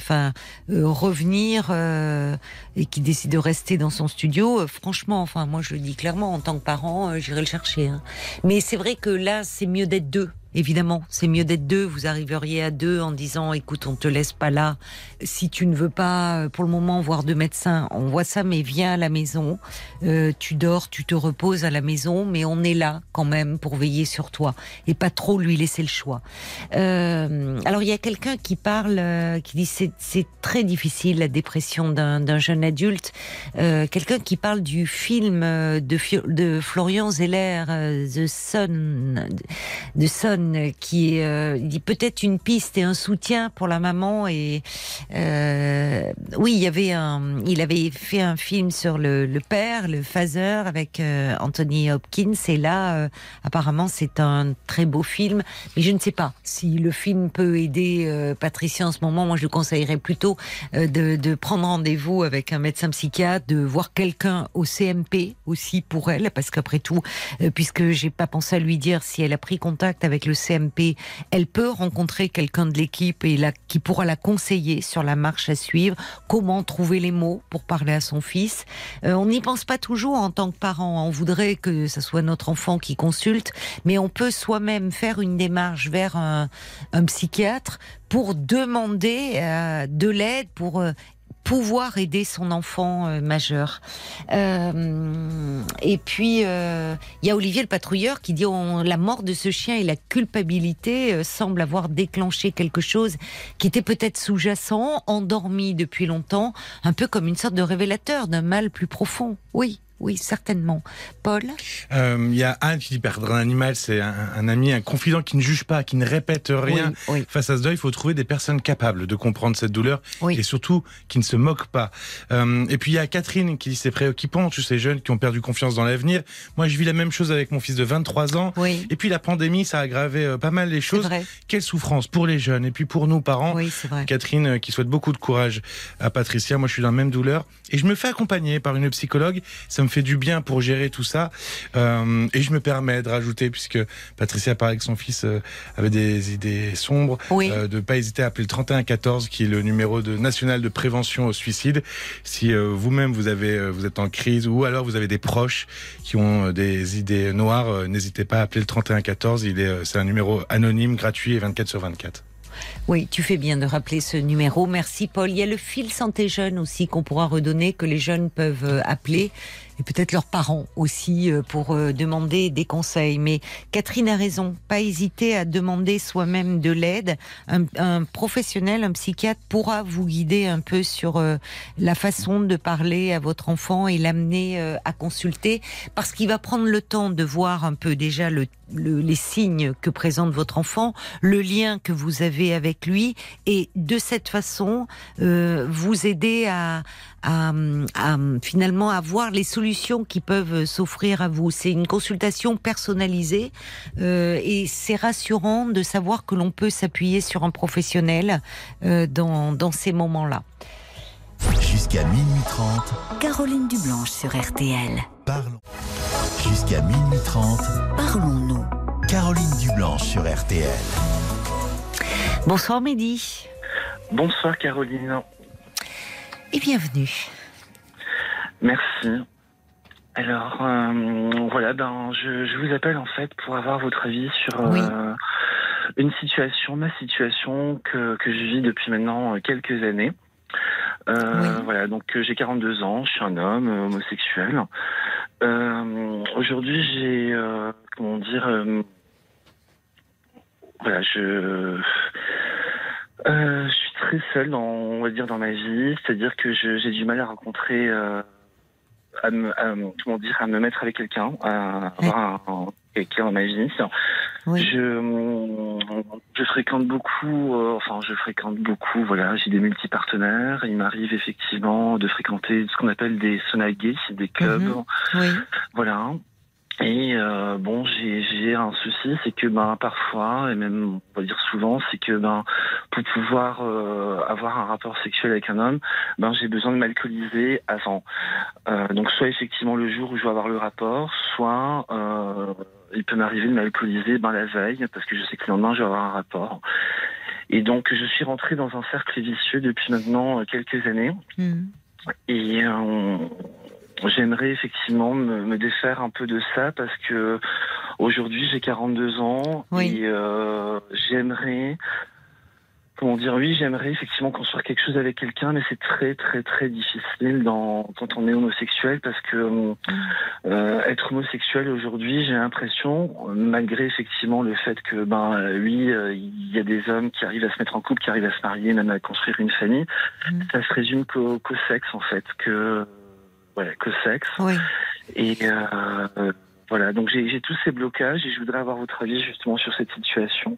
revenir et qu'il décide de rester dans son studio, franchement, enfin moi je le dis clairement en tant que parent, j'irai le chercher. Hein. Mais c'est vrai que là, c'est mieux d'être deux. Évidemment, c'est mieux d'être deux. Vous arriveriez à deux en disant, écoute, on te laisse pas là. Si tu ne veux pas, pour le moment, voir de médecin, on voit ça, mais viens à la maison. Tu dors, tu te reposes à la maison, mais on est là quand même pour veiller sur toi et pas trop lui laisser le choix. Alors, il y a quelqu'un qui parle, qui dit c'est très difficile la dépression d'un jeune adulte. Quelqu'un qui parle du film de Florian Zeller, The Son, qui dit peut-être une piste et un soutien pour la maman et oui, il avait fait un film sur le père, le father avec Anthony Hopkins et là apparemment c'est un très beau film, mais je ne sais pas si le film peut aider Patricia en ce moment. Moi je lui conseillerais plutôt de prendre rendez-vous avec un médecin psychiatre, de voir quelqu'un au CMP aussi pour elle, parce qu'après tout puisque j'ai pas pensé à lui dire si elle a pris contact avec le le CMP, elle peut rencontrer quelqu'un de l'équipe qui pourra la conseiller sur la marche à suivre, comment trouver les mots pour parler à son fils. On n'y pense pas toujours en tant que parent. On voudrait que ce soit notre enfant qui consulte, mais on peut soi-même faire une démarche vers un psychiatre pour demander de l'aide, pour pouvoir aider son enfant majeur. Et puis, il y a Olivier le patrouilleur qui dit la mort de ce chien et la culpabilité semblent avoir déclenché quelque chose qui était peut-être sous-jacent, endormi depuis longtemps, un peu comme une sorte de révélateur d'un mal plus profond. Oui, certainement. Paul ? Il y a Anne qui dit perdre un animal, c'est un ami, un confident qui ne juge pas, qui ne répète rien. Oui. Face à ce deuil, il faut trouver des personnes capables de comprendre cette douleur et surtout qui ne se moquent pas. Et puis il y a Catherine qui dit c'est préoccupant, tous ces jeunes qui ont perdu confiance dans l'avenir. Moi, je vis la même chose avec mon fils de 23 ans. Oui. Et puis la pandémie, ça a aggravé pas mal les choses. Quelle souffrance pour les jeunes et puis pour nous, parents. Oui, c'est vrai. Catherine qui souhaite beaucoup de courage à Patricia. Moi, je suis dans la même douleur et je me fais accompagner par une psychologue. Ça me fait du bien pour gérer tout ça. Et je me permets de rajouter, puisque Patricia parlait que son fils avait des idées sombres, de ne pas hésiter à appeler le 3114, qui est le numéro national de prévention au suicide. Si vous-même vous êtes en crise ou alors vous avez des proches qui ont des idées noires, n'hésitez pas à appeler le 3114. C'est un numéro anonyme, gratuit et 24/24. Oui, tu fais bien de rappeler ce numéro. Merci Paul. Il y a le fil santé jeune aussi qu'on pourra redonner, que les jeunes peuvent appeler. Et peut-être leurs parents aussi pour demander des conseils. Mais Catherine a raison, pas hésiter à demander soi-même de l'aide. Un professionnel, un psychiatre pourra vous guider un peu sur la façon de parler à votre enfant et l'amener à consulter, parce qu'il va prendre le temps de voir un peu déjà les signes que présente votre enfant, le lien que vous avez avec lui, et de cette façon vous aider à finalement avoir les solutions qui peuvent s'offrir à vous. C'est une consultation personnalisée et c'est rassurant de savoir que l'on peut s'appuyer sur un professionnel dans ces moments-là. Jusqu'à minuit 30. Caroline Dublanche sur RTL. Parlons. Jusqu'à minuit 30. Parlons-nous. Caroline Dublanche sur RTL. Bonsoir Mehdi. Bonsoir Caroline. Et bienvenue. Merci. Alors, voilà, je vous appelle en fait pour avoir votre avis sur ma situation que je vis depuis maintenant quelques années. Voilà, donc j'ai 42 ans, je suis un homme homosexuel. Aujourd'hui, j'ai, voilà, je suis très seul dans ma vie, c'est-à-dire que j'ai du mal à rencontrer, à me mettre avec quelqu'un, à avoir quelqu'un dans ma vie. Je fréquente beaucoup, voilà, j'ai des multipartenaires. Il m'arrive effectivement de fréquenter ce qu'on appelle des sauna gays, c'est des clubs. Voilà. Et j'ai un souci, c'est que parfois, et même on va dire souvent, c'est que pour pouvoir avoir un rapport sexuel avec un homme, j'ai besoin de m'alcooliser avant. Donc soit effectivement le jour où je vais avoir le rapport, soit il peut m'arriver de m'alcooliser la veille, parce que je sais que le lendemain je vais avoir un rapport. Et donc je suis rentrée dans un cercle vicieux depuis maintenant quelques années. Et j'aimerais effectivement me défaire un peu de ça, parce que aujourd'hui j'ai 42 ans et j'aimerais effectivement construire quelque chose avec quelqu'un, mais c'est très très très difficile quand on est homosexuel, parce que être homosexuel aujourd'hui, j'ai l'impression, malgré effectivement le fait que il y a des hommes qui arrivent à se mettre en couple, qui arrivent à se marier, même à construire une famille, ça se résume qu'au sexe en fait, que sexe. Et voilà, donc j'ai tous ces blocages et je voudrais avoir votre avis justement sur cette situation.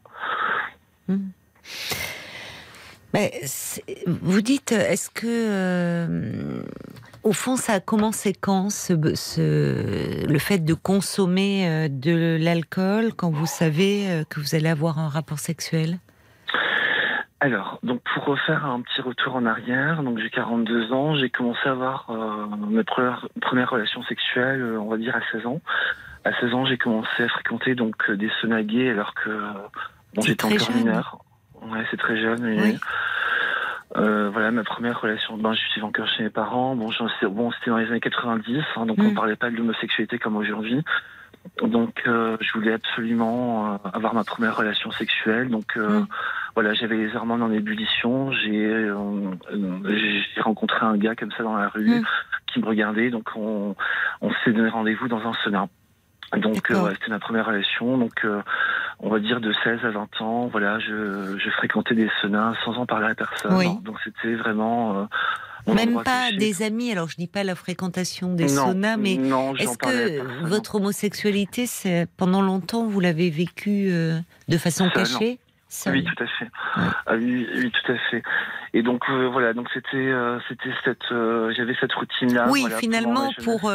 Mais vous dites, est-ce que au fond ça a commencé quand le fait de consommer de l'alcool quand vous savez que vous allez avoir un rapport sexuel? Alors, donc pour refaire un petit retour en arrière, donc j'ai 42 ans, j'ai commencé à avoir mes premières relations sexuelles, on va dire à 16 ans, À 16 ans, j'ai commencé à fréquenter donc des saunas gays alors que j'étais encore mineure. Ouais, c'est très jeune. Oui. Voilà, ma première relation, je suis encore chez mes parents. C'était dans les années 90, donc on parlait pas de l'homosexualité comme aujourd'hui. Donc, je voulais absolument avoir ma première relation sexuelle. Donc, voilà, j'avais les hormones en ébullition. J'ai rencontré un gars comme ça dans la rue qui me regardait. Donc, on s'est donné rendez-vous dans un sauna. Donc, c'était ma première relation. Donc, on va dire de 16 à 20 ans, voilà, je fréquentais des saunas sans en parler à personne. Oui. Donc, c'était vraiment... Même pas des amis, alors je dis pas la fréquentation des saunas, mais est-ce que votre homosexualité, pendant longtemps, vous l'avez vécue de façon cachée? Oui, tout à fait. Oui, tout à fait. Et donc voilà, donc c'était j'avais cette routine-là. Oui, voilà, finalement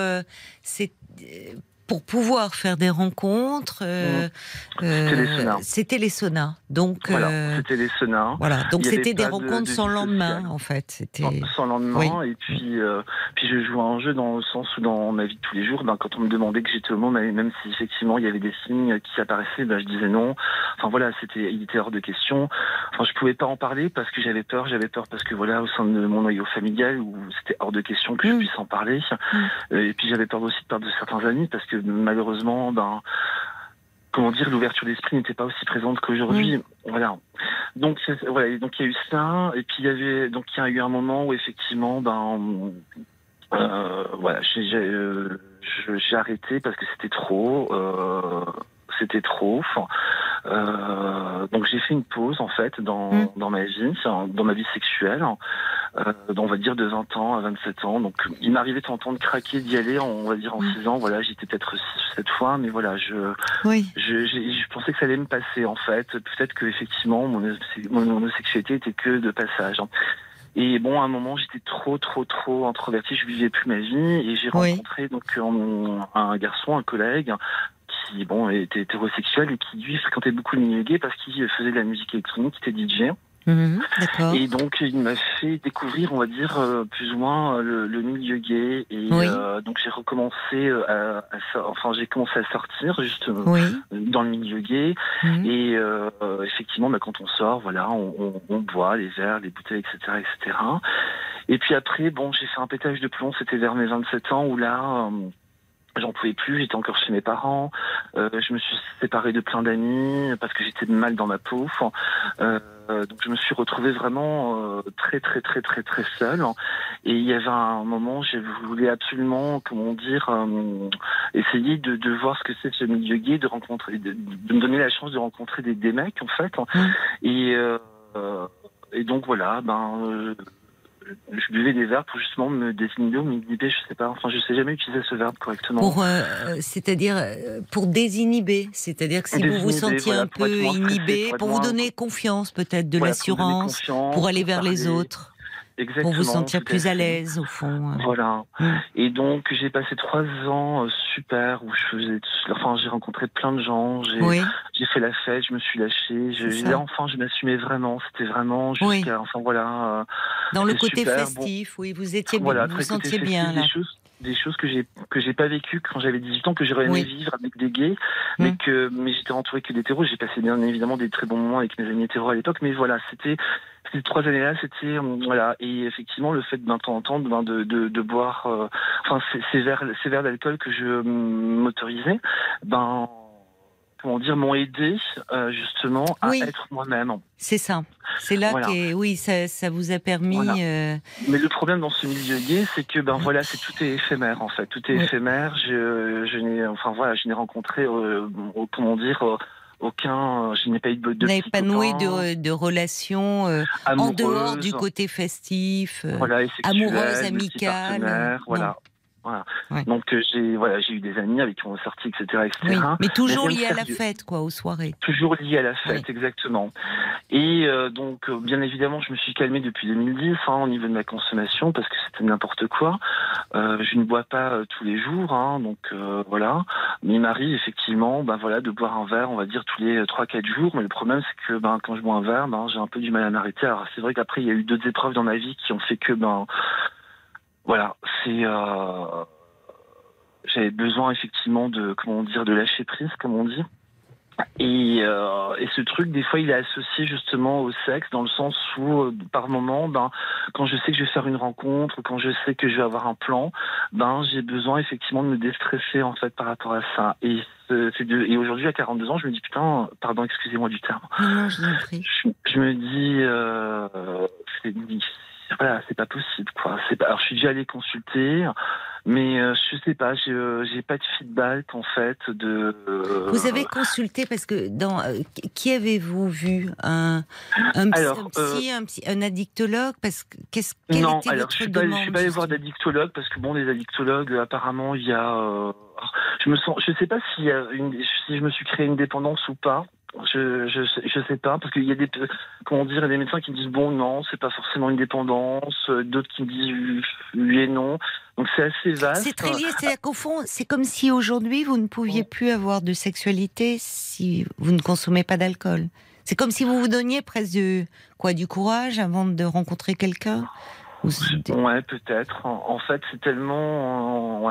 pour pouvoir faire des rencontres, c'était les saunas. Donc, c'était les saunas. Voilà, donc c'était des rencontres sans lendemain, en fait. C'était sans lendemain. Et puis je jouais à un jeu dans le sens où dans ma vie de tous les jours, quand on me demandait que j'étais homo, même si effectivement il y avait des signes qui apparaissaient, je disais non. Enfin voilà, il était hors de question. Enfin, je pouvais pas en parler parce que j'avais peur parce que voilà, au sein de mon noyau familial, où c'était hors de question que je puisse en parler. Et puis j'avais peur aussi de perdre certains amis parce que malheureusement, l'ouverture d'esprit n'était pas aussi présente qu'aujourd'hui. Voilà. Donc il y a eu ça, et puis il y a eu un moment où effectivement, j'ai arrêté parce que c'était trop. Donc j'ai fait une pause en fait dans ma vie sexuelle, on va dire de 20 ans à 27 ans. Donc il m'arrivait de temps en temps de craquer, d'y aller, on va dire en 6 ans. Voilà, j'étais peut-être 6 ou 7 fois, mais voilà, je pensais que ça allait me passer en fait. Peut-être que effectivement mon homosexualité était que de passage. Et à un moment, j'étais trop introvertie, je vivais plus ma vie, et j'ai rencontré donc un garçon, un collègue, qui était hétérosexuel et qui lui fréquentait beaucoup le milieu gay parce qu'il faisait de la musique électronique, il était DJ. D'accord. Et donc il m'a fait découvrir, on va dire, plus ou moins le milieu gay. Et donc j'ai recommencé j'ai commencé à sortir justement dans le milieu gay. Et effectivement, quand on sort, voilà, on boit les verres, les bouteilles, etc., etc. Et puis après, j'ai fait un pétage de plomb. C'était vers mes 27 ans où là. J'en pouvais plus, j'étais encore chez mes parents, je me suis séparé de plein d'amis parce que j'étais mal dans ma peau. Donc je me suis retrouvé vraiment très seul. Et il y avait un moment, je voulais absolument, essayer de voir ce que c'est ce milieu gay, de me donner la chance de rencontrer des mecs en fait. Et donc voilà, je buvais des verres pour justement me désinhiber ou m'inhiber, je sais pas. Enfin, je sais jamais utiliser ce verbe correctement. C'est-à-dire pour désinhiber, c'est-à-dire que si vous vous sentiez un peu inhibé, pour vous donner confiance peut-être, de l'assurance, pour aller vers les autres. Exactement, pour vous sentir plus à l'aise, au fond. Voilà. Et donc, j'ai passé 3 ans super, où j'ai rencontré plein de gens, j'ai fait la fête, je me suis lâchée, je m'assumais vraiment, c'était vraiment jusqu'à, dans le côté super, festif, vous étiez bien, vous vous sentiez bien, là. Des choses que j'ai pas vécues quand j'avais 18 ans, que j'aurais aimé vivre avec des gays, mais j'étais entouré que d'hétéros. J'ai passé bien évidemment des très bons moments avec mes amis hétéros à l'époque, mais voilà, c'était ces 3 années-là, c'était voilà. Et effectivement, le fait d'un temps en temps de boire, ces verres d'alcool que je m'autorisais, m'ont aidé justement à être moi-même. C'est ça. C'est là que ça vous a permis. Voilà. Mais le problème dans ce milieu gay, c'est que tout est éphémère en fait. Tout est éphémère. Je n'ai rencontré aucun. Je n'ai pas eu de. Vous n'avez pas noué de relations en dehors du côté festif, amoureuse, amicale. Voilà. Voilà. Donc j'ai eu des amis avec qui on est sortis, etc. Mais toujours liés à la fête, aux soirées. Toujours liés à la fête, exactement. Et donc bien évidemment, je me suis calmé depuis 2010 au niveau de ma consommation parce que c'était n'importe quoi. Je ne bois pas tous les jours, donc voilà. Mais il m'arrive effectivement, de boire un verre, on va dire tous les 3-4 jours. Mais le problème, c'est que quand je bois un verre, j'ai un peu du mal à m'arrêter. Alors c'est vrai qu'après il y a eu d'autres épreuves dans ma vie qui ont fait que voilà, c'est j'avais besoin effectivement de lâcher prise, comme on dit. Et ce truc, des fois, il est associé justement au sexe, dans le sens où, par moment, quand je sais que je vais faire une rencontre, quand je sais que je vais avoir un plan, j'ai besoin effectivement de me déstresser en fait par rapport à ça. Et aujourd'hui, à 42 ans, je me dis putain, pardon, excusez-moi du terme. Non, je vous en prie. Je me dis, voilà, c'est pas possible, quoi. Alors, je suis déjà allé consulter, mais je sais pas, j'ai pas de feedback en fait de. Vous avez consulté parce que qui avez-vous vu un addictologue parce que non, alors je suis pas allé voir d'addictologue parce que bon, les addictologues apparemment il y a. Je sais pas si je me suis créé une dépendance ou pas. Je sais pas, parce qu'il y a des médecins qui me disent bon non, c'est pas forcément une dépendance, d'autres qui me disent oui et non, donc c'est assez vaste. C'est très lié, c'est-à-dire qu'au fond, c'est comme si aujourd'hui vous ne pouviez plus avoir de sexualité si vous ne consommez pas d'alcool. C'est comme si vous vous donniez presque du courage avant de rencontrer quelqu'un. Ouais, peut-être. En fait, c'est tellement,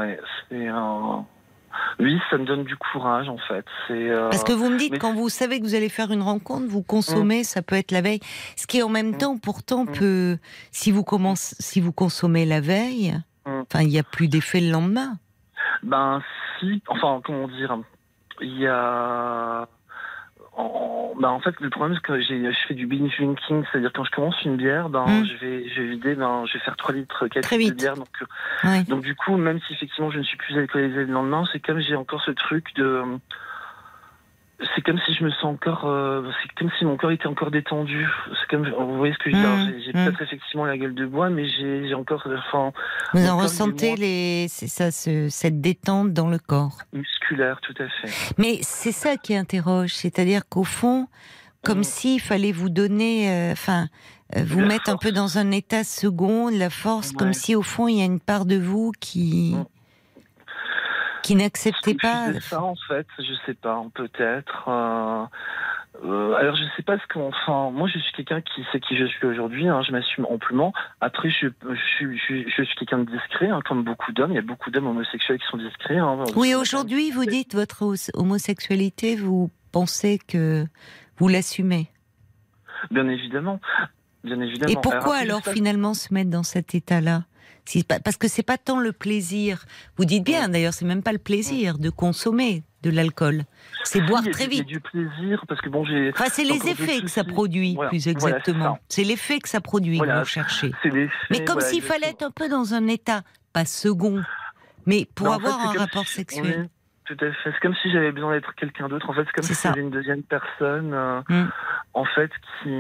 oui, ça me donne du courage en fait. Parce que vous me dites, quand vous savez que vous allez faire une rencontre, vous consommez, ça peut être la veille. Ce qui en même temps, pourtant, peut, si vous consommez la veille, il n'y a plus d'effet le lendemain. Si, enfin, comment dire, il y a... en fait, le problème, c'est que je fais du binge drinking, c'est-à-dire quand je commence une bière, je vais vider, je vais faire 3 litres, 4 litres de bière. Donc, du coup, même si effectivement je ne suis plus alcoolisé le lendemain, c'est comme j'ai encore ce truc de. C'est comme si je me sens encore. C'est comme si mon corps était encore détendu. C'est comme. Vous voyez ce que je veux dire? J'ai peut-être effectivement la gueule de bois, mais j'ai encore. Vous en ressentez cette détente dans le corps. Musculaire, tout à fait. Mais c'est ça qui interroge, c'est-à-dire qu'au fond, comme s'il fallait vous donner, vous mettre un peu dans un état second, la force, comme si au fond il y a une part de vous qui n'acceptait pas. C'est ça en fait, je sais pas, peut-être. Alors je sais pas moi je suis quelqu'un qui sait qui je suis aujourd'hui, je m'assume amplement. Après je suis quelqu'un de discret, comme beaucoup d'hommes. Il y a beaucoup d'hommes homosexuels qui sont discrets. Oui, aujourd'hui vous dites votre homosexualité, vous pensez que vous l'assumez. Bien évidemment. Et pourquoi alors finalement se mettre dans cet état-là? Parce que c'est pas tant le plaisir. Vous dites bien, d'ailleurs, c'est même pas le plaisir de consommer de l'alcool. C'est boire très vite. Il y a du plaisir, parce que bon, c'est les effets que ça produit, plus exactement. C'est l'effet que ça produit que vous cherchez. Mais comme s'il fallait être un peu dans un état, pas second, mais pour avoir un rapport sexuel. Tout à fait. C'est comme si j'avais besoin d'être quelqu'un d'autre. En fait, c'est comme si j'avais une deuxième personne, en fait,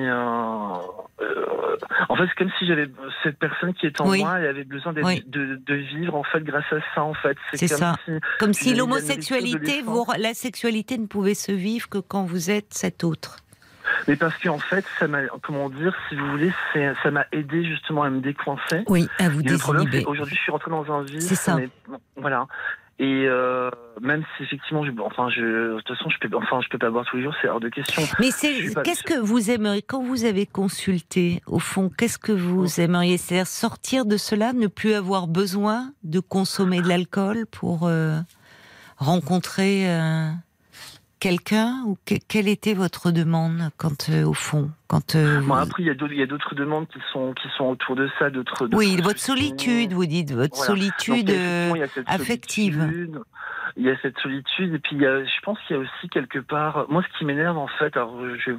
en fait, c'est comme si j'avais cette personne qui est en moi, elle avait besoin de vivre, en fait, grâce à ça, en fait. C'est ça. Comme si l'homosexualité, la sexualité ne pouvait se vivre que quand vous êtes cet autre. Mais parce qu'en fait, ça m'a, comment dire, si vous voulez, ça m'a aidé justement à me décoincer. Oui, à vous désinhiber. Aujourd'hui, je suis rentré dans un vide. C'est ça. Voilà. Et même si effectivement, de toute façon, je peux pas boire tous les jours, c'est hors de question. Mais qu'est-ce que vous aimeriez quand vous avez consulté, au fond, qu'est-ce que vous aimeriez, c'est-à-dire sortir de cela, ne plus avoir besoin de consommer de l'alcool pour rencontrer quelqu'un, ou quelle était votre demande au fond, après, il y a d'autres demandes qui sont autour de ça, d'autres. Oui, votre solitude, vous dites, votre solitude affective. Il y a cette solitude, et puis je pense qu'il y a aussi quelque part. Moi, ce qui m'énerve en fait, alors je vais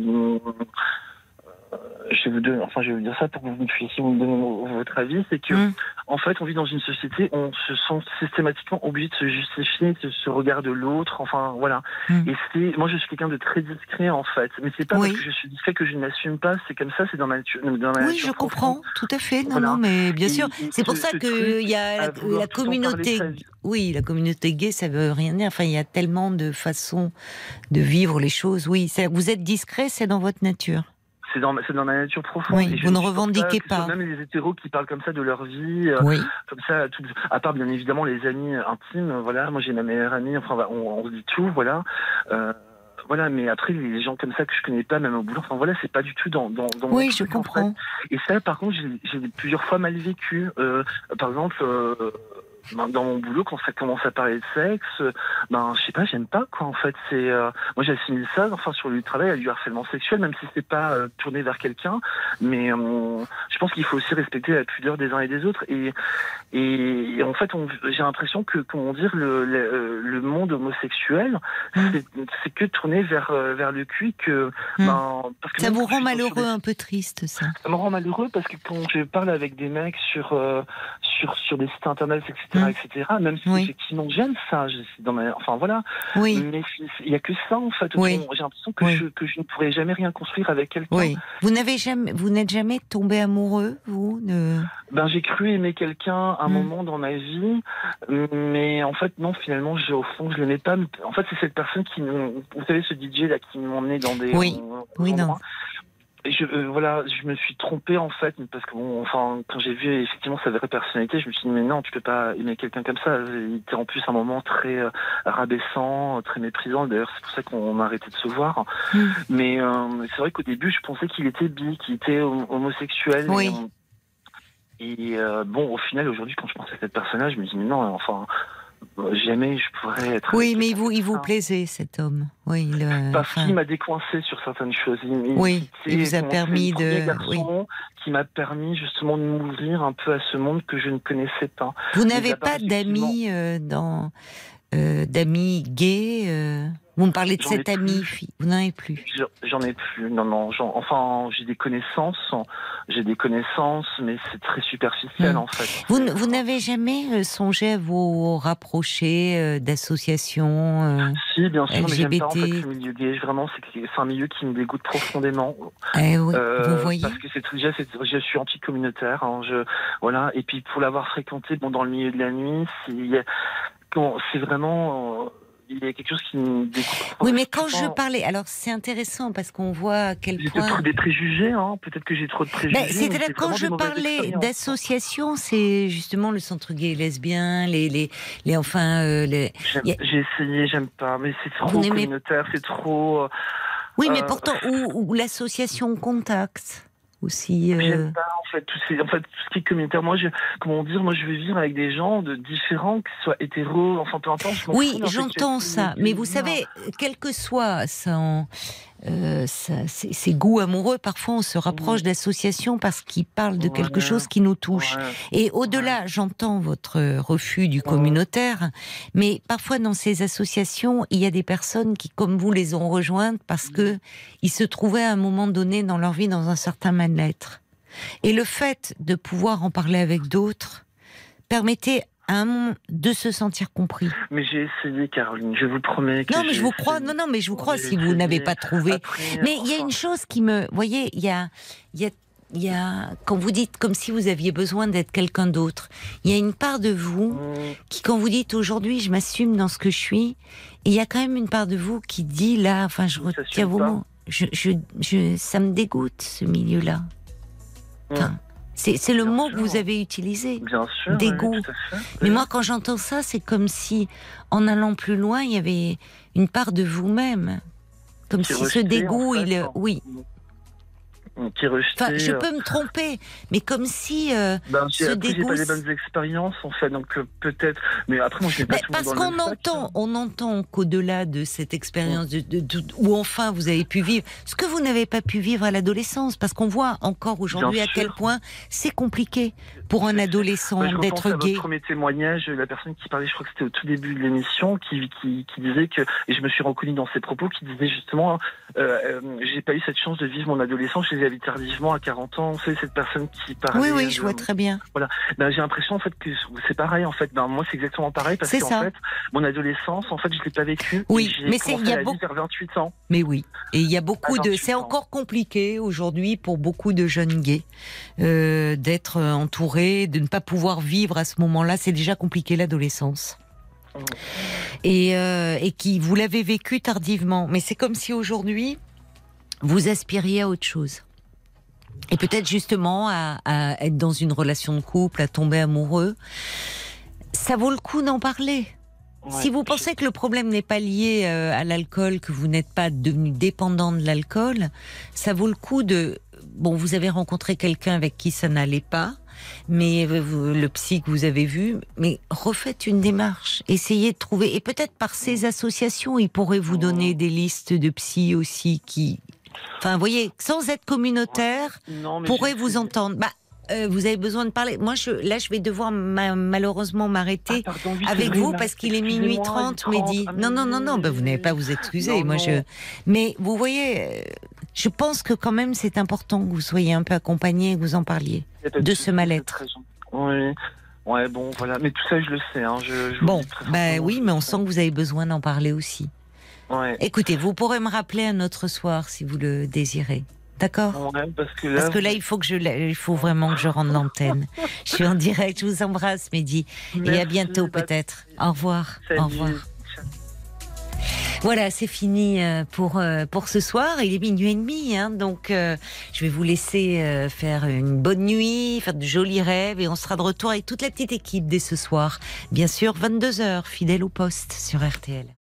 vous dire ça pour que vous puissiez me donner votre avis, c'est que en fait, on vit dans une société où on se sent systématiquement obligé de se justifier, de se regarder l'autre, voilà. Et moi, je suis quelqu'un de très discret en fait, mais c'est pas parce que je suis discret que je ne l'assume pas, c'est comme ça, c'est dans ma nature. Oui, je comprends, tout à fait. Non, mais bien sûr, c'est pour ça qu'il y a la communauté. Oui, la communauté gay, ça veut rien dire. Enfin, il y a tellement de façons de vivre les choses. Oui, vous êtes discret, c'est dans votre nature. C'est dans ma nature profonde. Oui, vous ne revendiquez pas. Même les hétéros qui parlent comme ça de leur vie, comme ça, à part bien évidemment les amis intimes, voilà. Moi j'ai ma meilleure amie, on se dit tout, voilà. Voilà, mais après les gens comme ça que je connais pas, même au boulot, c'est pas du tout dans oui, je comprends. Et ça, par contre, j'ai plusieurs fois mal vécu. Par exemple, dans mon boulot, quand ça commence à parler de sexe, je sais pas, j'aime pas, quoi, en fait. C'est, moi, j'assimile ça, enfin, sur le travail, à du harcèlement sexuel, même si c'est pas tourné vers quelqu'un. Mais je pense qu'il faut aussi respecter la pudeur des uns et des autres. Et en fait, j'ai l'impression que, comment dire, le monde homosexuel, c'est que tourné vers le cul, que, parce que ça vous rend malheureux, un peu triste, ça. Ça me rend malheureux parce que quand je parle avec des mecs sur des sites internet, etc., même si effectivement j'aime ça, enfin voilà. Oui. Mais il y a que ça, en fait. J'ai l'impression que je ne pourrais jamais rien construire avec quelqu'un. Oui. Vous n'êtes jamais tombé amoureux, vous j'ai cru aimer quelqu'un un moment dans ma vie, mais en fait non, finalement, au fond, je l'aimais pas. En fait, c'est cette personne vous savez, ce DJ là qui m'emmenait dans des endroits. Je me suis trompé, en fait, parce que quand j'ai vu effectivement sa vraie personnalité, je me suis dit, mais non, tu peux pas aimer quelqu'un comme ça. Il était en plus un moment très rabaissant, très méprisant. D'ailleurs, c'est pour ça qu'on a arrêté de se voir. Mais c'est vrai qu'au début, je pensais qu'il était bi, qu'il était homosexuel. Oui. Et au final, aujourd'hui, quand je pense à cette personne-là, je me dis, mais non, enfin... jamais je pourrais être... Oui, mais il vous plaisait, cet homme. Oui, parce qu'il m'a décoincé sur certaines choses. Il vous a permis qui m'a permis justement de m'ouvrir un peu à ce monde que je ne connaissais pas. Vous n'avez pas d'amis d'amis gays Vous me parlez de cette amie, vous n'en avez plus? J'en ai plus, non. J'ai des connaissances, mais c'est très superficiel, en fait. Vous n'avez jamais songé à vous rapprocher d'associations Si, bien sûr, LGBT. Mais j'aime pas, en fait, le milieu gay. Vraiment, c'est un milieu qui me dégoûte profondément. Vous voyez. Parce que je suis anti-communautaire, voilà. Et puis, pour l'avoir fréquenté, dans le milieu de la nuit, c'est vraiment... il y a quelque chose qui me dégoûte. Oui, mais quand je parlais... Alors, c'est intéressant parce qu'on voit à quel point... J'ai des préjugés, peut-être que j'ai trop de préjugés. C'est-à-dire, quand je parlais d'association, c'est justement le centre gay et lesbien, les J'ai essayé, j'aime pas, mais c'est trop communautaire, c'est trop... Oui, mais pourtant, ou l'association Contact... aussi. J'aime pas, en fait, tout ce qui est communautaire. Moi, je vais vivre avec des gens différents, que ce soit hétéros, enfin peu importe. Oui, j'entends ça. Mais vous savez, quel que soit ses goûts amoureux, parfois on se rapproche d'associations parce qu'ils parlent de quelque chose qui nous touche. Et au-delà, j'entends votre refus du communautaire, mais parfois dans ces associations, il y a des personnes qui, comme vous, les ont rejointes parce que ils se trouvaient à un moment donné dans leur vie dans un certain mal-être. Et le fait de pouvoir en parler avec d'autres permettait de se sentir compris. Mais j'ai essayé, Caroline, je vous promets. Non, mais je vous crois. Non, mais je vous crois si vous n'avez pas trouvé. Mais il y a une chose qui me... Vous voyez, il y a... Quand vous dites comme si vous aviez besoin d'être quelqu'un d'autre, il y a une part de vous qui, quand vous dites aujourd'hui, je m'assume dans ce que je suis, et il y a quand même une part de vous qui dit là, enfin, je retiens vos mots. Ça me dégoûte, ce milieu-là. Enfin, c'est le mot que vous avez utilisé. Bien sûr. Dégoût. Oui, mais moi, quand j'entends ça, c'est comme si, en allant plus loin, il y avait une part de vous-même. Comme si ce dégoût, oui. Qui est rejeté. Enfin, je peux me tromper, mais comme si ce dégoût... J'ai pas les bonnes expériences, en fait, donc peut-être... Mais après, moi, je n'ai pas tout le monde dans le même sac. On entend qu'au-delà de cette expérience où enfin vous avez pu vivre ce que vous n'avez pas pu vivre à l'adolescence, parce qu'on voit encore aujourd'hui à quel point c'est compliqué pour un adolescent d'être gay. Votre premier témoignage, la personne qui parlait, je crois que c'était au tout début de l'émission, qui disait que, et je me suis reconnu dans ses propos, qui disait justement, j'ai pas eu cette chance de vivre mon adolescence, je les avais tardivement à 40 ans. C'est cette personne qui parlait. Oui, je vois très bien. Voilà. J'ai l'impression en fait que c'est pareil en fait. Moi, c'est exactement pareil parce qu'en fait, mon adolescence, en fait, je l'ai pas vécue. Oui, mais il y a beaucoup vers 28 ans. Mais oui, et il y a beaucoup c'est encore compliqué aujourd'hui pour beaucoup de jeunes gays d'être entourés, de ne pas pouvoir vivre à ce moment-là. C'est déjà compliqué l'adolescence. Et qui vous l'avez vécu tardivement. Mais c'est comme si aujourd'hui vous aspiriez à autre chose. Et peut-être justement à être dans une relation de couple, à tomber amoureux. Ça vaut le coup d'en parler. Si vous pensez que le problème n'est pas lié à l'alcool, que vous n'êtes pas devenu dépendant de l'alcool, ça vaut le coup de bon, vous avez rencontré quelqu'un avec qui ça n'allait pas, mais le psy que vous avez vu, mais refaites une démarche, essayez de trouver, et peut-être par ces associations, ils pourraient vous donner des listes de psy aussi qui, enfin, vous voyez, sans être communautaire, pourraient vous entendre. Vous avez besoin de parler. Moi, je vais devoir malheureusement m'arrêter avec vous parce qu'il est minuit 30, Mehdi. Non, vous n'avez pas à vous excuser. Mais vous voyez, je pense que quand même c'est important que vous soyez un peu accompagné et que vous en parliez de ce mal-être. Oui. Ouais, bon, voilà. Mais tout ça, je le sais. Hein. Oui, mais on sent que vous avez besoin d'en parler aussi. Ouais. Écoutez, vous pourrez me rappeler un autre soir si vous le désirez. D'accord ? Ouais, parce que là, il faut vraiment que je rende l'antenne. Je suis en direct, je vous embrasse, Mehdi. Et à bientôt, peut-être. Au revoir. Salut. Au revoir. Voilà, c'est fini pour ce soir. Il est 00h30, hein, donc je vais vous laisser faire une bonne nuit, faire de jolis rêves, et on sera de retour avec toute la petite équipe dès ce soir. Bien sûr, 22h, fidèle au poste sur RTL.